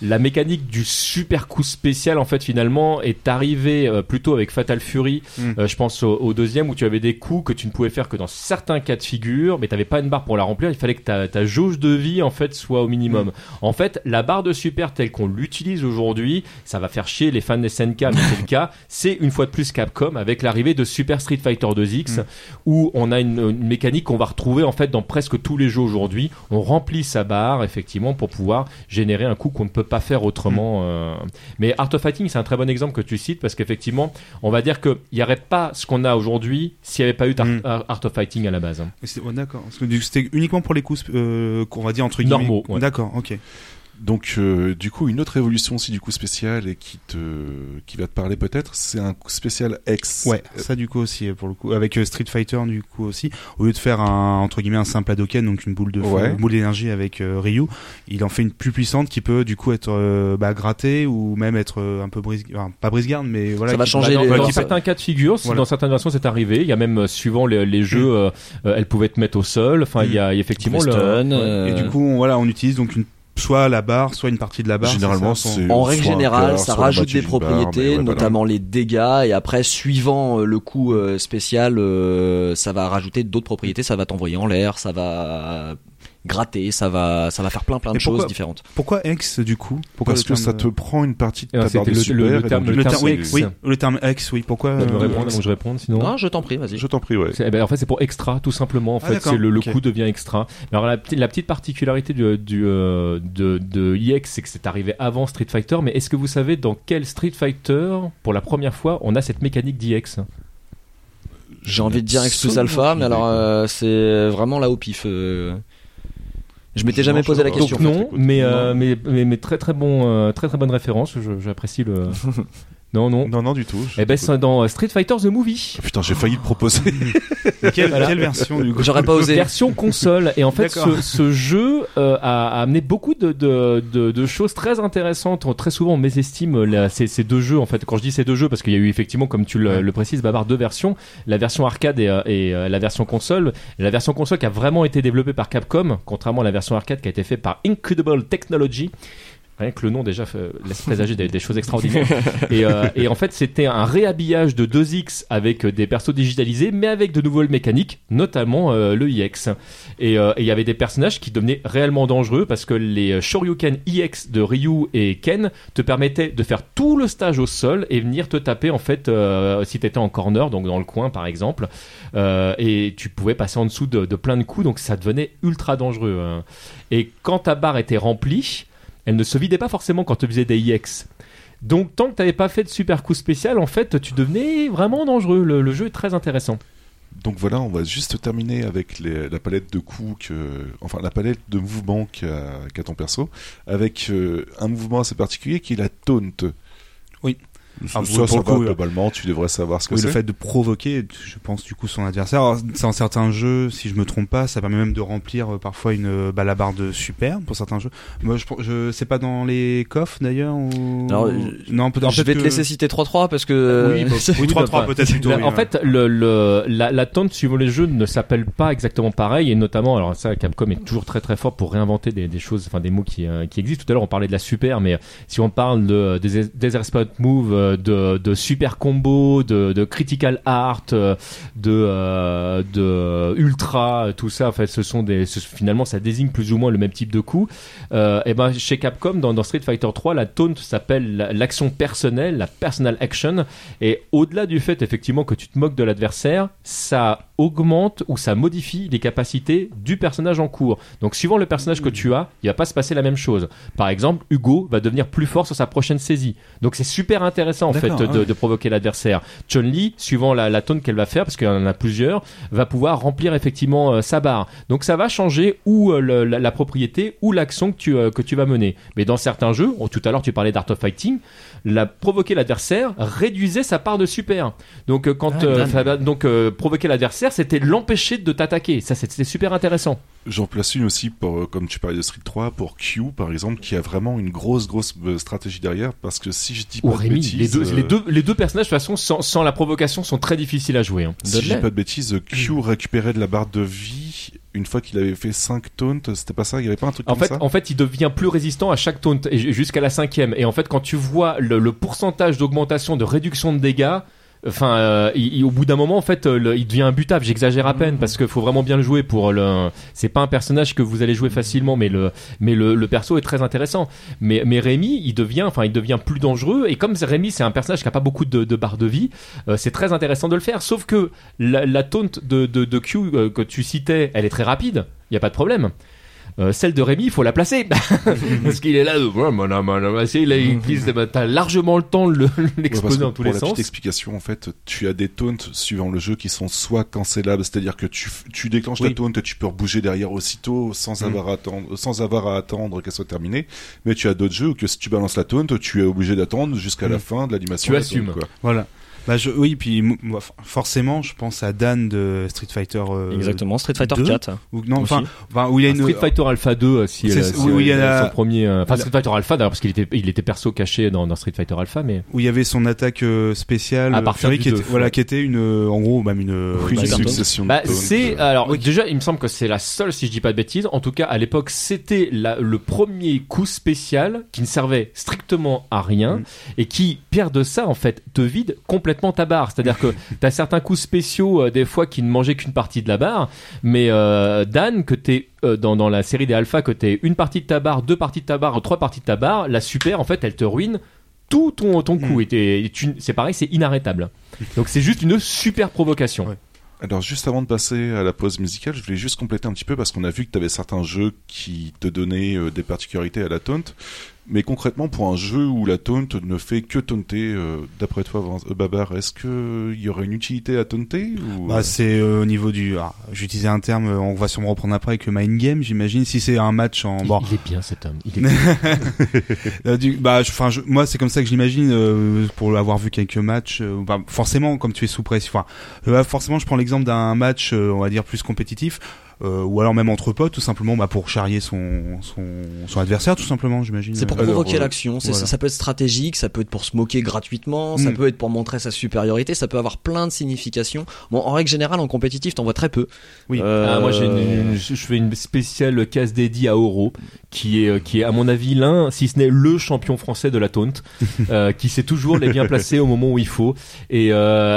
la mécanique du super coup spécial en fait finalement est arrivée euh, plutôt avec Fatal Fury. Mm. Euh, je pense au, au deuxième où tu avais des coups que tu ne pouvais faire que dans certains cas de figure, mais t'avais pas une barre pour la remplir. Il fallait que ta, ta jauge de vie en fait soit au minimum. Mm. En fait, la barre de super telle qu'on l'utilise aujourd'hui, ça va faire chier les fans des S N K, mais c'est le cas. C'est une fois de plus Capcom avec l'arrivée de Super Street Fighter deux X, mm. où on a une, une mécanique qu'on va retrouver en fait dans presque tous les jeux aujourd'hui. On remplit sa barre effectivement pour pouvoir générer un coup qu'on ne peut pas faire autrement. Mm. Euh... Mais Art of Fighting, c'est un très bon exemple que tu cites parce qu'effectivement, on va dire qu'il n'y aurait pas ce qu'on a aujourd'hui s'il n'y avait pas eu mm. Art of Fighting à la base. Oh, d'accord. Parce que c'était uniquement pour les coups euh, qu'on va dire entre guillemets normaux. Ouais. D'accord, ok. Donc euh, du coup une autre évolution aussi du coup spécial et qui te qui va te parler peut-être, c'est un coup spécial X. Ouais, ça du coup aussi pour le coup avec euh, Street Fighter du coup aussi, au lieu de faire un entre guillemets un simple Hadoken, donc une boule de ouais. une boule d'énergie avec euh, Ryu, il en fait une plus puissante qui peut du coup être euh, bah, grattée ou même être euh, un peu brise enfin, pas brise-garde mais voilà ça va qui, changer bah, les, dans, dans qui certains cas de figure, voilà. Dans certaines versions c'est arrivé, il y a même euh, suivant les, les jeux euh, euh, elles pouvaient te mettre au sol, enfin il mm. y a effectivement le stun, ouais. euh... et du coup on, voilà on utilise donc une soit la barre, soit une partie de la barre. Généralement, c'est ça, c'est en règle générale, cœur, ça rajoute des propriétés, barre, ouais, notamment voilà. les dégâts, et après, suivant le coup euh, spécial, euh, ça va rajouter d'autres propriétés, ça va t'envoyer en l'air, ça va gratter, ça va, ça va faire plein plein de et pourquoi, choses différentes. Pourquoi X du coup? Pourquoi Parce que ça de... te prend une partie de ta non, barre de le, super. Le, le, et terme, donc, le, le terme oui, X. oui, le terme X, oui. Pourquoi bah, tu veux euh, répondre avant que je réponde sinon. Non, je t'en prie, vas-y. Je t'en prie, ouais. C'est, eh ben, en fait, c'est pour extra, tout simplement. En ah, fait, c'est le, le okay. coup devient extra. Alors la, la petite particularité du, du euh, de, de I X, c'est que c'est arrivé avant Street Fighter. Mais est-ce que vous savez dans quel Street Fighter, pour la première fois, on a cette mécanique d'I X? J'ai envie de dire X plus Alpha, mais alors euh, c'est vraiment là au pif. Euh... Je m'étais jamais posé la question. Donc non, mais, euh, mais, mais mais très très bon, euh, très très bonne référence. Je, j'apprécie le. Non, non. Non, non, du tout. Eh ben, c'est dans Street Fighter The Movie. Oh, putain, j'ai failli te proposer. quelle, voilà. quelle version du coup? J'aurais pas osé. Version console. Et en fait, ce, ce jeu euh, a, a amené beaucoup de, de, de, de choses très intéressantes. Très souvent, on mésestime la, ces, ces deux jeux. En fait, quand je dis ces deux jeux, parce qu'il y a eu effectivement, comme tu le, ouais. le précises, Babar, deux versions. La version arcade et, et euh, la version console. La version console qui a vraiment été développée par Capcom, contrairement à la version arcade qui a été faite par Incredible Technology. Rien que le nom déjà fait, laisse présager des, des choses extraordinaires. Et, euh, et en fait, c'était un réhabillage de deux X avec des persos digitalisés, mais avec de nouvelles mécaniques, notamment euh, le I X. Et euh, il y avait des personnages qui devenaient réellement dangereux parce que les Shoryuken I X de Ryu et Ken te permettaient de faire tout le stage au sol et venir te taper en fait euh, si t'étais en corner, donc dans le coin par exemple. Euh, et tu pouvais passer en dessous de, de plein de coups, donc ça devenait ultra dangereux. Hein. Et quand ta barre était remplie, elle ne se vidait pas forcément quand tu faisais des I X. Donc tant que tu n'avais pas fait de super coup spécial, en fait, tu devenais vraiment dangereux. Le, le jeu est très intéressant. Donc voilà, on va juste terminer avec les, la palette de coups, que, enfin la palette de mouvements qu'a, qu'a ton perso, avec euh, un mouvement assez particulier qui est la taunt. Oui. Ça, Ah, ça, ça le va, coup, globalement, tu devrais savoir ce que oui, c'est. le fait de provoquer, je pense, du coup, son adversaire. Alors, dans certains jeux, si je me trompe pas, ça permet même de remplir euh, parfois une bah, la barre de super pour certains jeux. Moi, je, je sais pas dans les coffres d'ailleurs ou. Alors, non, peut-être. Je vais que... te laisser citer trois trois parce que. Oui, bah, oui trois trois peut-être plutôt. Là, oui, en ouais. fait, le, le, la, la taunt suivant les jeux ne s'appelle pas exactement pareil, et notamment, alors ça, Capcom est toujours très très fort pour réinventer des, des choses, enfin des mots qui, euh, qui existent. Tout à l'heure, on parlait de la super, mais si on parle de des Desert Spot Move, de, de super combo, de, de critical art, de, euh, de ultra, tout ça, en fait, ce sont des, ce, finalement, ça désigne plus ou moins le même type de coup. Euh, et ben, chez Capcom, dans, dans Street Fighter trois, la taunt s'appelle l'action personnelle, la personal action. Et au-delà du fait, effectivement, que tu te moques de l'adversaire, ça augmente ou ça modifie les capacités du personnage en cours. Donc, suivant le personnage que tu as, il va pas se passer la même chose. Par exemple, Hugo va devenir plus fort sur sa prochaine saisie. Donc, c'est super intéressant, en D'accord, fait, ah de, ouais. de provoquer l'adversaire. Chun-Li, suivant la, la taunt qu'elle va faire, parce qu'il y en a plusieurs, va pouvoir remplir effectivement euh, sa barre. Donc, ça va changer ou euh, le, la, la propriété ou l'action que tu, euh, que tu vas mener. Mais dans certains jeux, oh, tout à l'heure, tu parlais d'Art of Fighting, la, provoquer l'adversaire réduisait sa part de super. Donc, euh, quand Ah, euh, dingue. fa- donc euh, provoquer l'adversaire, c'était l'empêcher de t'attaquer. Ça, c'était super intéressant. J'en place une aussi, pour, euh, comme tu parlais de Street trois, pour Q par exemple, qui a vraiment une grosse grosse euh, stratégie derrière, parce que si je dis pas Ou de Rémi, bêtises, les deux, euh, les, deux, les deux personnages, de toute façon, sans, sans la provocation, sont très difficiles à jouer. Hein. si je dis Dudley. pas de bêtises, Q récupérait de la barre de vie une fois qu'il avait fait cinq taunts, c'était pas ça, il y avait pas un truc En comme fait, ça en fait, il devient plus résistant à chaque taunt et jusqu'à la cinquième. Et en fait, quand tu vois le, le pourcentage d'augmentation, de réduction de dégâts, enfin, euh, il, il, au bout d'un moment, en fait, euh, le, il devient imbutable. J'exagère à peine parce qu'il faut vraiment bien le jouer pour le. C'est pas un personnage que vous allez jouer facilement, mais le, mais le, le perso est très intéressant. Mais, mais Rémi, il devient, enfin, il devient plus dangereux. Et comme Rémi, c'est un personnage qui a pas beaucoup de, de barres de vie, euh, c'est très intéressant de le faire. Sauf que la, la taunt de, de, de Q euh, que tu citais, elle est très rapide. Il y a pas de problème. Euh, celle de Rémi, il faut la placer parce qu'il est là, il a une piste, t'as largement le temps de le, l'exposer ouais, dans tous les sens. Pour la sens. petite explication, en fait, tu as des taunts suivant le jeu qui sont soit cancellables, c'est-à-dire que tu, tu déclenches oui. ta taunt et tu peux rebouger derrière aussitôt sans mmh. avoir à attendre, sans avoir à attendre qu'elle soit terminée. Mais tu as d'autres jeux où que si tu balances la taunt, tu es obligé d'attendre jusqu'à mmh. la fin de l'animation. Tu assumes. Taunt, quoi. Voilà. Bah je, oui, puis moi, forcément, je pense à Dan de Street Fighter. Euh, Exactement, Street Fighter deux, quatre. Ou, non, enfin, où il y a une Street Fighter Alpha deux, si, c'est, euh, si où il y a la... son premier. Euh, enfin, Street Fighter Alpha, d'ailleurs, parce qu'il était, il était perso caché dans, dans Street Fighter Alpha, mais où il y avait son attaque euh, spéciale, à partir Fury, du qui deux, était, voilà, qui était une, euh, en gros, même une, oui, une succession. Bah, de taunts. c'est alors oui. Déjà, il me semble que c'est la seule, si je dis pas de bêtises. En tout cas, à l'époque, c'était la, le premier coup spécial qui ne servait strictement à rien mm. et qui, pire de ça, en fait, te vide complètement ta barre. C'est-à-dire que t'as certains coups spéciaux euh, des fois qui ne mangeaient qu'une partie de la barre, mais euh, Dan, que t'es euh, dans, dans la série des alphas, que t'es une partie de ta barre, deux parties de ta barre, trois parties de ta barre, la super, en fait, elle te ruine tout ton, ton coup. Mm. Et, t'es, et tu, c'est pareil, c'est inarrêtable. Donc c'est juste une super provocation. Ouais. Alors juste avant de passer à la pause musicale, je voulais juste compléter un petit peu parce qu'on a vu que tu avais certains jeux qui te donnaient euh, des particularités à la taunt. Mais concrètement, pour un jeu où la taunt ne fait que taunter, euh, d'après toi, euh, Babar, est-ce qu'il y aurait une utilité à taunter ou... Bah, c'est euh, au niveau du... Ah, j'utilisais un terme, on va sûrement reprendre après, avec le mind game, j'imagine. Si c'est un match en... Il, bon. il est bien cet homme. Il est bien. du, bah, enfin, moi, c'est comme ça que je l'imagine, euh, pour avoir vu quelques matchs. Euh, bah, forcément, comme tu es sous pression. Enfin, euh, forcément, je prends l'exemple d'un match, euh, on va dire, plus compétitif. Euh, ou alors même entre potes, tout simplement bah, pour charrier son, son, son adversaire, tout simplement, j'imagine. C'est pour alors, provoquer euh, l'action, c'est, voilà. ça, ça peut être stratégique, ça peut être pour se moquer gratuitement, mm. ça peut être pour montrer sa supériorité, ça peut avoir plein de significations. Bon, en règle générale, en compétitif, t'en vois très peu. Oui. Euh... Ah, moi, j'ai une, une, je fais une spéciale case dédiée à Oro, qui est, qui est à mon avis l'un, si ce n'est le champion français de la taunt, euh, qui sait toujours les bien placer au moment où il faut. Et, euh,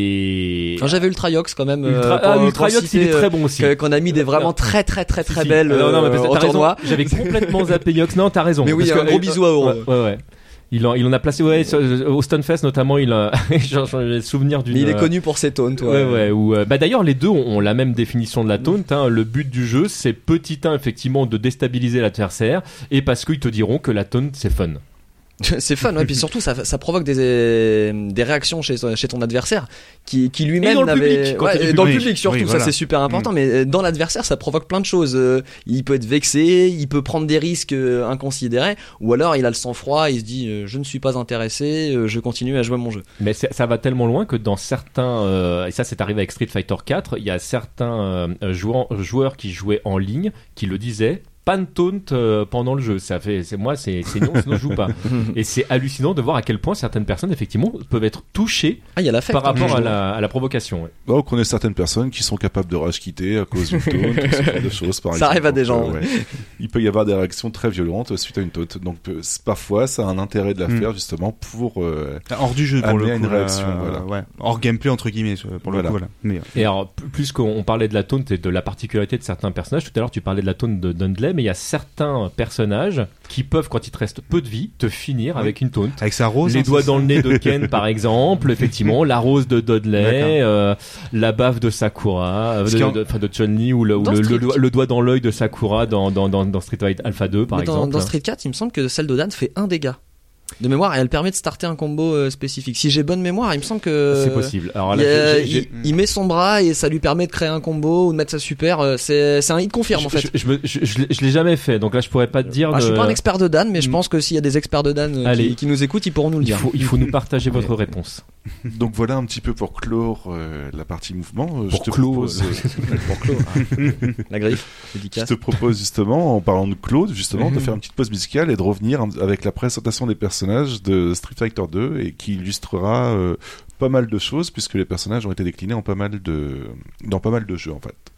et... Enfin, j'avais Ultrayox quand même. Ultra, euh, pour, ah, Ultrayox, citer, il est très bon aussi. Euh, qu'on a mis des vraiment très très très très si, si. belles non, non, mais euh, t'as au raison. tournoi. J'avais complètement zappé Yox. Non, t'as raison. Mais oui, parce un que, gros euh, bisou à Oro. Ouais, ouais. ouais. Il en, il en a placé, ouais, au Stunfest notamment, il a, j'ai le souvenir d'une. Mais il est connu pour ses taunts, ouais. Ouais, ouais, où, euh, bah d'ailleurs, les deux ont, ont la même définition de la taunt, hein. Le but du jeu, c'est petit un, effectivement, de déstabiliser l'adversaire, et parce qu'ils te diront que la taunt, c'est fun. C'est fun, ouais, puis surtout ça, ça provoque des, des réactions chez, chez ton adversaire qui, qui lui-même et dans n'avait. Le public, ouais, dans le public surtout, oui, voilà. ça c'est super important, mmh. mais dans l'adversaire ça provoque plein de choses. Euh, il peut être vexé, il peut prendre des risques euh, inconsidérés, ou alors il a le sang-froid, il se dit euh, je ne suis pas intéressé, euh, je continue à jouer mon jeu. Mais ça va tellement loin que dans certains, euh, et ça c'est arrivé avec Street Fighter quatre, il y a certains euh, joueurs, joueurs qui jouaient en ligne qui le disaient. Pas de taunt euh, pendant le jeu, ça fait, c'est moi, c'est, c'est non, sinon je joue pas. Et c'est hallucinant de voir à quel point certaines personnes effectivement peuvent être touchées ah, y a l'affect, par rapport hein, à la, à la provocation. Ouais. Bah, on connaît certaines personnes qui sont capables de rage quitter à cause d'une taunt, ce genre de choses. Par ça exemple. arrive à des gens. Donc, euh, ouais. Il peut y avoir des réactions très violentes suite à une taunt. Donc euh, parfois, ça a un intérêt de la faire mm. justement pour euh, hors du jeu pour le coup, une réaction, euh, voilà. ouais. Hors gameplay entre guillemets pour le voilà. coup. Voilà. Mais, et alors plus qu'on parlait de la taunt et de la particularité de certains personnages, tout à l'heure tu parlais de la taunt de Dundley, mais il y a certains personnages qui peuvent, quand il te reste peu de vie, te finir oui. avec une taunt. Avec sa rose. Les hein, doigts dans le nez de Ken, par exemple, effectivement, la rose de Dudley, euh, la baffe de Sakura, euh, de, de, de, de Chun-Li, ou le, ou le, le, le, le doigt dans l'œil de Sakura dans, dans, dans, dans Street Fighter Alpha deux, par mais dans, exemple. Dans Street quatre, il me semble que celle de Dan fait un dégât. De mémoire, et elle permet de starter un combo euh, spécifique. Si j'ai bonne mémoire, il me semble que c'est possible. Alors là, il, euh, j'ai, j'ai... Il, il met son bras et ça lui permet de créer un combo ou de mettre sa super. Euh, c'est, c'est un hit confirme je, en fait. Je, je, je, je, je l'ai jamais fait, donc là je pourrais pas te dire. Ah, de... Je suis pas un expert de Dan, mais je pense que s'il y a des experts de Dan euh, qui, qui nous écoutent, ils pourront nous le dire. Il faut, il faut nous partager votre réponse. Donc voilà un petit peu pour clore euh, la partie mouvement. Pour je te clore, propose, euh... pour clore, hein. La griffe. Je te propose justement, en parlant de Claude, justement, mm-hmm. de faire une petite pause musicale et de revenir avec la présentation des personnages de Street Fighter deux et qui illustrera euh, pas mal de choses puisque les personnages ont été déclinés en pas mal de... dans pas mal de jeux en fait.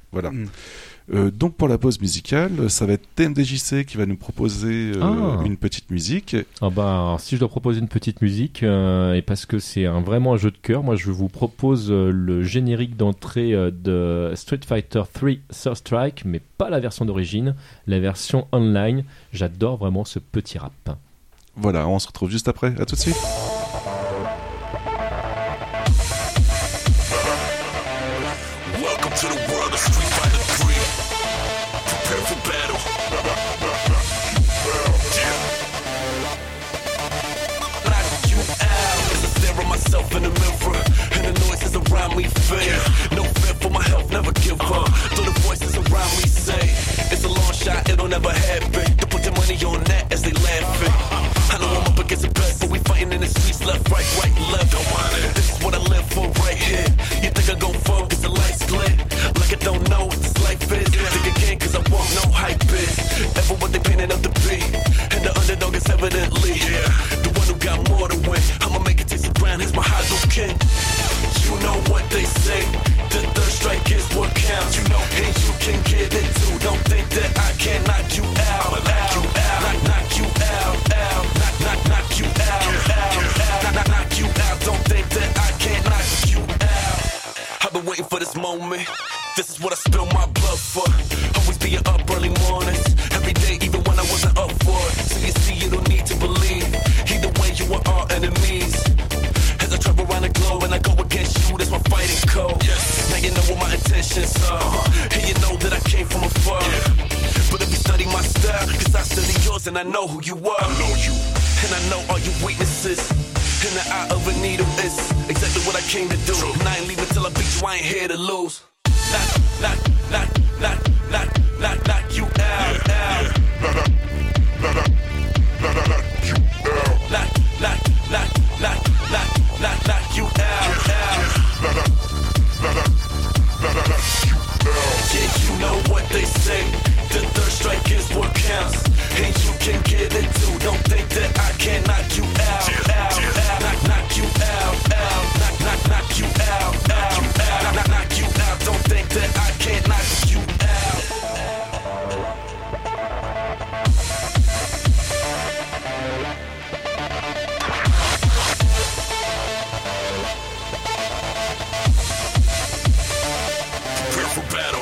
Voilà. Mm. Euh, donc pour la pause musicale, ça va être T M D J C qui va nous proposer euh, Ah. une petite musique. Ah bah, alors, si je dois proposer une petite musique, euh, et parce que c'est un, vraiment un jeu de cœur, moi je vous propose euh, le générique d'entrée euh, de Street Fighter trois Third Strike, mais pas la version d'origine, la version online. J'adore vraiment ce petit rap. Voilà, on se retrouve juste après. À tout de suite. Welcome to the world of Street Fighter three. Prepare for battle. Yeah. Knock you out as I stare at myself in the mirror, and the noises around me fade. No fear for my health, never give up. Though the voices around me say it's a long shot, it'll never happen. To put their money on that as they laughing. I know I'm up against the best, but we fighting in the streets, left, right, right, left. Don't mind it. This is what I live for right here. You think I gon' fall cause the lights glare? Like I don't know what this life is. Think again cause I won't know hype is. Ever what they painted up to be. And the underdog is evidently the one who got more to win. I'ma make it taste the ground, here's my Hadouken. You know what they say, the third strike is what counts. You know, and you can get it too. Don't think that I can knock you out. I'ma knock you out, knock, knock you out, out. Knock, knock, knock you out, out, out. Knock, knock, knock you out. Don't think that I can't knock you out. I've been waiting for this moment. This is what I spill my blood for. Always being up early mornings, every day, even when I wasn't up for it. So you see, you don't need to believe. Either way, you are our enemies. As I travel around the globe and I go against you, that's my fighting code. Yes. Now you know what my intentions are, uh-huh. And you know that I came from afar. Yeah. But if you study my style, cause I study yours and I know who you are. I know you. And I know all your weaknesses. In the eye of a needle is exactly what I came to do. True. And I ain't leaving till I beat you, I ain't here to lose. Knock, knock, knock, knock, knock, knock, knock you out, yeah, out. Yeah. Knock, knock, knock, knock, knock you out. Knock, knock, knock, knock, knock, knock, knock you out, out. Knock, knock, knock, knock, knock, knock you out. Yeah, you know what they say, the third strike is what counts. And you can get it too. Don't think that I can knock you out, yeah, out, yeah. Out. Knock, knock you out, out. Knock, knock, knock you out, out, out. Knock, knock, knock you out. Don't think that I can't knock you out. Prepare for battle.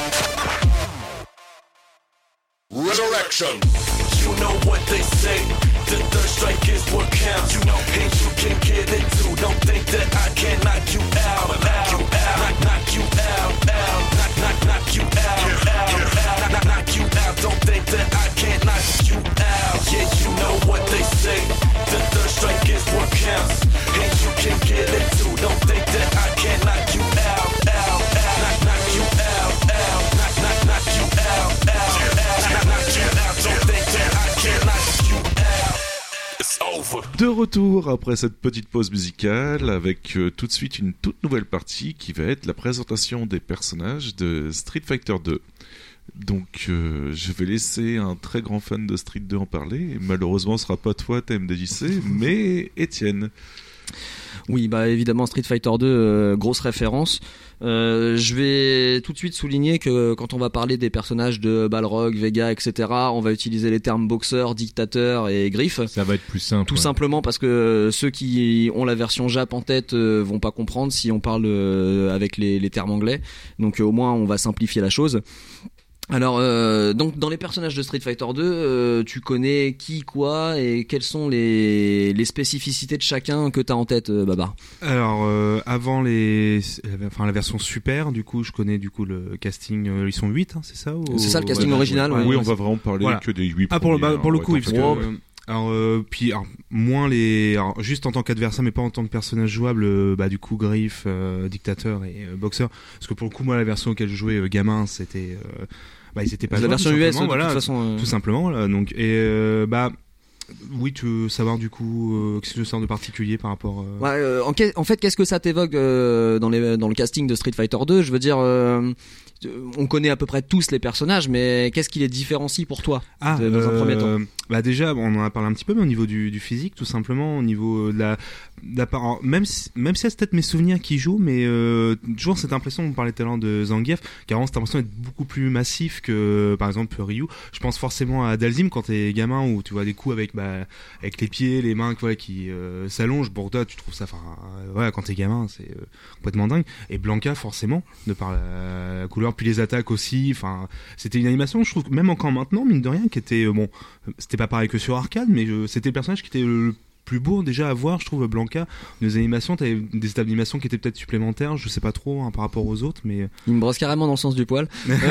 Resurrection. You know what they say, the third strike is what counts. You know, and you can get it too. Don't think that I can knock you out, I'ma knock you out. Knock, knock you out, out. Knock, knock, knock you out, yeah, out, yeah. Out. Knock, knock, knock you out. Don't think that I can't knock you out. Yeah, you know what they say, the third strike is what counts. And you can get it too. Don't think that I can knock you out, out, out. Knock, knock you out, out. Knock, knock, knock you out, out, out. Knock, knock, knock you out. Don't think that I can knock you out. It's over. De retour après cette petite pause musicale avec euh, tout de suite une toute nouvelle partie qui va être la présentation des personnages de Street Fighter deux. Donc euh, je vais laisser un très grand fan de Street deux en parler. Et malheureusement ce sera pas toi T M D J C mais Étienne. Oui, bah évidemment Street Fighter deux, euh, grosse référence. Euh, je vais tout de suite souligner que quand on va parler des personnages de Balrog, Vega, et cetera, on va utiliser les termes boxeur, dictateur et griffe. Ça va être plus simple. Tout ouais. simplement parce que ceux qui ont la version Jap en tête euh, vont pas comprendre si on parle euh, avec les, les termes anglais. Donc euh, au moins on va simplifier la chose. Alors, euh, donc dans les personnages de Street Fighter deux, euh, tu connais qui, quoi, et quelles sont les, les spécificités de chacun que t'as en tête, euh, Babar? Alors euh, avant les, enfin la version super, du coup je connais du coup le casting, euh, ils sont huit, hein, c'est ça ou... C'est ça le casting Ouais, original, ouais, ouais. Oui, ouais, on va vraiment parler Voilà. que des huit Ah pour le, bah, premiers, pour le hein, coup, ouais, oui, parce t'en que, fais pas. euh, alors euh, puis alors, moins les, alors, juste en tant qu'adversaire, mais pas en tant que personnage jouable, euh, bah du coup Griff, euh, dictateur et euh, boxeur, parce que pour le coup moi la version auquel je jouais euh, gamin, c'était, euh, bah ils étaient pas La jouables, version tout U S, de simplement, toute voilà, façon. euh, tout simplement là, donc et euh, bah oui, tu veux savoir du coup euh, qu'est-ce que je sens de particulier par rapport euh... Ouais, euh, en, que- en fait, qu'est-ce que ça t'évoque euh, dans, les, dans le casting de Street Fighter deux? Je veux dire, euh, on connaît à peu près tous les personnages, mais qu'est-ce qui les différencie pour toi Ah, de- dans un euh, premier temps? Bah déjà, on en a parlé un petit peu, mais au niveau du, du physique, tout simplement, au niveau de la, de la par- même si, même si c'est peut-être mes souvenirs qui jouent, mais euh, toujours cette impression, on parlait tout à l'heure de Zangief, qui a vraiment cette impression d'être beaucoup plus massif que, par exemple, Ryu. Je pense forcément à Dalsim quand t'es gamin, où tu vois des coups avec, bah, avec les pieds, les mains, quoi, qui euh, s'allongent. Pour toi, tu trouves ça, enfin, euh, ouais, quand t'es gamin, c'est euh, complètement dingue. Et Blanca, forcément, de par la, la couleur, puis les attaques aussi. Enfin, c'était une animation, je trouve, que même encore maintenant, mine de rien, qui était euh, bon. C'était pas pareil que sur arcade, mais euh, c'était le personnage qui était le plus beau déjà à voir, je trouve. Blanca, nos animations, t'avais des étapes d'animation qui étaient peut-être supplémentaires, je sais pas trop hein, par rapport aux autres, mais Il me brosse carrément dans le sens du poil.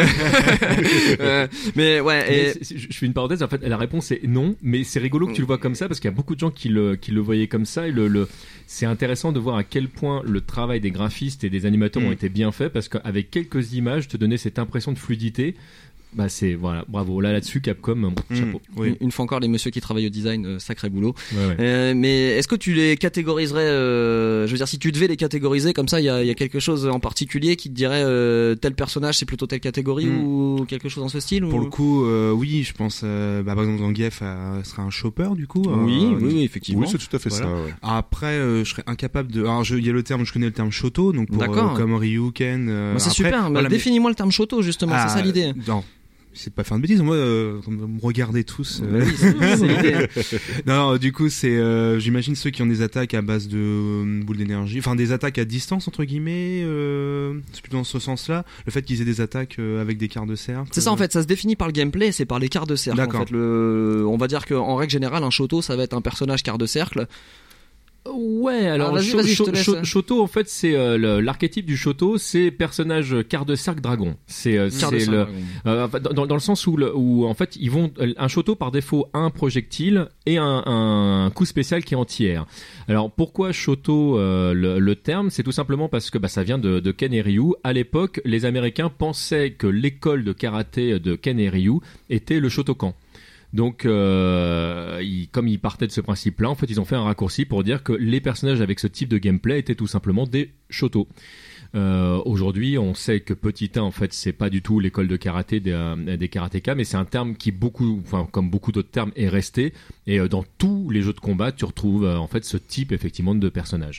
Euh, mais ouais, Mais et... c'est- c'est- je je fais une parenthèse, en fait, la réponse est non, mais c'est rigolo que tu le vois comme ça parce qu'il y a beaucoup de gens qui le, qui le voyaient comme ça. Et le, le, c'est intéressant de voir à quel point le travail des graphistes et des animateurs Mm. ont été bien fait parce qu'avec quelques images, te donner cette impression de fluidité. Bah c'est voilà, bravo. Là là-dessus, Capcom, chapeau. Mmh, oui. Une fois encore, les messieurs qui travaillent au design, euh, sacré boulot. Ouais, ouais. Euh, mais est-ce que tu les catégoriserais euh, Je veux dire, si tu devais les catégoriser comme ça, il y a, il y a quelque chose en particulier qui te dirait euh, tel personnage c'est plutôt telle catégorie Mm. ou quelque chose dans ce style Pour ou... le coup, euh, oui, je pense, euh, bah, par exemple, Zangief euh, serait un chopper du coup. euh, Oui, oui, oui, effectivement. Oui, c'est tout à fait Voilà. ça. Ouais. Après, euh, je serais incapable de. Alors, je- il y a le terme, je connais le terme Shoto, donc pour, D'accord. euh, comme Ryu, Ken. euh, Bah, c'est après, super. Bah, voilà, mais- définis-moi le terme Shoto justement, Ah, c'est ça l'idée. Non. C'est de pas faire de bêtises, moi, euh, comme vous me regardez tous. euh, Bah oui, c'est c'est l'idée. non, non, du coup, c'est, euh, j'imagine ceux qui ont des attaques à base de euh, boules d'énergie, enfin des attaques à distance entre guillemets. Euh, c'est plutôt dans ce sens-là. Le fait qu'ils aient des attaques euh, avec des quarts de cercle. C'est ça en fait, ça se définit par le gameplay, c'est par les quarts de cercle. En D'accord. fait, le, on va dire qu'en règle générale, un Shoto, ça va être un personnage quart de cercle. Ouais, alors Ah, vas-y, Sho- vas-y, je Sho- te laisse. Sho- Shoto, en fait, c'est euh, le- l'archétype du Shoto, c'est personnage quart de cercle dragon. C'est euh, Quart de c'est cercle, le dragon. euh, enfin, dans, dans le sens où, le, où en fait ils vont un Shoto par défaut a un projectile et un, un coup spécial qui est anti-air. Alors pourquoi Shoto euh, le, le terme, c'est tout simplement parce que bah, ça vient de, de Ken et Ryu. À l'époque, les Américains pensaient que l'école de karaté de Ken et Ryu était le Shotokan. Donc, euh, ils, comme ils partaient de ce principe-là, en fait, ils ont fait un raccourci pour dire que les personnages avec ce type de gameplay étaient tout simplement des Shoto. Euh, aujourd'hui, on sait que petit un, en fait, c'est pas du tout l'école de karaté des, euh, des karatékas, mais c'est un terme qui beaucoup, enfin, comme beaucoup d'autres termes, est resté. Et euh, dans tous les jeux de combat, tu retrouves euh, en fait ce type effectivement de personnage.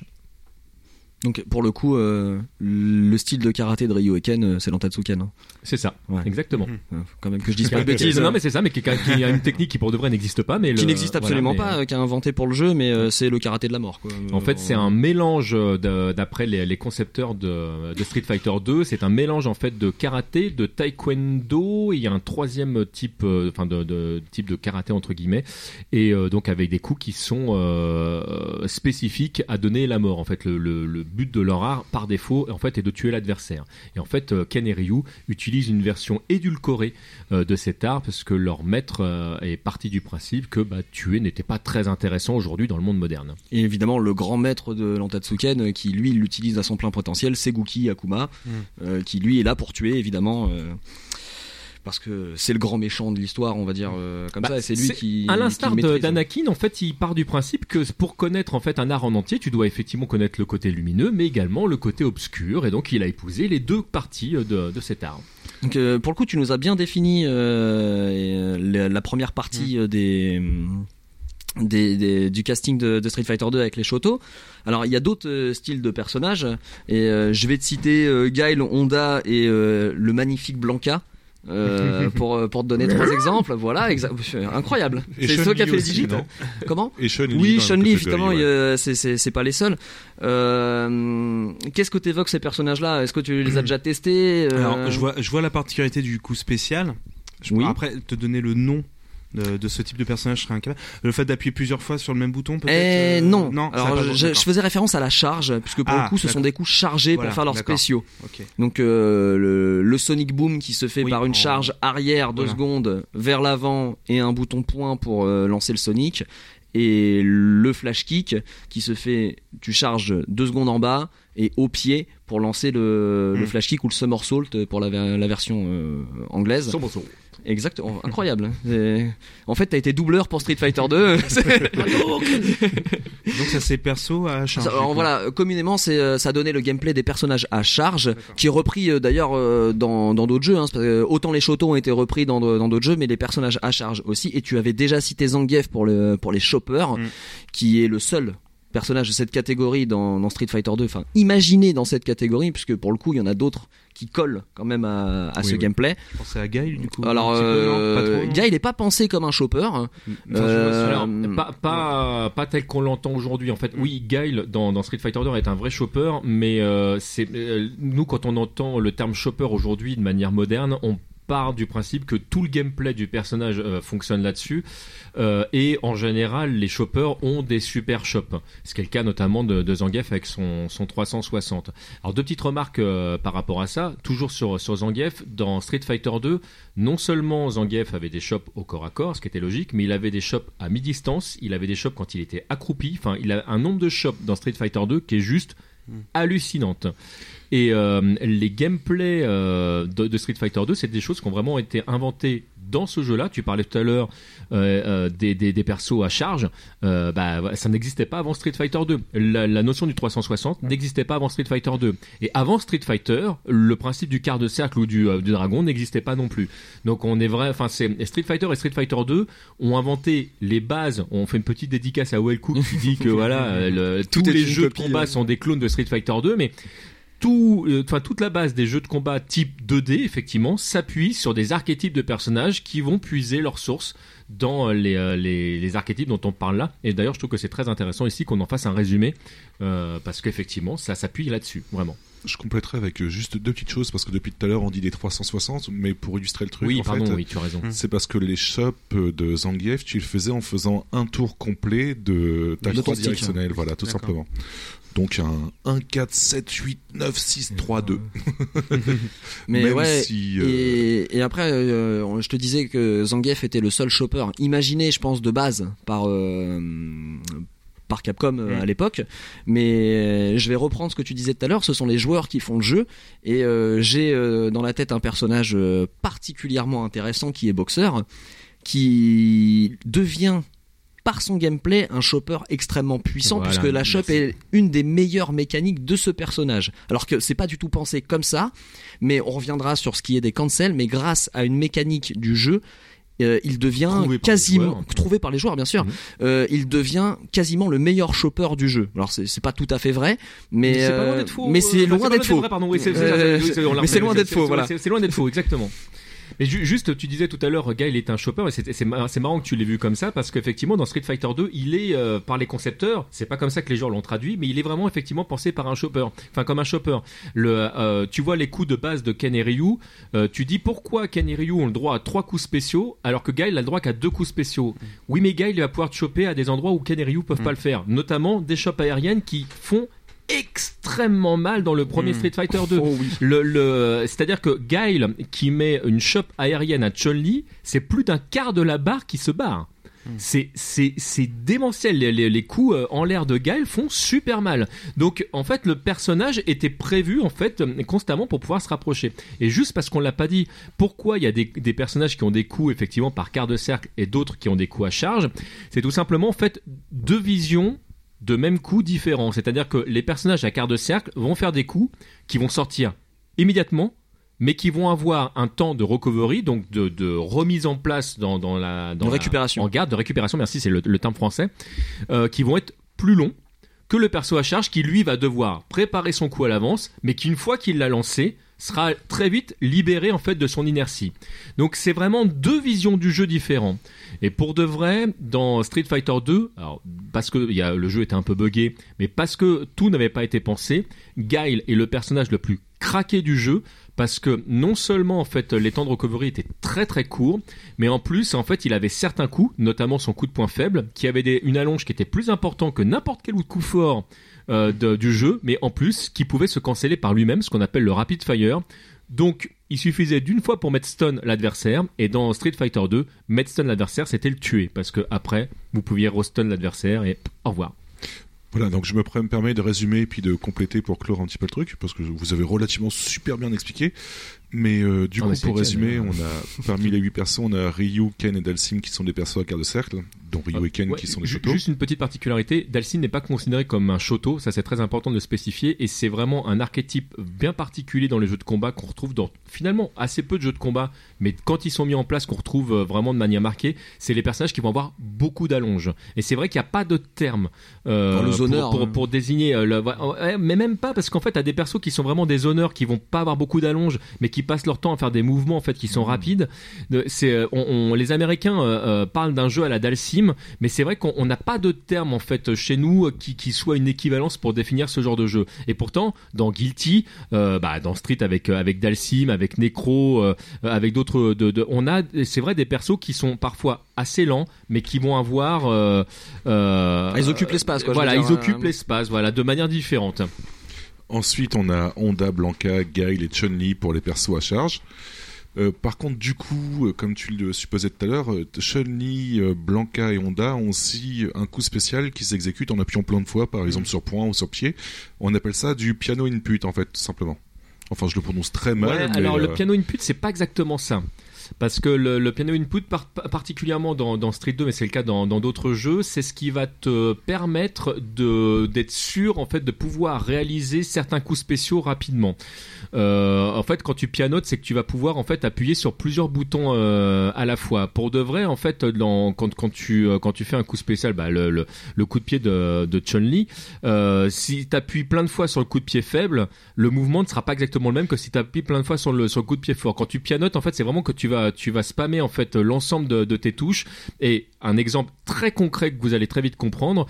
Donc pour le coup, euh, le style de karaté de Ryu et Ken, euh, c'est l'Antatsu Ken. Hein. C'est ça, Ouais. exactement. Euh, faut quand même que je dise pas de bêtises. Non, mais c'est ça, mais qui, qui a une technique qui pour de vrai n'existe pas, mais qui le- n'existe absolument voilà, mais, pas, euh, qui a inventé pour le jeu, mais euh, c'est le karaté de la mort. Quoi. En fait, c'est un mélange de- d'après les, les concepteurs de, de Street Fighter deux. C'est un mélange en fait de karaté, de taekwondo. Et il y a un troisième type, euh, enfin de, de type de karaté entre guillemets, et euh, donc avec des coups qui sont euh, spécifiques à donner la mort. En fait, le, le, le but de leur art par défaut, en fait, est de tuer l'adversaire. Et en fait, euh, Ken et Ryu utilisent une version édulcorée euh, de cet art parce que leur maître euh, est parti du principe que bah, tuer n'était pas très intéressant aujourd'hui dans le monde moderne. Et évidemment, le grand maître de l'Antatsu Ken, euh, qui lui l'utilise à son plein potentiel, c'est Guki Akuma, Mm. euh, qui lui est là pour tuer, évidemment. euh, Parce que c'est le grand méchant de l'histoire, on va dire euh, comme Bah, ça, et c'est lui c'est- qui. À qui l'instar le de- maîtrise. d'Anakin, en fait, il part du principe que pour connaître en fait un art en entier, tu dois effectivement connaître le côté lumineux, mais également le côté obscur, et donc il a épousé les deux parties euh, de, de cet art. Donc euh, pour le coup, tu nous as bien défini euh, et, euh, la, la première partie euh, des, des, des- du casting de, de Street Fighter deux avec les Shoto. Alors il y a d'autres euh, styles de personnages et euh, je vais te citer euh, Guile, Honda et euh, le magnifique Blanca. Euh, pour pour te donner trois exemples, voilà, exa- incroyable. Et C'est toi qui as Chun-Li fait les aussi, digits. non Comment? Et Chun-Li. Oui, dans la Chun-Li, catégorie, évidemment, ouais. euh, c'est c'est c'est pas les seuls. Euh, Qu'est-ce que t'évoques ces personnages-là? Est-ce que tu les as déjà testés? euh, Alors, je vois, je vois la particularité du coup spécial. Je Oui. Après, te donner le nom de, de ce type de personnage serait incapable. Le fait d'appuyer plusieurs fois sur le même bouton, peut-être. Eh euh, non. non. ça Alors va pas- je, je d'accord. faisais référence à la charge, puisque pour Ah, le coup, ce sont d'accord. des coups chargés Voilà, pour faire leurs d'accord. spéciaux. Ok. Donc euh, le, le Sonic Boom qui se fait Oui, par une en- charge arrière deux Voilà. secondes vers l'avant et un bouton point pour euh, lancer le Sonic. Et le flash kick qui se fait, tu charges deux secondes en bas et au pied pour lancer le, Mm. le flash kick ou le somersault pour la, ver- la version euh, anglaise. Somersault. Exactement, incroyable. Et en fait, t'as été doubleur pour Street Fighter deux. Donc ça c'est perso à charge. Ça, alors, voilà, communément, c'est euh, ça donnait le gameplay des personnages à charge, D'accord. qui est repris euh, d'ailleurs euh, dans dans d'autres jeux. Hein, parce que, autant les chotons ont été repris dans de- dans d'autres jeux, mais les personnages à charge aussi. Et tu avais déjà cité Zangief pour le pour les choppers, Mm. qui est le seul personnage de cette catégorie dans, dans Street Fighter deux. Enfin, imaginez dans cette catégorie, puisque pour le coup, il y en a d'autres qui collent quand même à, à Oui, ce oui. gameplay. Je pensais à Guile du coup. Alors, Un petit peu, non Pas euh, trop, non Guy, il est pas pensé comme un chopper. Enfin, Euh, Alors, pas, pas, pas tel qu'on l'entend aujourd'hui. En fait, oui, Guile dans, dans Street Fighter deux est un vrai chopper, mais euh, c'est, euh, nous, quand on entend le terme chopper aujourd'hui de manière moderne, on part du principe que tout le gameplay du personnage euh, fonctionne là-dessus, euh, et en général, les choppers ont des super chops. Ce qui est le cas notamment de, de Zangief avec son, son trois cent soixante. Alors, deux petites remarques euh, par rapport à ça. Toujours sur, sur Zangief, dans Street Fighter deux, non seulement Zangief avait des chops au corps à corps, ce qui était logique, mais il avait des chops à mi-distance, il avait des chops quand il était accroupi. Enfin, il a un nombre de chops dans Street Fighter deux qui est juste hallucinante. Et euh, les gameplays euh, de, de Street Fighter deux, c'est des choses qui ont vraiment été inventées dans ce jeu-là. Tu parlais tout à l'heure euh, euh, des, des, des persos à charge. Euh, bah, ça n'existait pas avant Street Fighter deux. La, la notion du trois cent soixante n'existait pas avant Street Fighter deux. Et avant Street Fighter, le principe du quart de cercle ou du, euh, du dragon n'existait pas non plus. Donc on est vrai. Enfin, c'est Street Fighter et Street Fighter deux ont inventé les bases. On fait une petite dédicace à Well Cook qui dit que voilà, euh, le, Tout Tous est les une jeux de copie, combat hein. sont des clones de Street Fighter deux, mais tout, euh, enfin, toute la base des jeux de combat type deux D, effectivement, s'appuie sur des archétypes de personnages qui vont puiser leurs sources dans les, euh, les, les archétypes dont on parle là. Et d'ailleurs, je trouve que c'est très intéressant ici qu'on en fasse un résumé, euh, parce qu'effectivement, ça s'appuie là-dessus, vraiment. Je compléterai avec euh, juste deux petites choses, parce que depuis tout à l'heure on dit les trois cent soixante, mais pour illustrer le truc, Oui, en pardon, fait, oui, tu as raison. c'est parce que les shops de Zangief, tu le faisais en faisant un tour complet de ta De ton croix stick. directionnelle, voilà, tout D'accord. simplement. Donc un un, quatre, sept, huit, neuf, six, trois, deux. Mais Même ouais. si, euh, Et, et après, euh, je te disais que Zangief était le seul chopper imaginé, je pense, de base par euh, par Capcom euh, Mm. à l'époque. Mais je vais reprendre ce que tu disais tout à l'heure. Ce sont les joueurs qui font le jeu. Et euh, j'ai euh, dans la tête un personnage euh, particulièrement intéressant qui est Boxer, qui devient par son gameplay un chopper extrêmement puissant, Voilà, puisque la chop merci. est une des meilleures mécaniques de ce personnage. Alors que c'est pas du tout pensé comme ça, mais on reviendra sur ce qui est des cancels, mais grâce à une mécanique du jeu, euh, il devient Trouvé par les quasiment joueurs. trouvé par les joueurs, bien sûr. Mhm. Euh, il devient quasiment le meilleur chopper du jeu. Alors c'est c'est pas tout à fait vrai, mais c'est pas loin euh, d'être faux. mais c'est euh, loin enfin, d'être faux. vrai, pardon, oui, c'est, c'est- Euh, c'est- c'est- on l'a mais c'est refait, loin d'être faux, c'est- voilà. C'est, c'est loin d'être faux, exactement. Mais ju- juste, tu disais tout à l'heure, Guy, il est un chopper, et c'est, c'est, mar- c'est marrant que tu l'aies vu comme ça, parce qu'effectivement, dans Street Fighter deux, il est, euh, par les concepteurs, c'est pas comme ça que les gens l'ont traduit, mais il est vraiment effectivement pensé par un chopper, enfin comme un chopper. Le, euh, tu vois les coups de base de Ken et Ryu, euh, tu dis pourquoi Ken et Ryu ont le droit à trois coups spéciaux, alors que Guy, il a le droit qu'à deux coups spéciaux. Oui, mais Guy, il va pouvoir te choper à des endroits où Ken et Ryu peuvent pas le faire, notamment des chops aériennes qui font extrêmement mal dans le premier Mm. Street Fighter deux. Oh oui. Le, le, c'est-à-dire que Guile qui met une chope aérienne à Chun-Li, c'est plus d'un quart de la barre qui se barre. C'est, c'est, c'est démentiel. Les, les, les coups euh, en l'air de Guile font super mal. Donc, en fait, le personnage était prévu, en fait, euh, constamment pour pouvoir se rapprocher. Et juste parce qu'on l'a pas dit, pourquoi il y a des, des personnages qui ont des coups, effectivement, par quart de cercle et d'autres qui ont des coups à charge, c'est tout simplement, en fait, deux visions de même coup différents. C'est-à-dire que les personnages à quart de cercle vont faire des coups qui vont sortir immédiatement, mais qui vont avoir un temps de recovery, donc de, de remise en place dans, dans la dans De la- récupération. en garde, de récupération, merci, c'est le, le terme français, euh, qui vont être plus longs que le perso à charge qui lui va devoir préparer son coup à l'avance, mais qui une fois qu'il l'a lancé sera très vite libéré en fait de son inertie. Donc c'est vraiment deux visions du jeu différents. Et pour de vrai, dans Street Fighter deux, alors parce que il y a, le jeu était un peu buggé, mais parce que tout n'avait pas été pensé, Guile est le personnage le plus craqué du jeu, parce que non seulement en fait les temps de recovery étaient très très courts, mais en plus en fait il avait certains coups, notamment son coup de poing faible, qui avait des, une allonge qui était plus importante que n'importe quel autre coup fort euh, de- du jeu, mais en plus qui pouvait se canceller par lui-même, ce qu'on appelle le rapid fire. Donc il suffisait d'une fois pour mettre stun l'adversaire, et dans Street Fighter deux, mettre stun l'adversaire c'était le tuer, parce que après vous pouviez re-stun l'adversaire et pff, au revoir. Voilà, donc je me pr- me permets de résumer et puis de compléter pour clore un petit peu le truc, parce que vous avez relativement super bien expliqué. Mais euh, du Ah, coup, mais c'est pour Ken, résumer, euh. on a parmi les huit persos, on a Ryu, Ken et Dalsim qui sont des persos à quart de cercle, dont Ryu et Ken Ouais, qui sont des ju- Shoto. Juste une petite particularité, Dalsim n'est pas considéré comme un Shoto, ça c'est très important de le spécifier, et c'est vraiment un archétype bien particulier dans les jeux de combat qu'on retrouve dans finalement assez peu de jeux de combat, mais quand ils sont mis en place, qu'on retrouve euh, vraiment de manière marquée, c'est les personnages qui vont avoir beaucoup d'allonges. Et c'est vrai qu'il n'y a pas de terme euh, Dans le pour, zoneur, pour, hein. pour désigner, euh, le, ouais, mais même pas, parce qu'en fait, tu as des persos qui sont vraiment des zoneurs, qui vont pas avoir beaucoup d'allonges, mais qui passent leur temps à faire des mouvements en fait qui sont rapides. De- C'est, euh, on, on- les Américains euh, euh, parlent d'un jeu à la Dalsim, mais c'est vrai qu'on on n'a pas de terme en fait chez nous qui, qui soit une équivalence pour définir ce genre de jeu. Et pourtant, dans Guilty, euh, bah, dans Street avec euh, avec Dalsim, avec Necro, euh, avec d'autres, de, de- on a, c'est vrai, des persos qui sont parfois assez lents, mais qui vont avoir. Euh, euh, Ah, ils occupent l'espace, quoi, je Voilà, veux ils dire, occupent euh, l'espace, voilà, de manière différente. Ensuite, on a Honda, Blanca, Guile et Chun-Li pour les persos à charge. Euh, par contre, du coup, euh, comme tu le supposais tout à l'heure, euh, Chun-Li, euh, Blanca et Honda ont aussi un coup spécial qui s'exécute en appuyant plein de fois, par exemple sur point ou sur pied. On appelle ça du piano input, en fait, tout simplement. Enfin, je le prononce très mal. Ouais, mais, alors euh, le piano input, c'est pas exactement ça. Parce que le, le piano input, par- particulièrement dans, dans Street deux, mais c'est le cas dans dans d'autres jeux, c'est ce qui va te permettre de d'être sûr en fait de pouvoir réaliser certains coups spéciaux rapidement. Euh, en fait, quand tu pianotes, c'est que tu vas pouvoir en fait appuyer sur plusieurs boutons euh, à la fois. Pour de vrai, en fait, dans, quand quand tu euh, quand tu fais un coup spécial, bah, le, le le coup de pied de de Chun-Li, euh, si t'appuies plein de fois sur le coup de pied faible, le mouvement ne sera pas exactement le même que si t'appuies plein de fois sur le sur le coup de pied fort. Quand tu pianotes, en fait, c'est vraiment que tu vas tu vas spammer en fait l'ensemble de, de tes touches. Et un exemple très concret que vous allez très vite comprendre,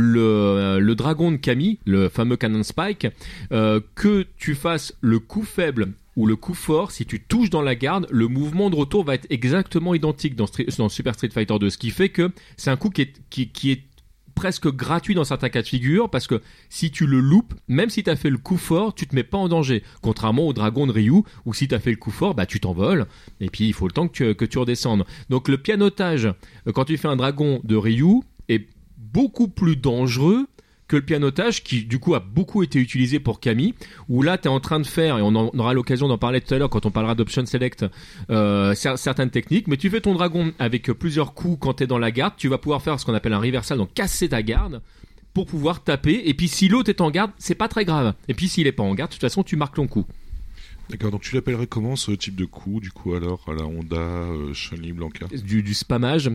le le dragon de Camille, le fameux Cannon Spike, euh, que tu fasses le coup faible ou le coup fort, si tu touches dans la garde, le mouvement de retour va être exactement identique dans, Street, dans Super Street Fighter deux, ce qui fait que c'est un coup qui est qui, qui est presque gratuit dans certains cas de figure, parce que si tu le loupes, même si tu as fait le coup fort, tu te mets pas en danger. Contrairement au dragon de Ryu, où si tu as fait le coup fort, bah tu t'envoles, et puis il faut le temps que tu, que tu redescendes. Donc le pianotage, euh, quand tu fais un dragon de Ryu, est beaucoup plus dangereux que le pianotage qui du coup a beaucoup été utilisé pour Camille, où là tu es en train de faire, et on, en, on aura l'occasion d'en parler tout à l'heure quand on parlera d'Option Select, euh, cer- certaines techniques, mais tu fais ton dragon avec plusieurs coups quand tu es dans la garde, tu vas pouvoir faire ce qu'on appelle un reversal, donc casser ta garde pour pouvoir taper, et puis si l'autre est en garde, c'est pas très grave, et puis s'il est pas en garde, de toute façon tu marques ton coup. D'accord, donc tu l'appellerais comment ce type de coup, du coup, alors, à la Honda, euh, Chun-Li, Blanca? Du, du spammage.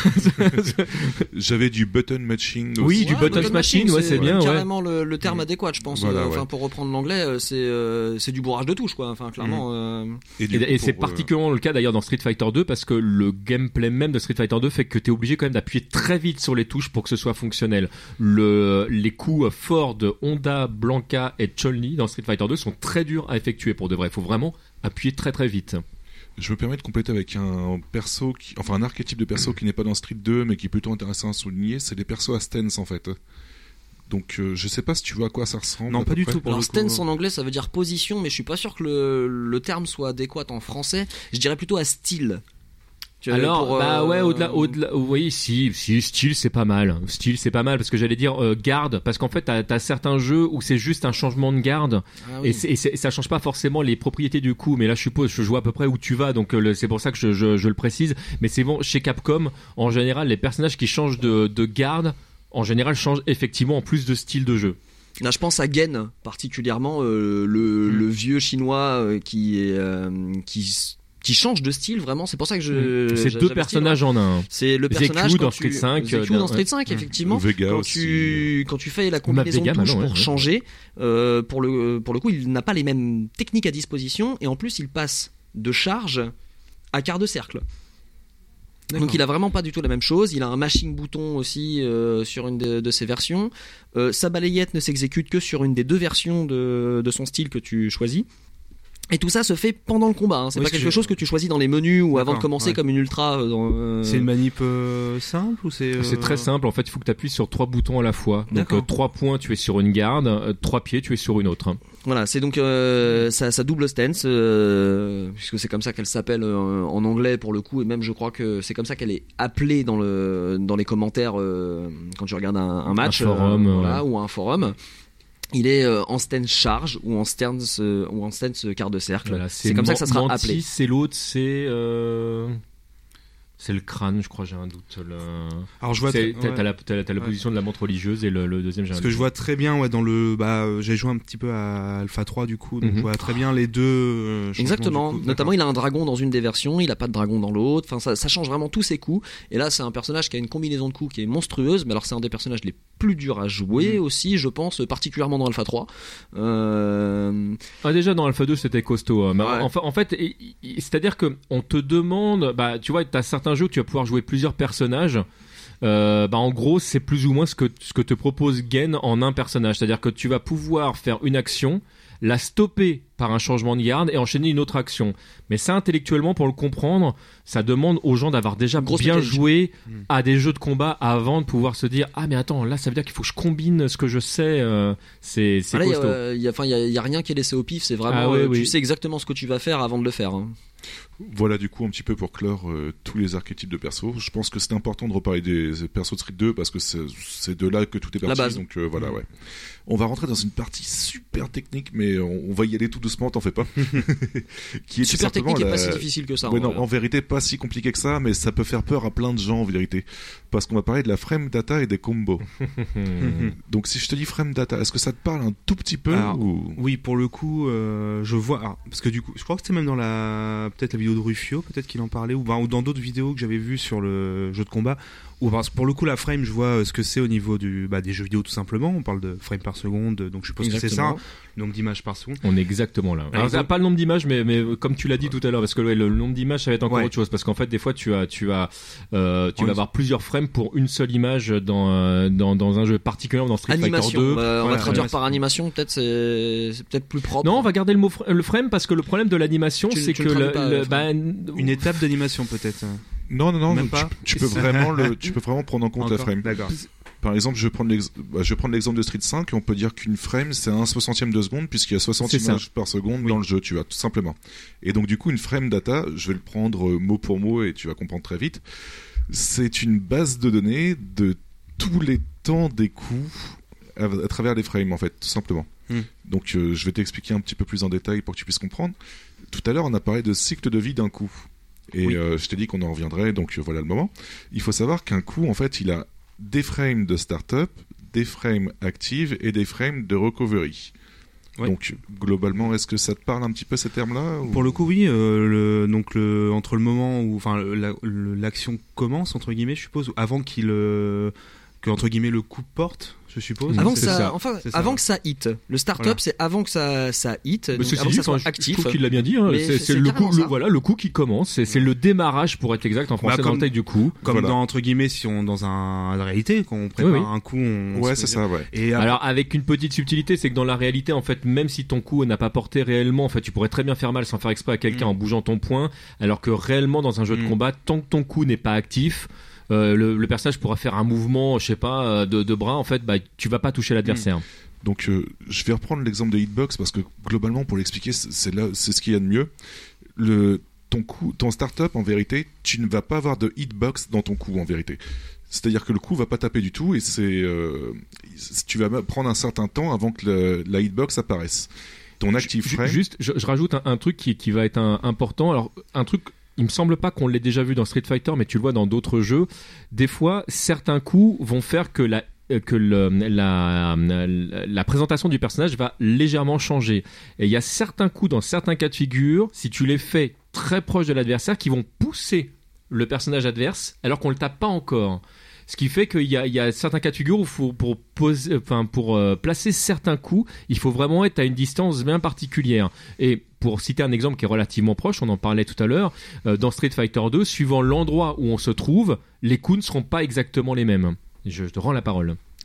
J'avais du button matching Oui, aussi. du button button smashing, ouais, c'est bien, ouais. carrément le, le terme adéquat, je pense. Voilà, euh, Enfin, ouais. pour reprendre l'anglais, euh, c'est euh, c'est du bourrage de touche, quoi. Enfin, clairement. euh, Et, du Et, coup, et c'est pour, euh, particulièrement le cas d'ailleurs dans Street Fighter deux, parce que le gameplay même de Street Fighter deux fait que tu es obligé quand même d'appuyer très vite sur les touches pour que ce soit fonctionnel. Le, les coups forts de Honda, Blanca et Chun-Li dans Street Fighter deux sont très durs à effectuer pour de vrai. Il faut vraiment appuyer très très vite. Je me permets de compléter avec un perso, qui, enfin un archétype de perso qui n'est pas dans Street deux, mais qui est plutôt intéressant à souligner, c'est les persos à stance en fait. Donc euh, je sais pas si tu vois à quoi ça ressemble. Non, à pas peu du près. tout. Pour Alors le coup, stance en anglais ça veut dire position, mais je suis pas sûr que le, le terme soit adéquat en français. Je dirais plutôt à style. Tu vois, Alors, pour, bah euh, ouais, au-delà, au-delà, vous voyez, si, si, style, c'est pas mal. Style, c'est pas mal, parce que j'allais dire euh, garde, parce qu'en fait, t'as, t'as certains jeux où c'est juste un changement de garde, ah oui. et, c'est, et c'est- ça change pas forcément les propriétés du coup. Mais là, je suppose, je vois à peu près où tu vas, donc euh, le- c'est pour ça que je, je, je le précise. Mais c'est bon, chez Capcom, en général, les personnages qui changent de, de garde, en général, changent effectivement en plus de style de jeu. Là, je pense à Gen particulièrement, euh, le, Mm. le vieux chinois euh, qui est euh, qui s- qui change de style vraiment. C'est pour ça que je. c'est j'a- deux j'avais personnages en un. C'est le Zeku personnage dans quand Street tu... cinq, Zeku euh, dans Street ouais. cinq, effectivement. Vega Quand aussi. tu quand tu fais la Ou combinaison Vega, de touches maintenant, pour ouais. changer, euh, pour le pour le coup, il n'a pas les mêmes techniques à disposition et en plus, il passe de charge à quart de cercle. Donc il a vraiment pas du tout la même chose. Il a un mashing bouton aussi euh, sur une de, de ses versions. Euh, sa balayette ne s'exécute que sur une des deux versions de, de son style que tu choisis. Et tout ça se fait pendant le combat. Hein. C'est Oui, pas ce que quelque je- chose que tu choisis dans les menus ou avant de D'accord, commencer ouais. comme une ultra. euh, Dans, euh, C'est une manip euh, simple ou c'est euh, C'est très simple, en fait, il faut que tu appuies sur trois boutons à la fois. Donc D'accord. euh, trois points, tu es sur une garde, euh, trois pieds, tu es sur une autre. hein. Voilà, c'est donc euh, sa, sa double stance, euh, puisque c'est comme ça qu'elle s'appelle euh, en anglais pour le coup, et même je crois que c'est comme ça qu'elle est appelée dans le dans les commentaires euh, quand tu regardes un, un match, Un forum, euh, voilà, ouais. ou un forum. Il est euh, en stance charge ou en stance euh, ou en stance quart de cercle. Voilà, c'est comme ça que ça sera Mantis, appelé. c'est l'autre, c'est. euh, C'est le crâne, je crois, j'ai un doute. Le... Alors je vois C'est- T'as ouais. t'as la, t'as la- t'as la Ouais. position de la montre religieuse et le, le deuxième, j'ai un Parce que doute. je vois très bien ouais dans le bah euh, j'ai joué un petit peu à Alpha trois du coup donc Mhm. je vois très bien les deux euh, changements, Exactement. du coup. Notamment, il a un dragon dans une des versions, il a pas de dragon dans l'autre. Enfin, ça, ça change vraiment tous ses coups. Et là, c'est un personnage qui a une combinaison de coups qui est monstrueuse. Mais alors, c'est un des personnages les plus durs à jouer Mm. aussi, je pense, particulièrement dans Alpha trois. Euh... Ah, déjà dans Alpha deux c'était costaud. hein. Mais Ouais. en, fa- en fait, et- et- c'est-à-dire que on te demande, bah tu vois, t'as certains jeux où tu vas pouvoir jouer plusieurs personnages. Euh, bah en gros c'est plus ou moins ce que ce que te propose Gen en un personnage, c'est-à-dire que tu vas pouvoir faire une action, la stopper par un changement de garde et enchaîner une autre action. Mais ça intellectuellement pour le comprendre, ça demande aux gens d'avoir déjà Grosse bien mécanique. joué Mm. à des jeux de combat avant de pouvoir se dire ah mais attends là ça veut dire qu'il faut que je combine ce que je sais. euh, c'est c'est Voilà, il y a, costaud. euh, il y a, enfin, il y a, il y a rien qui est laissé au pif. C'est vraiment, Ah oui, euh, oui. tu sais exactement ce que tu vas faire avant de le faire. hein. Voilà du coup un petit peu pour clore euh, tous les archétypes de persos. Je pense que c'est important de reparler des persos de Street deux parce que c'est c'est de là que tout est La parti. base. Donc euh, voilà Mhm. ouais. On va rentrer dans une partie super technique mais on, on va y aller tout doucement, t'en fais pas. Qui est tout Super simplement technique et la- pas si difficile que ça. Ouais, en non, vrai. en vérité, pas si compliqué que ça, mais ça peut faire peur à plein de gens en vérité. Parce qu'on va parler de la frame data et des combos. Donc si je te dis frame data, est-ce que ça te parle un tout petit peu Alors, ou... Oui, pour le coup, euh, je vois. alors, parce que du coup, je crois que c'était même dans la peut-être la vidéo de Rufio, peut-être qu'il en parlait, ou, ben, ou dans d'autres vidéos que j'avais vues sur le jeu de combat. Ou parce que pour le coup, la frame, je vois euh, ce que c'est au niveau du bah, des jeux vidéo tout simplement. On parle de frame par seconde, donc je suppose que c'est ça, Exactement. donc d'images par seconde. On est exactement là. Alors, donc- ça, pas le nombre d'images, mais, mais comme tu l'as dit tout à l'heure, parce que ouais, le nombre d'images, ça va être encore Ouais. autre chose. Parce qu'en fait, des fois, tu as, tu as, euh, tu En vas une- avoir plusieurs frames pour une seule image dans, euh, dans, dans un jeu, particulièrement dans Street Animation. Fighter deux. Bah, on va Voilà, traduire animation. par animation. Peut-être c'est, c'est peut-être plus propre. Non, on va garder le mot fr- le frame parce que le problème de l'animation, Tu- c'est tu que le le, traduis pas, le- le frame. bah, Une étape d'animation peut-être. Non, non, non, Même tu, pas. tu peux vraiment le, tu peux vraiment prendre en compte la Encore frame. D'accord. Par exemple, je vais prendre l'ex- bah, je vais prendre l'exemple de Street cinq, et on peut dire qu'une frame c'est un soixantième de seconde puisqu'il y a soixante C'est ça. images par seconde dans le jeu, tu vois, tout simplement. Et donc du coup, une frame data, je vais le prendre euh, mot pour mot et tu vas comprendre très vite. C'est une base de données de tous les temps des coups à, à travers les frames en fait, tout simplement. Hmm. Donc euh, je vais t'expliquer un petit peu plus en détail pour que tu puisses comprendre. Tout à l'heure, on a parlé de cycle de vie d'un coup. Et Oui. euh, je t'ai dit qu'on en reviendrait, donc euh, voilà le moment. Il faut savoir qu'un coup, en fait, il a des frames de start-up, des frames actives et des frames de recovery. Ouais. Donc globalement, est-ce que ça te parle un petit peu ces termes-là ou- Pour le coup, oui. euh, le, donc le, entre le moment où, enfin, le- la- le- l'action commence entre guillemets, je suppose, ou avant qu'il, euh, que entre guillemets le coup porte, je suppose. Avant que C'est ça, enfin, C'est ça, avant ouais. que ça hit. Le start-up, Voilà. c'est avant que ça, ça hit. Mais donc ceci avant que dit, ça soit enfin, je- actif. je trouve qu'il l'a bien dit. hein. Mais C'est c'est- c'est c'est le coup, carrément le, ça. voilà, le coup qui commence. C'est c'est le démarrage pour être exact en français Bah, dans comme- le texte du coup. Comme Voilà. dans entre guillemets, si on dans un la réalité, quand on prépare Oui, oui. un coup, on. Ouais, se c'est fait ça, ouais. dire. Et après- Alors avec une petite subtilité, c'est que dans la réalité, en fait, même si ton coup n'a pas porté réellement, en fait, tu pourrais très bien faire mal sans faire exprès à quelqu'un Mm. en bougeant ton poing, alors que réellement dans un jeu de Mm. combat, tant que ton coup n'est pas actif, euh, le, le personnage pourra faire un mouvement, je sais pas, euh, de, de bras. En fait, bah, tu vas pas toucher l'adversaire. Donc euh, je vais reprendre l'exemple de hitbox parce que globalement, pour l'expliquer, c'est c'est là, c'est ce qu'il y a de mieux. Le ton coup, ton startup, en vérité, tu ne vas pas avoir de hitbox dans ton coup, en vérité. C'est-à-dire que le coup va pas taper du tout et c'est, euh, tu vas prendre un certain temps avant que le- la hitbox apparaisse. Ton active Ju- frame. Juste, je, je rajoute un, un truc qui, qui va être un- important. Alors, un truc, il me semble pas qu'on l'ait déjà vu dans Street Fighter, mais tu le vois dans d'autres jeux. Des fois, certains coups vont faire que la euh, que le, la, la, la présentation du personnage va légèrement changer. Et il y a certains coups dans certains cas de figure, si tu les fais très proche de l'adversaire, qui vont pousser le personnage adverse alors qu'on le tape pas encore. Ce qui fait qu'il y a, il y a certains cas de figure où faut, pour, poser, enfin, pour euh, placer certains coups, il faut vraiment être à une distance bien particulière. Et pour citer un exemple qui est relativement proche, on en parlait tout à l'heure, euh, dans Street Fighter deux, suivant l'endroit où on se trouve, les coups ne seront pas exactement les mêmes. Je te rends la parole.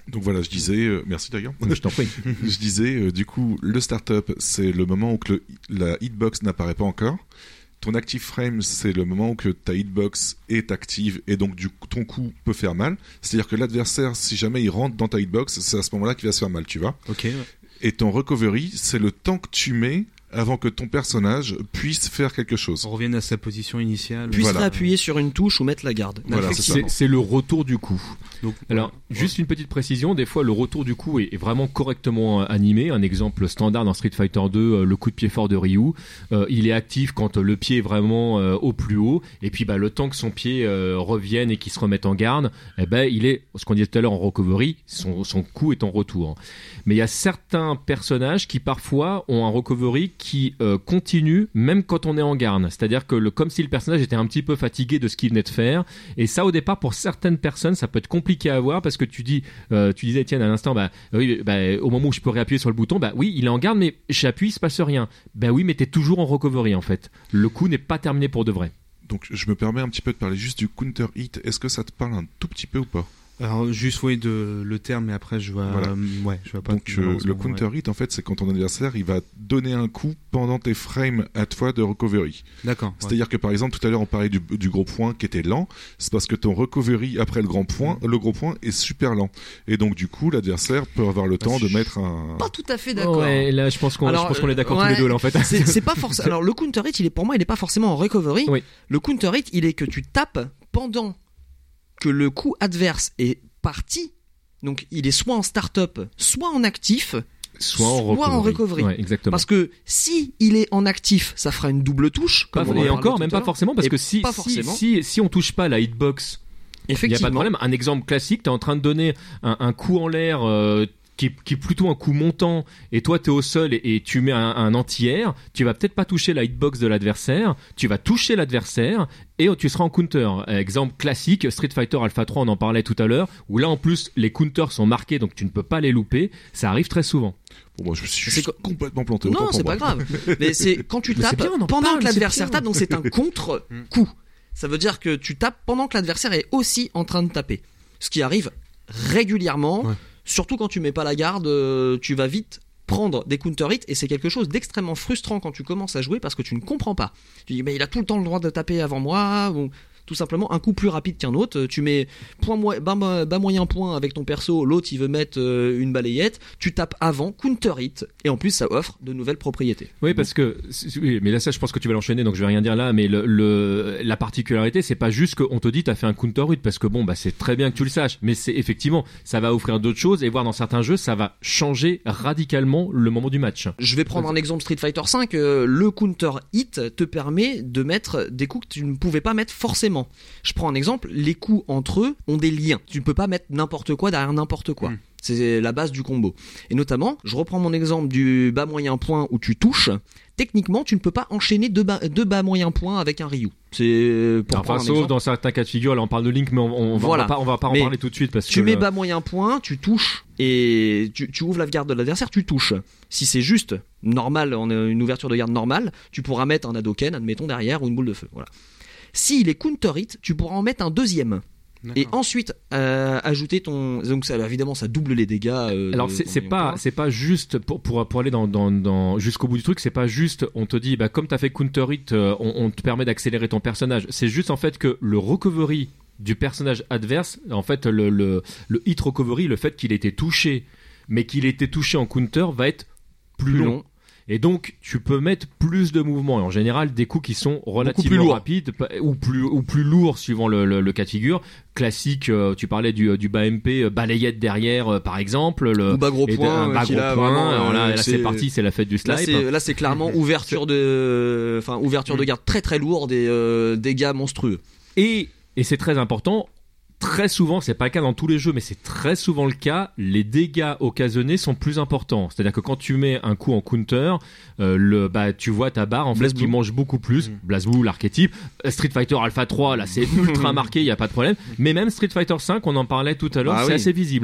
Donc voilà, je disais, euh, merci d'ailleurs. Je t'en prie. Je disais, euh, du coup, le startup, c'est le moment où que le, la hitbox n'apparaît pas encore. Ton active frame, c'est le moment où que ta hitbox est active et donc du coup, ton coup peut faire mal. C'est-à-dire que l'adversaire, si jamais il rentre dans ta hitbox, c'est à ce moment-là qu'il va se faire mal, tu vois. Ok. Ouais. Et ton recovery, c'est le temps que tu mets avant que ton personnage puisse faire quelque chose. On revient à sa position initiale. Puisse Voilà. appuyer sur une touche ou mettre la garde. Voilà, c'est ça. C'est, c'est le retour du coup. Donc, Alors, ouais. juste une petite précision, des fois le retour du coup est, est vraiment correctement euh, animé. Un exemple standard dans Street Fighter deux, euh, le coup de pied fort de Ryu, euh, il est actif quand euh, le pied est vraiment euh, au plus haut, et puis bah, le temps que son pied euh, revienne et qu'il se remette en garde, eh ben, il est, ce qu'on disait tout à l'heure en recovery, son, son coup est en retour. Mais il y a certains personnages qui parfois ont un recovery qui euh, continue même quand on est en garde. C'est-à-dire que le, comme si le personnage était un petit peu fatigué de ce qu'il venait de faire, et ça au départ pour certaines personnes ça peut être compliqué à avoir parce que tu dis, euh, tu disais Étienne à l'instant, bah, oui, bah, au moment où je peux réappuyer sur le bouton, bah oui, il est en garde, mais j'appuie, il se passe rien. Bah oui, mais t'es toujours en recovery en fait. Le coup n'est pas terminé pour de vrai. Donc je me permets un petit peu de parler juste du counter hit. Est-ce que ça te parle un tout petit peu ou pas? Alors juste oui de le terme, mais après je vois, Voilà. euh, ouais, je vois pas. Donc euh, le counter hit, en fait, c'est quand ton adversaire il va donner un coup pendant tes frames à toi de recovery. D'accord. Ouais. C'est-à-dire que par exemple tout à l'heure on parlait du, du gros point qui était lent, c'est parce que ton recovery après le grand point, le gros point est super lent, et donc du coup l'adversaire peut avoir le temps de mettre un. Pas tout à fait d'accord. Ouais, là je pense qu'on, Alors, je pense qu'on est d'accord euh, tous les ouais, deux là en fait. C'est, c'est pas forcément. Alors le counter hit, il est pour moi, il est pas forcément en recovery. Oui. Le counter hit, il est que tu tapes pendant que le coup adverse est parti. Donc il est soit en start-up, soit en actif, Soit en recovery. soit en recovery. Ouais, exactement. Parce que si il est en actif, ça fera une double touche. Pas- Comme on en et parlait encore, tout même à pas l'heure. forcément, parce Et que si, pas si, forcément. si, si on touche pas la hitbox, il n'y a Effectivement. pas de problème. Un exemple classique, tu es en train de donner un, un coup en l'air euh, qui, est, qui est plutôt un coup montant, et toi tu es au sol et, et tu mets un, un anti-air, tu vas peut-être pas toucher la hitbox de l'adversaire, tu vas toucher l'adversaire et tu seras en counter. Exemple classique, Street Fighter Alpha trois, on en parlait tout à l'heure, où là en plus les counters sont marqués donc tu ne peux pas les louper, ça arrive très souvent. Bon, moi je me suis C'est juste co- complètement planté. autant Non, pour c'est moi. pas grave. Mais c'est quand tu Mais c'est tapes bien, on en pendant parle, que l'adversaire c'est bien. tape, donc c'est un contre-coup. Ça veut dire que tu tapes pendant que l'adversaire est aussi en train de taper. Ce qui arrive régulièrement, Ouais. surtout quand tu mets pas la garde, euh, tu vas vite prendre des counter hits, et c'est quelque chose d'extrêmement frustrant quand tu commences à jouer parce que tu ne comprends pas. Tu dis mais il a tout le temps le droit de taper avant moi, ou tout simplement un coup plus rapide qu'un autre. Tu mets point mo- bas, bas moyen point avec ton perso, l'autre il veut mettre euh, une balayette, tu tapes avant, counter hit, et en plus ça offre de nouvelles propriétés. Oui, parce que, c'est- oui, mais là, ça, je pense que tu vas l'enchaîner, donc je vais rien dire là, mais le, le, la particularité, c'est pas juste qu'on te dit t'as fait un counter hit, parce que bon, bah, c'est très bien que tu le saches, mais c'est effectivement, ça va offrir d'autres choses, et voir dans certains jeux, ça va changer radicalement le moment du match. Je vais prendre un exemple Street Fighter cinq, euh, le counter hit te permet de mettre des coups que tu ne pouvais pas mettre forcément. Je prends un exemple, les coups entre eux ont des liens. Tu ne peux pas mettre n'importe quoi derrière n'importe quoi. Mm. C'est la base du combo. Et notamment, je reprends mon exemple du bas moyen point où tu touches. Techniquement, tu ne peux pas enchaîner deux bas, deux bas moyens points avec un Ryu. C'est pour Enfin, prendre un sauf exemple. dans certains cas de figure, là on parle de Link, mais on, on va, Voilà. on va pas, on va pas en Mais parler tout de suite, parce Tu que. mets le- bas moyen point, tu touches et tu, tu ouvres la garde de l'adversaire, tu touches. Si c'est juste normal, en euh, une ouverture de garde normale, tu pourras mettre un Hadoken, admettons, derrière ou une boule de feu. Voilà. S'il est counter hit, tu pourras en mettre un deuxième. D'accord. Et ensuite euh, ajouter ton. Donc ça, évidemment, ça double les dégâts. euh, Alors de c'est ton c'est moyen pas point. c'est pas juste pour pour pour aller dans dans, dans jusqu'au bout du truc, c'est pas juste on te dit bah comme t'as fait counter hit, euh, on, on te permet d'accélérer ton personnage. C'est juste en fait que le recovery du personnage adverse, en fait le le, le hit recovery, le fait qu'il ait été touché, mais qu'il ait été touché en counter va être plus, Plus long. long. Et donc, tu peux mettre plus de mouvements. Et en général, des coups qui sont relativement plus lourds. rapides pa- ou plus, ou plus lourds suivant le, le, le cas de figure. Classique, euh, tu parlais du, du bas M P, euh, balayette derrière, euh, par exemple. Le, Ou bas gros et point, un euh, bas qu'il gros a point. vraiment, Alors là, euh, là c'est c'est- parti, c'est la fête du Là snipe. c'est, là, c'est clairement ouverture de, enfin ouverture de garde très très lourde et euh, dégâts monstrueux. Et, et c'est très important. Très souvent, c'est pas le cas dans tous les jeux, mais c'est très souvent le cas, les dégâts occasionnés sont plus importants. C'est-à-dire que quand tu mets un coup en counter, euh, le, bah, tu vois ta barre en fait BlazBlue. qui mange beaucoup plus. BlazBlue, l'archétype. Euh, Street Fighter Alpha trois, là c'est ultra marqué, il y a pas de problème. Mais même Street Fighter cinq, on en parlait tout à l'heure, Ah c'est oui. assez visible. hein.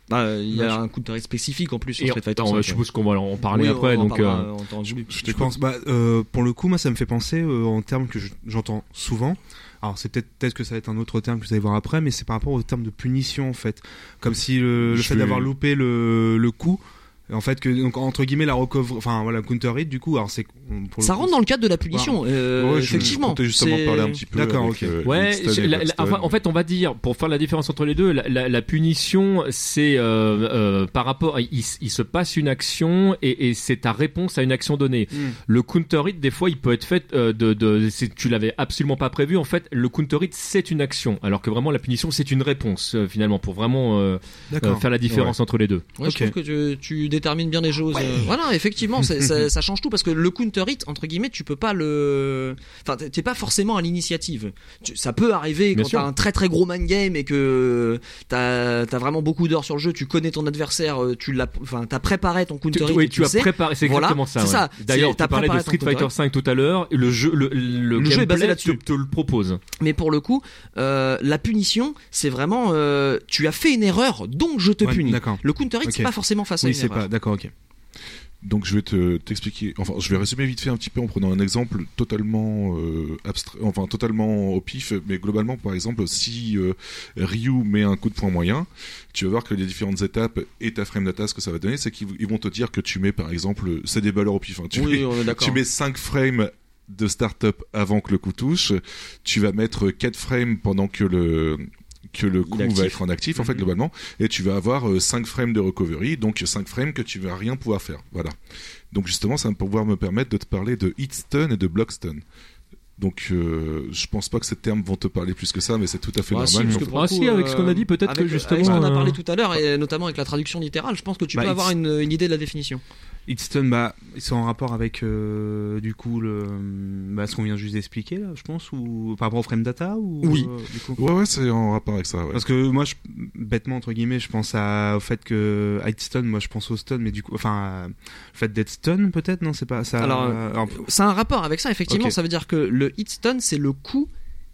Bah, il y a Bah, un counter hit spécifique en plus sur Et Street Fighter on- cinq. je suppose qu'on va en parler Oui, après. on en donc, parlera euh, en temps voulu. Je pense, bah, euh, pour le coup, moi, ça me fait penser euh, en termes que je- j'entends souvent. Alors, c'est peut-être peut-être que ça va être un autre terme que vous allez voir après, mais c'est par rapport au terme de punition, en fait. Comme si le, le Je fait vais- d'avoir loupé le, le coup, en fait, que, donc, entre guillemets, la recover, enfin, voilà, counter hit, du coup, alors c'est, pour le Ça coup, rentre dans le cadre de la punition. euh, Ouais, je- effectivement. Je comptais justement C'est- parler un petit peu. D'accord, avec, ok. euh, Ouais, Hiddleston je- et la- la- Blackstone. enfin, en fait, on va dire, pour faire la différence entre les deux, la, la- la punition, c'est euh, euh, par rapport, il, il se passe une action et, et c'est ta réponse à une action donnée. Hmm. Le counter hit, des fois, il peut être fait euh, de, de, si tu l'avais absolument pas prévu. En fait, le counter hit, c'est une action, alors que vraiment la punition, c'est une réponse euh, finalement pour vraiment euh, euh, D'accord. faire la différence entre les deux. Ouais, Ok. je trouve que tu, tu détermines bien les choses. Euh, Voilà, effectivement, c'est- ça, ça change tout parce que le counter hit, entre guillemets, tu peux pas le. Enfin, t'es t'es pas forcément à l'initiative. Tu- Ça peut arriver Bien quand sûr. t'as un très très gros man game et que t'as as vraiment beaucoup d'heures sur le jeu, tu connais ton adversaire, euh, tu l'as, enfin, t'as préparé ton Tu, counter hit. oui, et tu as sais. préparé, c'est Voilà, exactement ça. c'est ouais. ça. D'ailleurs, C'est- t'as tu parlais de préparé Street ton Fighter counter cinq tout à l'heure. Le jeu, le, le, Le jeu est basé gameplay là-dessus. te, te le propose. Mais pour le coup, euh, la punition, c'est vraiment, euh, tu as fait une erreur, donc je te Ouais, punis. D'accord. Le counter hit, Ok. c'est pas forcément face à Oui, une c'est erreur. pas, d'accord, ok. Donc je vais te t'expliquer, enfin je vais résumer vite fait un petit peu en prenant un exemple totalement euh, abstrait, enfin totalement au pif, mais globalement par exemple si euh, Ryu met un coup de poing moyen, tu vas voir que les différentes étapes et ta frame data, ce que ça va donner, c'est qu'ils ils vont te dire que tu mets par exemple, c'est des valeurs au pif, hein, tu, Oui, mets, on est d'accord. tu mets cinq frames de start-up avant que le coup touche, tu vas mettre quatre frames pendant que le que le coup actif. va être en actif en fait Mhm. globalement, et tu vas avoir euh, cinq frames de recovery, donc cinq frames que tu vas rien pouvoir faire, voilà. Donc justement ça va pouvoir me permettre de te parler de hit stun et de block stun. Donc euh, je pense pas que ces termes vont te parler plus que ça, mais c'est tout à fait Ah, si, normal. parce que Mais pour Ah le coup, si, avec ce qu'on a dit, peut-être avec- que justement, Avec ce qu'on a euh, parlé tout à l'heure, et notamment avec la traduction littérale, je pense que tu Bah, peux avoir it's- une, une idée de la définition. Hitstone, bah, c'est en rapport avec euh, du coup le, bah, ce qu'on vient juste d'expliquer là, je pense, ou par rapport au frame data ou Oui. euh, du coup. Ouais, ouais, c'est en rapport avec ça. Ouais. Parce que moi, je, bêtement entre guillemets, je pense à, au fait que Hitstone, moi, je pense au stun, mais du coup, enfin, à- le fait d'être stun, peut-être, non, c'est pas ça. Alors, euh, alors, C'est un rapport avec ça, effectivement. Ok. Ça veut dire que le hit stun, c'est le coup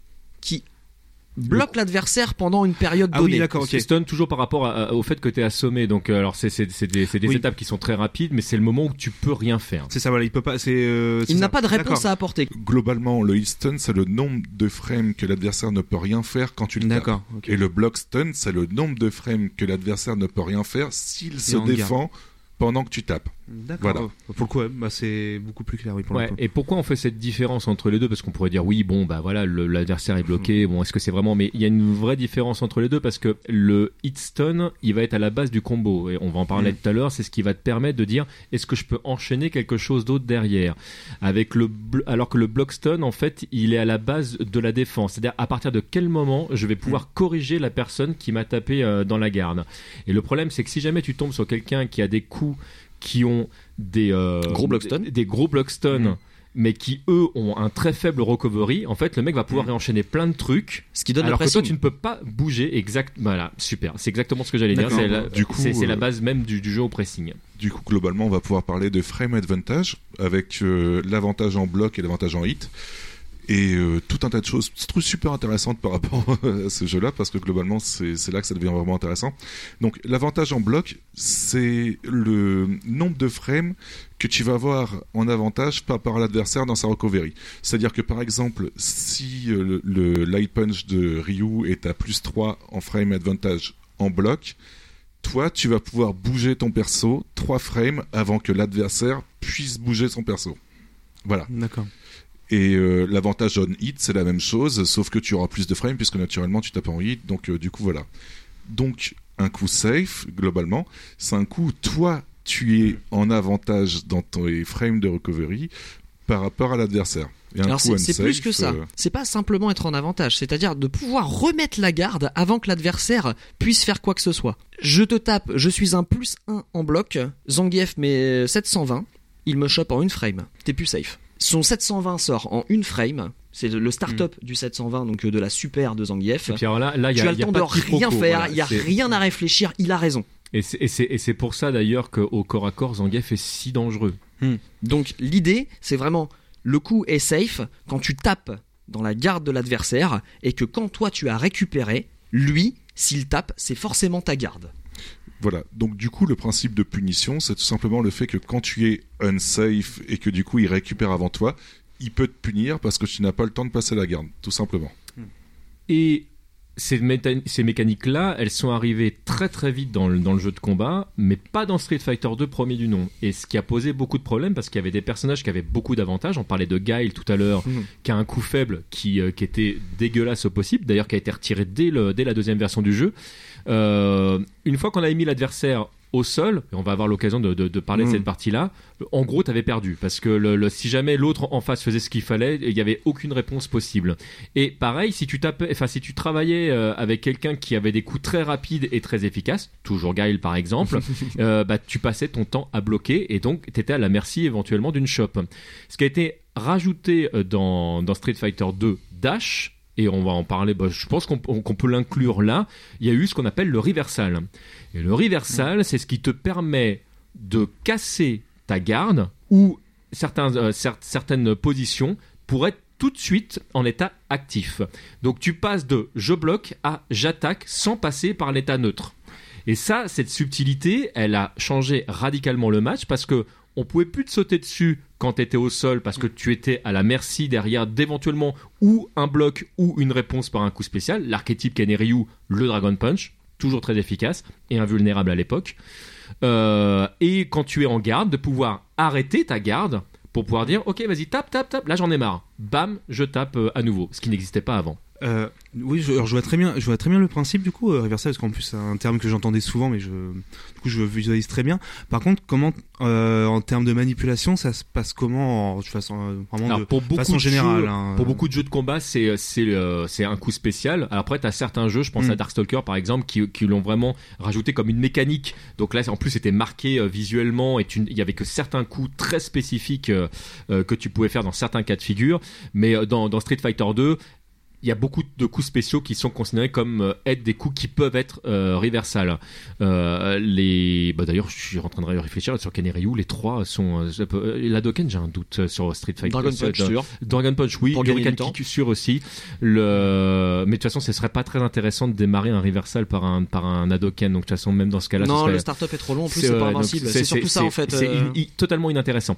qui bloque l'adversaire pendant une période ah oui, donnée. d'accord, ok. C'est stun toujours par rapport à- à- au fait que tu es assommé. Donc, euh, alors, c'est c'est- c'est des, c'est des Oui. étapes qui sont très rapides, mais c'est le moment où tu peux rien faire. C'est ça, voilà, il peut pas, c'est. euh, c'est Il ça. n'a pas de réponse D'accord. à apporter. Globalement, le hit stun, c'est le nombre de frames que l'adversaire ne peut rien faire quand tu le tapes. D'accord. ok. Et le block stun, c'est le nombre de frames que l'adversaire ne peut rien faire s'il C'est se en garde. défend pendant que tu tapes. D'accord. Voilà. Oh, pour le coup, ouais, bah, c'est beaucoup plus clair, oui, pour Ouais, le coup. et pourquoi on fait cette différence entre les deux? Parce qu'on pourrait dire oui, bon, bah voilà, le- l'adversaire est bloqué. Bon, est-ce que c'est vraiment? Mais il y a une vraie différence entre les deux parce que le hit stun, il va être à la base du combo et on va en parler Mm. tout à l'heure. C'est ce qui va te permettre de dire est-ce que je peux enchaîner quelque chose d'autre derrière? Avec le bl- alors que le block stun, en fait, il est à la base de la défense. C'est-à-dire à partir de quel moment je vais pouvoir corriger la personne qui m'a tapé euh, dans la garde. Et le problème, c'est que si jamais tu tombes sur quelqu'un qui a des coups qui ont des euh, Gros block stun. des, des gros block stun, Mhm. mais qui eux ont un très faible recovery, en fait le mec va pouvoir Mhm. réenchaîner plein de trucs Ce qui donne alors que l'impression. toi tu ne peux pas bouger. Exact, voilà, super, c'est exactement ce que j'allais dire. D'accord. C'est la, Du coup, c'est- c'est la euh, base même du, du jeu au pressing. Du coup, globalement, on va pouvoir parler de frame advantage avec euh, l'avantage en bloc et l'avantage en hit. Et euh, tout un tas de choses, je trouve super intéressantes par rapport à ce jeu-là, parce que globalement, c'est c'est là que ça devient vraiment intéressant. Donc, l'avantage en bloc, c'est le nombre de frames que tu vas avoir en avantage par rapport à l'adversaire dans sa recovery. C'est-à-dire que, par exemple, si euh, le, le light punch de Ryu est à plus trois en frame advantage en bloc, toi, tu vas pouvoir bouger ton perso trois frames avant que l'adversaire puisse bouger son perso. Voilà. D'accord. Et euh, l'avantage on hit, c'est la même chose, sauf que tu auras plus de frames puisque naturellement tu tapes en hit, donc euh, du coup voilà. Donc un coup safe, globalement, c'est un coup où toi tu es en avantage dans tes frames de recovery par rapport à l'adversaire. Et un Alors coup c'est c'est unsafe, plus que ça. euh, C'est pas simplement être en avantage, c'est-à-dire de pouvoir remettre la garde avant que l'adversaire puisse faire quoi que ce soit. Je te tape, je suis un plus un en bloc, Zangief met sept cent vingt, il me chope en une frame, t'es plus safe. Son sept cent vingt sort en une frame, c'est le start-up du sept cent vingt, donc euh, de la super de Zangief. Et puis alors là, là, il y Tu a, as le il y a temps pas de quiproquo, rien faire, voilà. il y a C'est- rien à réfléchir, il a raison. Et c'est- et c'est et c'est pour ça d'ailleurs qu'au corps à corps, Zangief est si dangereux. Donc l'idée, c'est vraiment le coup est safe quand tu tapes dans la garde de l'adversaire et que quand toi tu as récupéré, lui, s'il tape, c'est forcément ta garde. Voilà, donc du coup le principe de punition c'est tout simplement le fait que quand tu es unsafe et que du coup il récupère avant toi, il peut te punir parce que tu n'as pas le temps de passer la garde, tout simplement. Et ces, méta- ces mécaniques-là, elles sont arrivées très très vite dans le, dans le jeu de combat, mais pas dans Street Fighter deux premier du nom. Et ce qui a posé beaucoup de problèmes parce qu'il y avait des personnages qui avaient beaucoup d'avantages. On parlait de Guile tout à l'heure, mmh. qui a un coup faible qui, euh, qui était dégueulasse au possible, d'ailleurs qui a été retiré dès, le, dès la deuxième version du jeu. Euh, une fois qu'on avait mis l'adversaire au sol, et on va avoir l'occasion de, de, de parler mmh. de cette partie-là, en gros t'avais perdu parce que le, le, si jamais l'autre en face faisait ce qu'il fallait, il n'y avait aucune réponse possible. Et pareil, si tu tapais, enfin si tu travaillais euh, avec quelqu'un qui avait des coups très rapides et très efficaces, toujours Guile par exemple, euh, bah, tu passais ton temps à bloquer et donc t'étais à la merci éventuellement d'une chope. Ce qui a été rajouté dans, dans Street Fighter deux Dash, et on va en parler, bah, je pense qu'on, qu'on peut l'inclure là, il y a eu ce qu'on appelle le reversal. Et le reversal, c'est ce qui te permet de casser ta garde ou certains, euh, cer- certaines positions pour être tout de suite en état actif. Donc tu passes de je bloque à j'attaque sans passer par l'état neutre. Et ça, cette subtilité, elle a changé radicalement le match parce que on pouvait plus te sauter dessus quand tu étais au sol parce que tu étais à la merci derrière d'éventuellement ou un bloc ou une réponse par un coup spécial. L'archétype Ken et Ryu, le Dragon Punch, toujours très efficace et invulnérable à l'époque. Euh, et quand tu es en garde, de pouvoir arrêter ta garde pour pouvoir dire ok, vas-y, tape, tape, tape, là j'en ai marre. Bam, je tape euh, à nouveau, ce qui n'existait pas avant. Euh, oui, je, alors je vois très bien, je vois très bien le principe du coup euh, reversal parce qu'en plus c'est un terme que j'entendais souvent, mais je, du coup je visualise très bien. Par contre, comment, euh, en termes de manipulation, ça se passe comment, en, de façon euh, vraiment alors, de pour beaucoup façon de générale jeux, hein, pour beaucoup de jeux de combat, c'est c'est euh, c'est un coup spécial. Alors après, t'as certains jeux, je pense mm. à Darkstalker par exemple, qui qui l'ont vraiment rajouté comme une mécanique. Donc là, en plus, c'était marqué euh, visuellement et il y avait que certains coups très spécifiques euh, euh, que tu pouvais faire dans certains cas de figure. Mais euh, dans dans Street Fighter deux, il y a beaucoup de coups spéciaux qui sont considérés comme euh, être des coups qui peuvent être euh, reversal. Euh, les, bah d'ailleurs, je suis en train de réfléchir sur Ken et Ryu. Les trois sont. Euh, la Dokken, j'ai un doute sur Street Fighter. Dragon Punch, euh, sûr. Dragon Punch, oui. Pour gagner du temps. Kick, sûr aussi. Le, mais de toute façon, ce serait pas très intéressant de démarrer un reversal par un par un Hadoken. Donc de toute façon, même dans ce cas-là, non, ce serait... le start-up est trop long. En plus, c'est, c'est pas invincible. C'est, c'est surtout c'est, ça en fait. C'est euh... in, in, totalement inintéressant.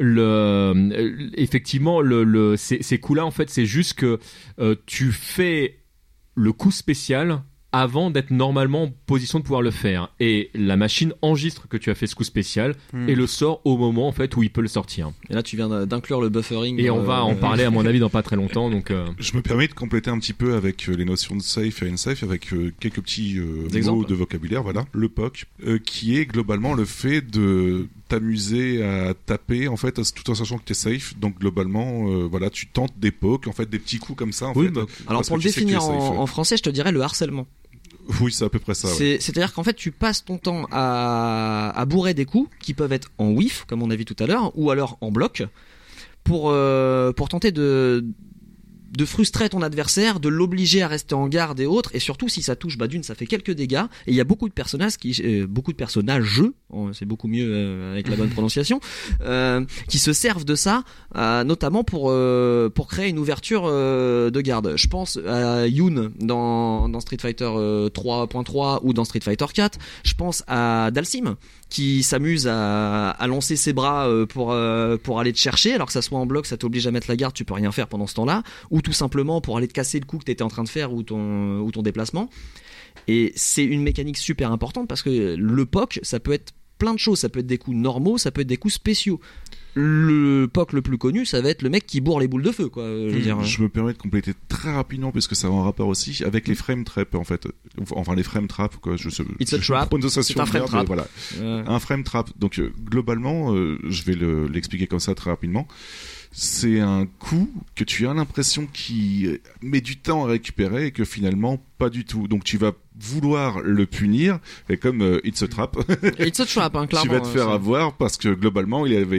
Le, effectivement, le, le ces, ces coups-là, en fait, c'est juste que euh, tu fais le coup spécial avant d'être normalement en position de pouvoir le faire, et la machine enregistre que tu as fait ce coup spécial mmh. et le sort au moment en fait où il peut le sortir. Et là tu viens d'inclure le buffering et on euh, va en parler à mon avis dans pas très longtemps. Donc euh... je me permets de compléter un petit peu avec euh, les notions de safe et unsafe avec euh, quelques petits euh, mots de vocabulaire. Voilà, le P O C euh, qui est globalement le fait de t'amuser à taper en fait tout en sachant que t'es safe. Donc globalement euh, voilà, tu tentes des pokes, en fait des petits coups comme ça en oui, fait. Bah, alors pour le définir en, en français, je te dirais le harcèlement. Oui, c'est à peu près ça. C'est, ouais. C'est-à-dire qu'en fait, tu passes ton temps à, à bourrer des coups qui peuvent être en whiff, comme on a vu tout à l'heure, ou alors en bloc, pour, euh, pour tenter de, de frustrer ton adversaire, de l'obliger à rester en garde et autres, et surtout si ça touche, bah d'une, ça fait quelques dégâts, et il y a beaucoup de personnages qui, euh, beaucoup de personnages, c'est beaucoup mieux euh, avec la bonne prononciation, euh, qui se servent de ça, euh, notamment pour euh, pour créer une ouverture euh, de garde. Je pense à Yoon dans dans Street Fighter euh, trois point trois ou dans Street Fighter quatre. Je pense à Dalsim qui s'amuse à, à lancer ses bras euh, pour euh, pour aller te chercher, alors que ça soit en bloc, ça t'oblige à mettre la garde, tu peux rien faire pendant ce temps-là, ou tout simplement pour aller te casser le coup que t'étais en train de faire ou ton ou ton déplacement. Et c'est une mécanique super importante parce que le P O C, ça peut être plein de choses, ça peut être des coups normaux, ça peut être des coups spéciaux. Le P O C le plus connu, ça va être le mec qui bourre les boules de feu, quoi. Je, veux mmh, dire. je me permets de compléter très rapidement parce que ça a un rapport aussi avec les frame traps en fait. Enfin les frame traps quoi. Je sais. It's a trap. C'est un frame trap. Voilà. Euh... Un frame trap. Donc euh, globalement, euh, je vais le, l'expliquer comme ça très rapidement. C'est un coup que tu as l'impression qu'il met du temps à récupérer et que finalement pas du tout. Donc tu vas vouloir le punir et comme euh, It's a Trap, It's a Trap, hein, clairement. Tu vas te faire ça. avoir parce que globalement il avait déjà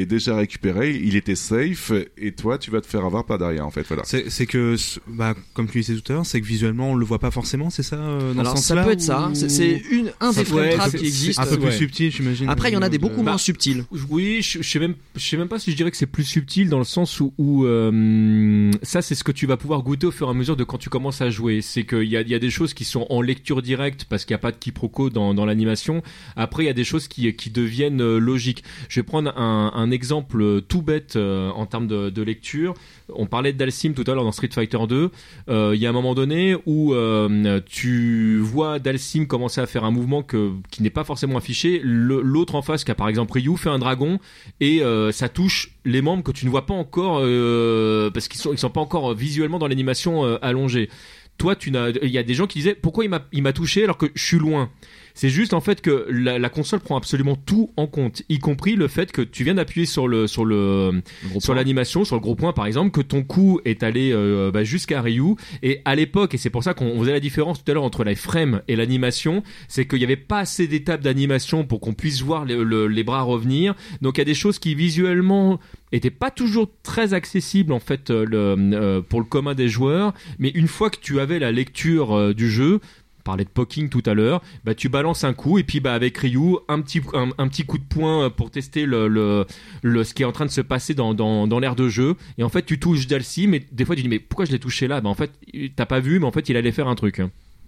récupéré, il était safe, et toi, tu vas te faire avoir par derrière, en fait. Voilà. C'est, c'est que, bah, comme tu disais tout à l'heure, c'est que visuellement on le voit pas forcément, c'est ça euh, dans Alors ce ça sens-là, peut être ça. ou- C'est, c'est une, un Ça des pourrait frame traps être- qui existent. un peu plus ouais. subtil, j'imagine. Après, il y en a des beaucoup de- moins Bah, subtils. Oui, je, je sais même, je sais même pas si je dirais que c'est plus subtil dans le sens où, où euh, ça c'est ce que tu vas pouvoir goûter au fur et à mesure de quand tu commences à jouer. C'est qu'il y a, il y a des choses qui sont en lecture directe parce qu'il n'y a pas de quiproquo dans, dans l'animation. Après, il y a des choses qui, qui deviennent euh, logiques. Je vais prendre un, un exemple tout bête euh, en termes de, de lecture. On parlait de Dalsim tout à l'heure dans Street Fighter deux. Euh, Il y a un moment donné où euh, tu vois Dalsim commencer à faire un mouvement que, qui n'est pas forcément affiché. Le, l'autre en face, qui a par exemple Ryu, fait un dragon et euh, ça touche les membres que tu ne vois pas encore euh, parce qu'ils sont, ils sont pas encore visuellement dans l'animation euh, allongée. Toi, tu n'as, il y a des gens qui disaient pourquoi il m'a, il m'a touché alors que je suis loin. C'est juste en fait que la, la console prend absolument tout en compte, y compris le fait que tu viens d'appuyer sur le sur le, Gros sur point. l'animation, sur le gros point par exemple, que ton coup est allé euh, bah, jusqu'à Ryu. Et à l'époque, et c'est pour ça qu'on faisait la différence tout à l'heure entre la frame et l'animation, c'est qu'il n'y avait pas assez d'étapes d'animation pour qu'on puisse voir les, le- les bras revenir. Donc il y a des choses qui visuellement étaient pas toujours très accessibles en fait euh, le, euh, pour le commun des joueurs. Mais une fois que tu avais la lecture euh, du jeu, parlait de poking tout à l'heure, bah tu balances un coup et puis bah avec Ryu un petit un, un petit coup de poing pour tester le, le le ce qui est en train de se passer dans dans dans l'aire de jeu, et en fait tu touches Dalsim mais des fois tu dis mais pourquoi je l'ai touché là, bah en fait t'as pas vu mais en fait il allait faire un truc.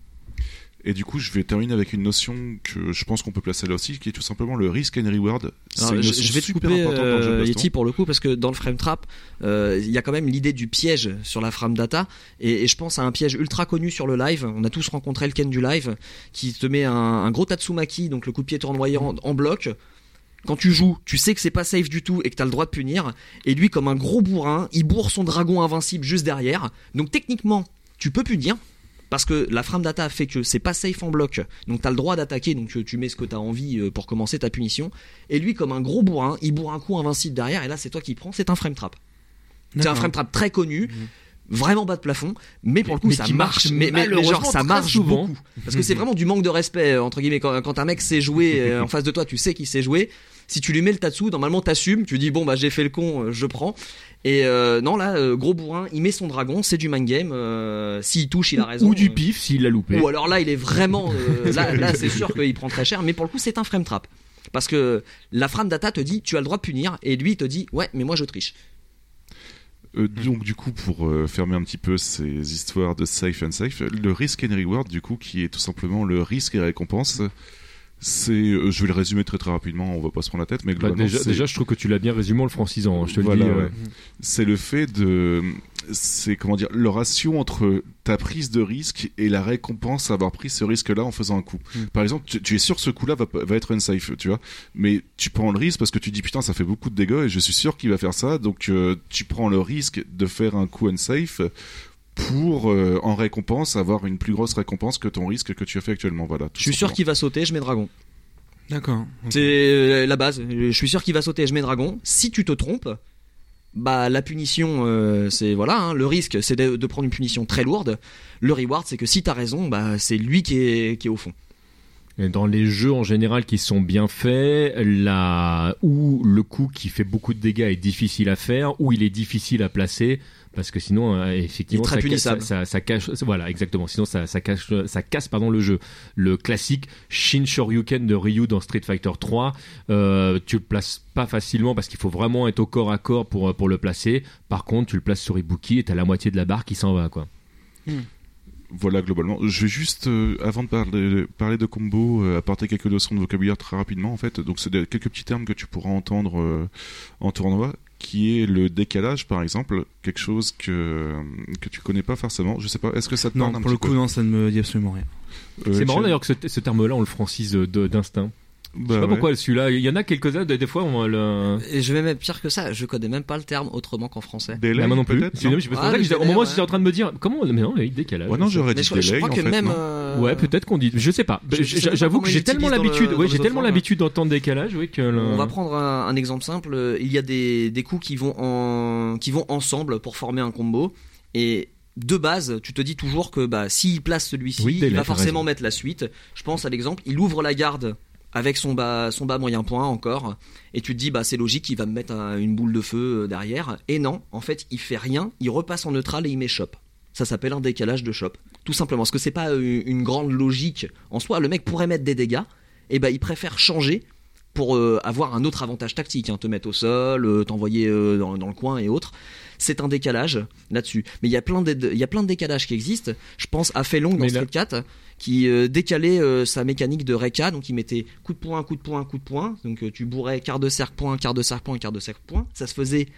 Et du coup, je vais terminer avec une notion que je pense qu'on peut placer là aussi, qui est tout simplement le risk and reward. C'est Alors, une je, notion je vais te super couper importante dans le jeu de euh, baston. Yeti pour le coup parce que dans le frame trap euh, il y a quand même l'idée du piège sur la frame data et, et je pense à un piège ultra connu sur le live. On a tous rencontré le Ken du live qui te met un, un gros Tatsumaki, donc le coup de pied tournoyant en, en bloc. Quand tu joues, tu sais que c'est pas safe du tout et que t'as le droit de punir, et lui comme un gros bourrin il bourre son dragon invincible juste derrière, donc techniquement tu peux punir parce que la frame data fait que c'est pas safe en bloc, donc t'as le droit d'attaquer, donc tu mets ce que t'as envie euh, pour commencer ta punition. Et lui, comme un gros bourrin, il bourre un coup invincible derrière, et là c'est toi qui prends. C'est un frame trap. C'est un D'accord. frame trap très connu, vraiment bas de plafond, mais pour le coup Mais ça qui marche, marche mais, mais- mais genre malheureusement ça très marche souvent. beaucoup. Parce que c'est vraiment du manque de respect euh, entre guillemets quand, quand un mec sait jouer euh, en face de toi, tu sais qu'il sait jouer. Si tu lui mets le tatsu, normalement t'assumes, tu dis bon bah j'ai fait le con, euh, je prends. Et euh, non là, euh, gros bourrin, il met son dragon, c'est du mind game. euh, S'il touche, il a raison. Ou du euh, pif s'il l'a loupé. Ou alors là, il est vraiment. euh, là, là c'est sûr qu'il prend très cher, mais pour le coup, c'est un frame trap. Parce que la frame data te dit tu as le droit de punir, et lui il te dit ouais, mais moi je triche. Euh, donc du coup, pour euh, fermer un petit peu ces histoires de safe and safe, le risk and reward, du coup, qui est tout simplement le risque et récompense, c'est, euh, je vais le résumer très très rapidement, on va pas se prendre la tête, mais Bah, globalement, déjà, c'est, déjà je trouve que tu l'as bien résumé en le francisant, hein, je te Voilà, le dis. euh. ouais. c'est le fait de, c'est comment dire, le ratio entre ta prise de risque et la récompense à avoir pris ce risque-là en faisant un coup. Mm. Par exemple, tu, tu es sûr que ce coup-là va, va être unsafe, tu vois, mais tu prends le risque parce que tu dis putain ça fait beaucoup de dégâts et je suis sûr qu'il va faire ça, donc euh, tu prends le risque de faire un coup unsafe pour euh, en récompense avoir une plus grosse récompense que ton risque que tu as fait actuellement. Voilà. Je suis sûr qu'il va sauter, je mets dragon. D'accord. Ok. C'est euh, la base. Je suis sûr qu'il va sauter, je mets dragon. Si tu te trompes, bah la punition, euh, c'est voilà, hein, le risque, c'est de, de prendre une punition très lourde. Le reward, c'est que si t'as raison, bah c'est lui qui est qui est au fond. Et dans les jeux en général qui sont bien faits, là où le coup qui fait beaucoup de dégâts est difficile à faire, où il est difficile à placer, parce que sinon euh, effectivement Il est très ça, punissable. ça, ça, ça cache, voilà exactement. Sinon ça, ça cache, ça casse pardon le jeu. Le classique Shin Shoryuken de Ryu dans Street Fighter trois, euh, tu le places pas facilement parce qu'il faut vraiment être au corps à corps pour pour le placer. Par contre, tu le places sur Ibuki et t'as la moitié de la barre qui s'en va quoi. Voilà, globalement. Je vais juste, euh, avant de parler, parler de combo, euh, apporter quelques notions de vocabulaire très rapidement, en fait. Donc, c'est des- quelques petits termes que tu pourras entendre euh, en tournoi, qui est le décalage, par exemple, quelque chose que, que tu connais pas forcément. Je sais pas, est-ce que ça te Non, parle un pour le petit coup, peu non, ça ne me dit absolument rien. Euh, C'est marrant Etienne d'ailleurs que ce, ce terme-là on le francise de- d'instinct. Je Bah sais pas ouais. pourquoi celui-là. Il y en a quelques-uns. Des, des fois, on le. Et je vais même pire que ça, je connais même pas le terme autrement qu'en français. Delay, Bah, moi non plus. peut-être, C'est non c'est pour Ah, ça que le j'étais- au délai, moment où ouais. j'étais en train de me dire comment, mais non, il décalage. Ouais, non, j'aurais Mais dit je, je delay, crois en que fait, même. non euh, Ouais, peut-être qu'on dit. Je sais pas. Je- je sais J'a- pas J'avoue comment que ils j'ai tellement l'utilisent dans l'habitude. le- Ouais, dans j'ai les tellement autres l'habitude d'entendre décalage. Oui, que. le- On va prendre un, un exemple simple. Il y a des, des coups qui vont, en, qui vont ensemble pour former un combo. Et de base, tu te dis toujours que bah, s'il place celui-ci, Oui, délai, il va t'as forcément raison. mettre la suite. Je pense à l'exemple, il ouvre la garde avec son bas, son bas moyen point encore, et tu te dis bah c'est logique, il va me mettre un- une boule de feu derrière, et non, en fait il fait rien, il repasse en neutral et il met shop. Ça s'appelle un décalage de shop, tout simplement, parce que c'est pas une, une grande logique en soi, le mec pourrait mettre des dégâts, et bah il préfère changer pour euh, avoir un autre avantage tactique, hein, te mettre au sol, euh, t'envoyer euh, dans, dans le coin et autres. C'est un décalage là-dessus. Mais il y a plein de, il y a plein de décalages qui existent. Je pense à Fei Long dans Mais là- Street quatre qui euh, décalait euh, sa mécanique de Rekka, donc il mettait coup de poing, coup de poing, coup de poing. Donc euh, tu bourrais quart de cercle point, quart de cercle point, quart de cercle point. Ça se faisait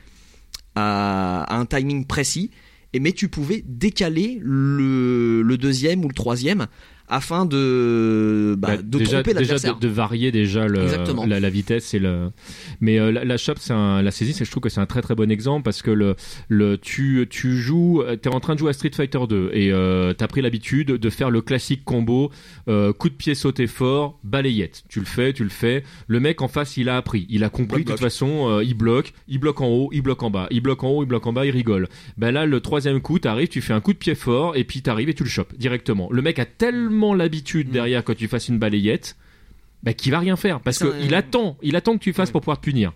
à, à un timing précis. Et mais tu pouvais décaler le, le deuxième ou le troisième afin de, bah, Bah, de déjà, tromper déjà l'adversaire. de, de varier déjà le, Exactement. la, la vitesse et le. Mais euh, la, la shop, c'est un, la saisie, c'est, je trouve que c'est un très très bon exemple parce que le, le tu, tu joues, t'es en train de jouer à Street Fighter deux et euh, t'as pris l'habitude de faire le classique combo euh, coup de pied sauté fort, balayette. Tu le fais, tu le fais. Le mec en face, il a appris, il a compris. De toute façon, euh, il bloque, il bloque en haut, il bloque en bas, il bloque en haut, il bloque en bas, il rigole. Ben là, le troisième coup, t'arrives, tu fais un coup de pied fort et puis t'arrives et tu le chopes directement. Le mec a tellement l'habitude derrière quand tu fasses une balayette, bah, qu'il va rien faire parce Ça, que euh, il attend, il attend que tu fasses ouais. pour pouvoir te punir.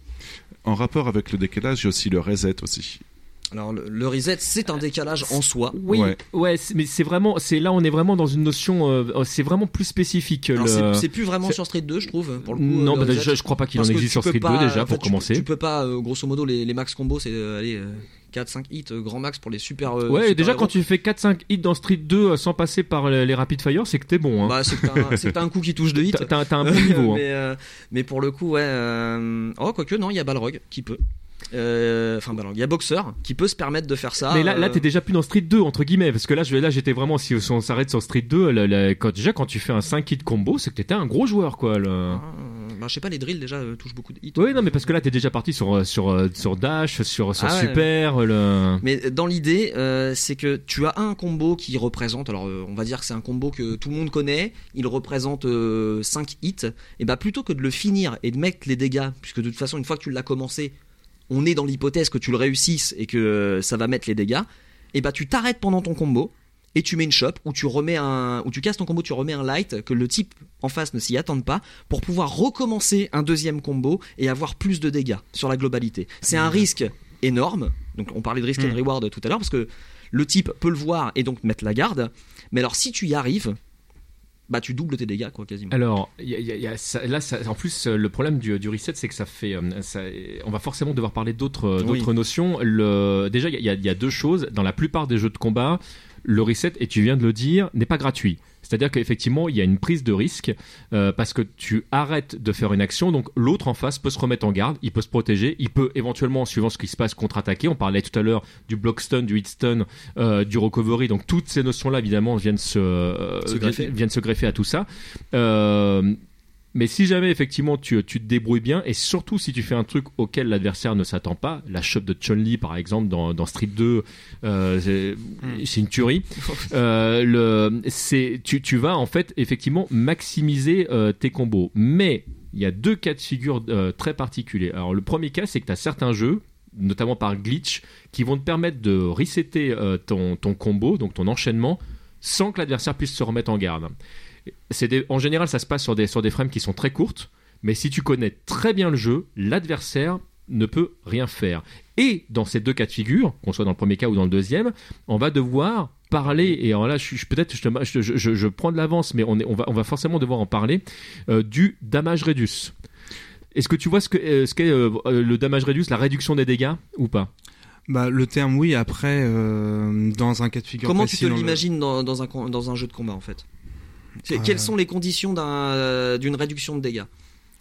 En rapport avec le décalage, il y a aussi le reset aussi. Alors le, le reset, c'est un décalage en soi. Oui, ouais, Ouais. c'est- mais c'est vraiment, c'est là on est vraiment dans une notion, euh, c'est vraiment plus spécifique. Alors, le... c'est, c'est plus vraiment c'est- sur Street deux, je trouve, pour le coup. non, euh, bah, le reset. je, je crois pas qu'il en Parce que existe tu sur peux Street pas, deux déjà en fait, pour tu- commencer. Tu peux pas, euh, grosso modo, les, les max combos, c'est euh, allez, euh, quatre cinq hits, euh, grand max pour les super. euh, Ouais, et super déjà héros. quand tu fais quatre cinq hits dans Street deux euh, sans passer par les, les rapid fire, c'est que t'es bon. Hein. Bah, c'est que t'as un, c'est que t'as un coup qui touche deux hits. T'as, t'as- t'as un bon niveau. Hein. mais, euh, mais pour le coup, ouais. euh, Oh, quoique, non, il y a Balrog qui peut. Euh, Enfin, Balrog, il y a Boxer qui peut se permettre de faire ça. Mais là, là, euh, t'es déjà plus dans Street deux entre guillemets, parce que là, je, là, j'étais vraiment, si on s'arrête sur Street deux, là, là, quand, déjà quand tu fais un cinq hits combo, c'est que t'étais un gros joueur, quoi. Le... ah, bah, je sais pas, les drills déjà euh, touchent beaucoup de hits. Oui, non, mais parce que là, t'es déjà parti sur sur sur Dash, sur sur Ah ouais. Super. Le... Mais dans l'idée, euh, c'est que tu as un combo qui représente, alors euh, on va dire que c'est un combo que tout le monde connaît, il représente euh, cinq hits, et bah plutôt que de le finir et de mettre les dégâts, puisque de toute façon une fois que tu l'as commencé, on est dans l'hypothèse que tu le réussisses et que euh, ça va mettre les dégâts, et bah tu t'arrêtes pendant ton combo et tu mets une shop où tu remets un, où tu casses ton combo, tu remets un light que le type en face ne s'y attende pas pour pouvoir recommencer un deuxième combo et avoir plus de dégâts sur la globalité. C'est un risque énorme. Donc on parlait de risk and reward tout à l'heure parce que le type peut le voir et donc mettre la garde. Mais alors si tu y arrives, bah tu doubles tes dégâts quoi quasiment. Alors, y a, y a- y a ça- là, ça- en plus, euh, le problème du, du reset, c'est que ça fait, euh, ça- on va forcément devoir parler d'autres, euh, Oui. d'autres notions. Le, déjà, il y, a- y a deux choses. Dans la plupart des jeux de combat, le reset, et tu viens de le dire, n'est pas gratuit. C'est-à-dire qu'effectivement, il y a une prise de risque euh, parce que tu arrêtes de faire une action, donc l'autre en face peut se remettre en garde, il peut se protéger, il peut éventuellement, suivant ce qui se passe, contre-attaquer. On parlait tout à l'heure du block stun, du hit stun, euh, du recovery. Donc toutes ces notions-là, évidemment, viennent se, euh, Se greffer. viennent se greffer à tout ça. Euh, mais si jamais effectivement tu, tu te débrouilles bien, et surtout si tu fais un truc auquel l'adversaire ne s'attend pas, la shop de Chun-Li par exemple dans, dans Street deux, euh, c'est, c'est une tuerie. Euh, le, c'est, tu, tu vas en fait effectivement maximiser euh, tes combos. Mais il y a deux cas de figure euh, très particuliers. Alors le premier cas, c'est que tu as certains jeux, notamment par glitch, qui vont te permettre de resetter euh, ton, ton combo, donc ton enchaînement, sans que l'adversaire puisse se remettre en garde. C'est des, en général, ça se passe sur des, sur des frames qui sont très courtes, mais si tu connais très bien le jeu, l'adversaire ne peut rien faire. Et dans ces deux cas de figure, qu'on soit dans le premier cas ou dans le deuxième, on va devoir parler, et alors là, je, je, peut-être je, te- je, je, je prends de l'avance, mais on, est, on, va, on va forcément devoir en parler, euh, du damage reduce. Est-ce que tu vois ce, que, euh, ce qu'est euh, le damage reduce, la réduction des dégâts, ou pas? Bah, le terme, oui, après, euh, dans un cas de figure Comment précis, tu te dans le- l'imagines dans, dans, un, com- dans un jeu de combat en fait? C'est- Euh. Quelles sont les conditions d'un, d'une réduction de dégâts?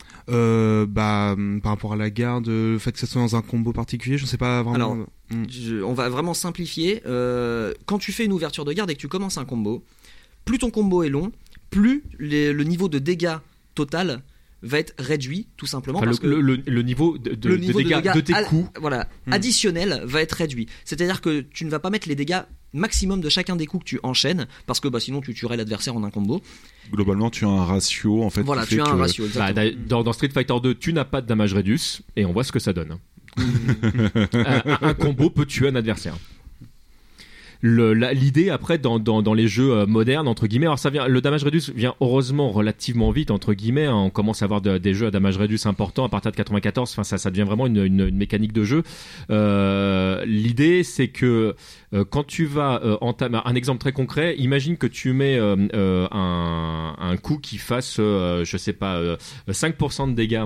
Euh, bah, hum, par rapport à la garde, le fait que ça soit dans un combo particulier, je sais pas vraiment. Alors, Hum. Je- on va vraiment simplifier. Euh, quand tu fais une ouverture de garde et que tu commences un combo, plus ton combo est long, plus les- le niveau de dégâts total va être réduit, tout simplement Enfin, parce le, que le, le, le niveau de, de, le de niveau de dégâts dégâts de tes al- coups. voilà, Hmm. additionnel va être réduit. C'est-à-dire que tu ne vas pas mettre les dégâts maximum de chacun des coups que tu enchaînes, parce que bah, sinon tu tuerais l'adversaire en un combo. Globalement, tu as un ratio en fait. Voilà, qui tu fait as un que- ratio. Bah, Exactement. d'a- dans, dans Street Fighter deux, tu n'as pas de damage reduce, et on voit ce que ça donne. un, un combo peut tuer un adversaire. le, la, l'idée après dans, dans, dans les jeux euh, modernes entre guillemets, alors ça vient, le damage reduce vient heureusement relativement vite entre guillemets, hein, on commence à avoir de, des jeux à damage reduce importants à partir de quatre-vingt-quatorze, enfin ça, ça devient vraiment une, une, une mécanique de jeu. Euh, l'idée c'est que euh, quand tu vas euh, entamer, un exemple très concret, imagine que tu mets euh, euh, un, un coup qui fasse euh, je sais pas euh, cinq pour cent de dégâts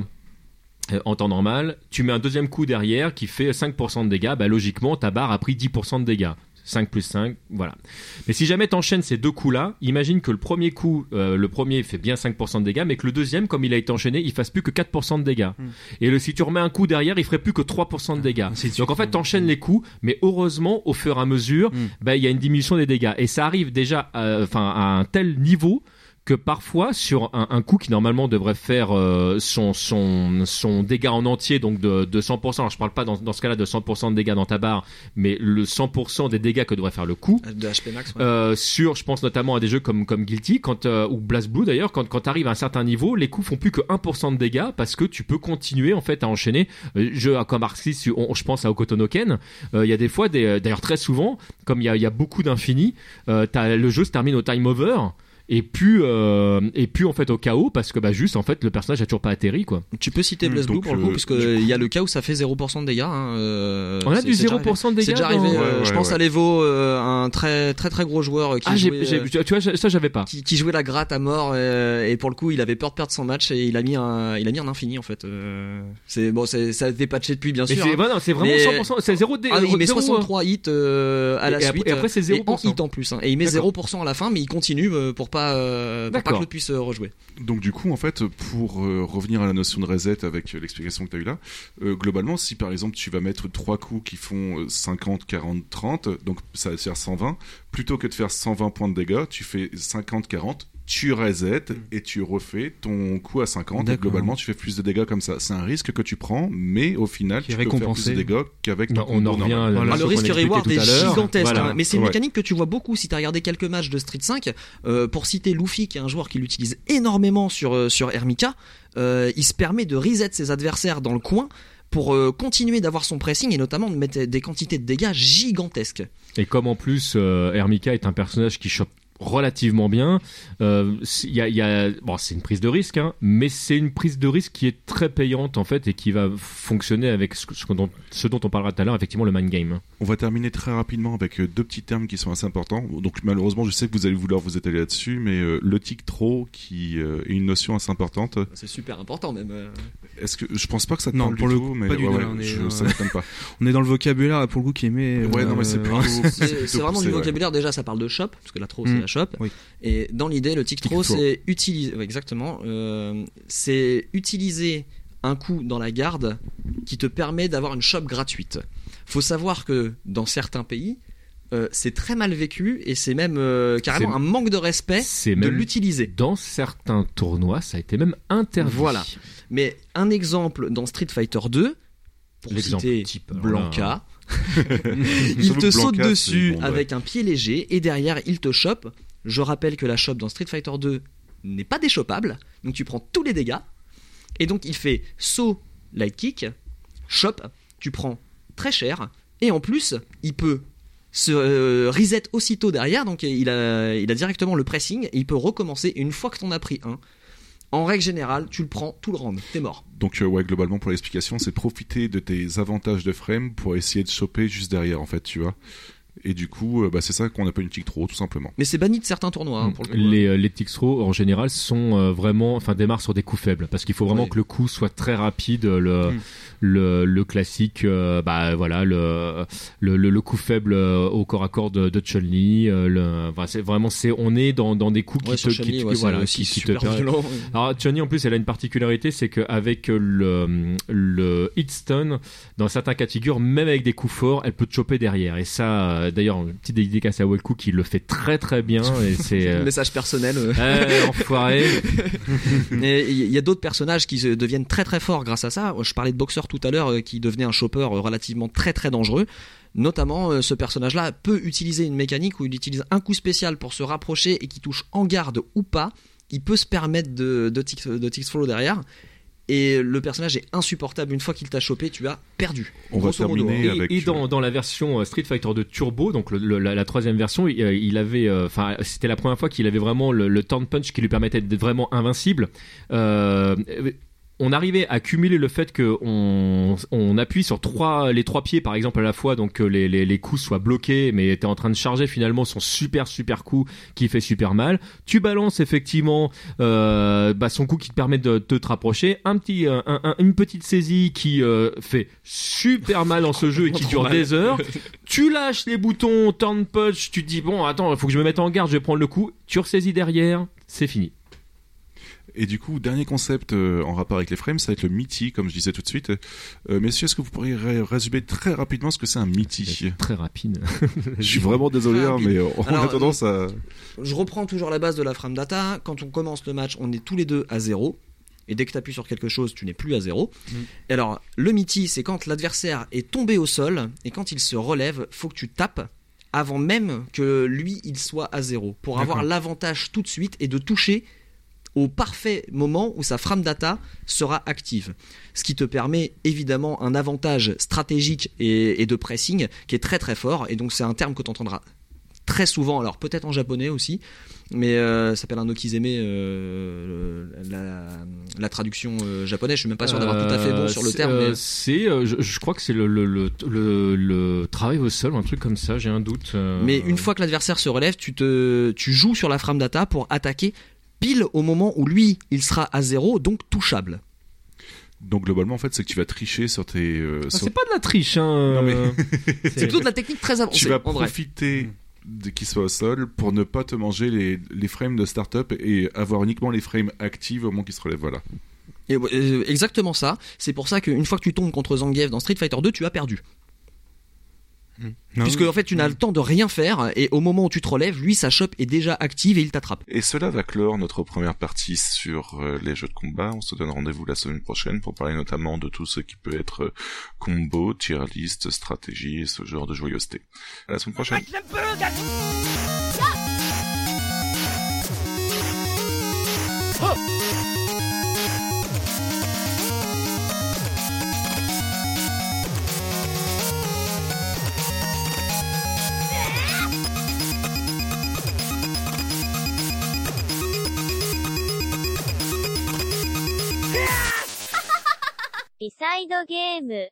en temps normal, tu mets un deuxième coup derrière qui fait cinq pour cent de dégâts, bah logiquement ta barre a pris dix pour cent de dégâts. cinq plus cinq, voilà. Mais si jamais t'enchaînes ces deux coups-là, imagine que le premier coup, euh, le premier fait bien cinq pour cent de dégâts, mais que le deuxième, comme il a été enchaîné, il fasse plus que quatre pour cent de dégâts. Mm. Et le, si tu remets un coup derrière, il ferait plus que trois pour cent de dégâts. Ah, donc en fait, t'enchaînes mm. les coups, mais heureusement, au fur et à mesure, mm. bah, il y a une diminution des dégâts. Et ça arrive déjà euh, à un tel niveau que parfois sur un, un coup qui normalement devrait faire euh, son, son, son dégât en entier, donc de, de cent pour cent, alors je parle pas dans, dans ce cas-là de cent pour cent de dégâts dans ta barre, mais le cent pour cent des dégâts que devrait faire le coup de H P max, ouais. euh, sur, je pense notamment à des jeux comme, comme Guilty quand, euh, ou BlazBlue d'ailleurs, quand, quand tu arrives à un certain niveau, les coups font plus que un pour cent de dégâts parce que tu peux continuer en fait à enchaîner. euh, jeux comme Arc six, on, je pense à Okotonoken, il euh, y a des fois, des, d'ailleurs très souvent, comme il y a, y a beaucoup d'infini, euh, le jeu se termine au time over et puis euh, et puis en fait au chaos parce que bah juste en fait le personnage a toujours pas atterri quoi. Tu peux citer BlazBlue pour le coup, parce que il y a le cas où ça fait zéro pour cent de dégâts, hein, euh, on a du zéro pour cent de dégâts, c'est déjà arrivé, dans... euh, ouais, je pense ouais. à l'Evo, euh, un très très très gros joueur qui ah, jouait j'ai, j'ai, tu vois ça j'avais pas qui, qui jouait la gratte à mort, euh, et pour le coup il avait peur de perdre son match et il a mis un il a mis un infini en fait, euh, c'est bon, c'est ça a été patché depuis bien mais sûr, c'est, hein, bah non, c'est vraiment mais... cent pour cent, c'est zéro dé... ah oui, il met zéro, soixante-trois hits euh, à la et suite après, et après c'est zéro pour cent et en hit en plus, hein, et il met D'accord. zéro pour cent à la fin, mais il continue euh, pour pas euh, pour pas que l'autre puisse euh, rejouer. Donc du coup, en fait, pour euh, revenir à la notion de reset avec euh, l'explication que tu as eue là, euh, globalement, si par exemple tu vas mettre trois coups qui font euh, cinquante, quarante, trente, donc ça va faire cent vingt, plutôt que de faire cent vingt points de dégâts, tu fais cinquante, quarante, tu reset mm. et tu refais ton coup à cinquante. D'accord. Et globalement, tu fais plus de dégâts comme ça. C'est un risque que tu prends, mais au final, qui tu peux faire plus de dégâts qu'avec ton on en revient à voilà. Le risque reward est gigantesque, voilà. hein, mais c'est une ouais. mécanique que tu vois beaucoup si tu as regardé quelques matchs de Street cinq. Euh, pour citer Luffy, qui est un joueur qui l'utilise énormément sur, euh, sur Hermika, euh, il se permet de reset ses adversaires dans le coin pour euh, continuer d'avoir son pressing et notamment de mettre des quantités de dégâts gigantesques. Et comme en plus euh, Hermika est un personnage qui chope relativement bien, euh, y a, y a, bon, c'est une prise de risque, hein, mais c'est une prise de risque qui est très payante en fait et qui va fonctionner avec ce, ce, dont, ce dont on parlera tout à l'heure, effectivement le mind game. On va terminer très rapidement avec deux petits termes qui sont assez importants. Donc malheureusement, je sais que vous allez vouloir vous étaler là-dessus, mais euh, le tick throw qui euh, est une notion assez importante. C'est super important même. Euh... Est-ce que je pense pas que ça te non, parle pour du le tout, coup, mais pas du ouais, tout, ouais, on est, je, euh... ça m'étonne pas. On est dans le vocabulaire pour le coup qui aimait. Ouais, euh... non mais c'est plutôt. c'est, c'est, c'est vraiment du vocabulaire, ouais. Déjà ça parle de shop parce que la throw mmh. c'est la shop. Oui. Et dans l'idée, le tick throw, c'est utiliser, ouais, exactement, euh, c'est utiliser un coup dans la garde qui te permet d'avoir une shop gratuite. Faut savoir que dans certains pays, euh, c'est très mal vécu et c'est même euh, carrément c'est, un manque de respect de l'utiliser. Dans certains tournois, ça a été même interdit. Voilà. Mais un exemple dans Street Fighter deux, pour l'exemple citer type, Blanca. Il te saute Blanca, dessus bon, avec ouais. un pied léger et derrière il te chope. Je rappelle que la chope dans Street Fighter deux n'est pas déchoppable, donc tu prends tous les dégâts et donc il fait saut, light kick, chope, tu prends très cher et en plus il peut se euh, reset aussitôt derrière, donc il a, il a directement le pressing et il peut recommencer une fois que t'en as pris un. En règle générale, tu le prends tout le round, t'es mort. Donc euh, ouais, globalement pour l'explication, c'est profiter de tes avantages de frame pour essayer de choper juste derrière en fait, tu vois. Et du coup, euh, bah, c'est ça qu'on appelle une tick throw, tout simplement. Mais c'est banni de certains tournois. Hein, pour le coup, les euh, les tick throw en général sont euh, vraiment, enfin démarrent sur des coups faibles parce qu'il faut vraiment oui. que le coup soit très rapide. Le mm. le, le classique, euh, bah voilà, le le, le, le coup faible euh, au corps à corps de, de Chun-Li. Euh, le, enfin, c'est vraiment c'est on est dans dans des coups ouais, qui te Chun-Li, qui, ouais, voilà qui, qui te permettent. Alors Chun-Li en plus elle a une particularité, c'est qu'avec le le hit stun dans certains cas de figure, même avec des coups forts, elle peut te choper derrière. Et ça, d'ailleurs, une petite dédicace à Welku qui le fait très très bien. Et c'est euh... message personnel. Euh... Euh, enfoiré. Et il y a d'autres personnages qui deviennent très très forts grâce à ça. Je parlais de boxeur tout à l'heure euh, qui devenait un chopper relativement très très dangereux. Notamment, euh, ce personnage-là peut utiliser une mécanique où il utilise un coup spécial pour se rapprocher et qui touche en garde ou pas. Il peut se permettre de, de, tick, de tick throw derrière. et le personnage est insupportable. Une fois qu'il t'a chopé, tu as perdu. On va Grosso modo, terminer hein. Et, avec, et dans, euh, dans la version euh, Street Fighter deux Turbo, donc le, le- la, la troisième version, il, euh, il avait, enfin, c'était la première fois qu'il avait vraiment le, le turn punch qui lui permettait d'être vraiment invincible. Euh, on arrivait à cumuler le fait que on, on appuie sur trois, les trois pieds par exemple à la fois, donc que les, les, les coups soient bloqués, mais t'es en train de charger finalement son super super coup qui fait super mal. Tu balances effectivement euh, bah, son coup qui te permet de, de te rapprocher, un petit, un, un- une petite saisie qui euh, fait super mal dans ce jeu et qui dure des heures. Tu lâches les boutons turn punch, tu te dis bon attends, il faut que je me mette en garde, je vais prendre le coup. Tu ressaisis derrière, c'est fini. Et du coup, dernier concept euh, en rapport avec les frames, ça va être le M I T I, comme je disais tout de suite. Euh, messieurs, est-ce que vous pourriez ré- résumer très rapidement ce que c'est un M I T I? Très rapide. Je suis vraiment désolé, Très hein, rapide. mais on Alors, a tendance à... Je reprends toujours la base de la frame data. Quand on commence le match, on est tous les deux à zéro. Et dès que tu appuies sur quelque chose, tu n'es plus à zéro. Mm. Et alors, le M I T I, c'est quand l'adversaire est tombé au sol et quand il se relève, faut que tu tapes avant même que lui, il soit à zéro. Pour avoir D'accord. l'avantage tout de suite et de toucher au parfait moment où sa frame data sera active. Ce qui te permet évidemment un avantage stratégique et, et de pressing qui est très très fort. Et donc c'est un terme que tu entendras très souvent, alors peut-être en japonais aussi, mais euh, ça s'appelle un okizeme, euh, la, la traduction euh, japonaise. Je suis même pas sûr d'avoir tout à fait bon sur le c'est, terme. euh, mais... c'est, euh, je, je crois que c'est le, le, le, le, le travail au sol, un truc comme ça, j'ai un doute. euh, Mais une fois que l'adversaire se relève, tu, te, tu joues sur la frame data pour attaquer pile au moment où lui, il sera à zéro, donc touchable. Donc globalement, en fait, c'est que tu vas tricher sur tes... euh, Ah, sur- c'est pas de la triche, hein. Non, mais- euh, C'est plutôt de la technique très avancée. Tu vas en vrai. profiter de qu'il soit au sol pour ne pas te manger les, les frames de start-up et avoir uniquement les frames actifs au moment qu'il se relève. Voilà. Et, euh, exactement ça. C'est pour ça qu'une fois que tu tombes contre Zangief dans Street Fighter deux, tu as perdu. Non, Puisque en fait, tu n'as le temps de rien faire et au moment où tu te relèves, lui, sa chope est déjà active et il t'attrape. Et cela va clore notre première partie sur euh, les jeux de combat. On se donne rendez-vous la semaine prochaine pour parler notamment de tout ce qui peut être euh, combo, tier list, stratégie et ce genre de joyeuseté. À la semaine prochaine. B サイドゲーム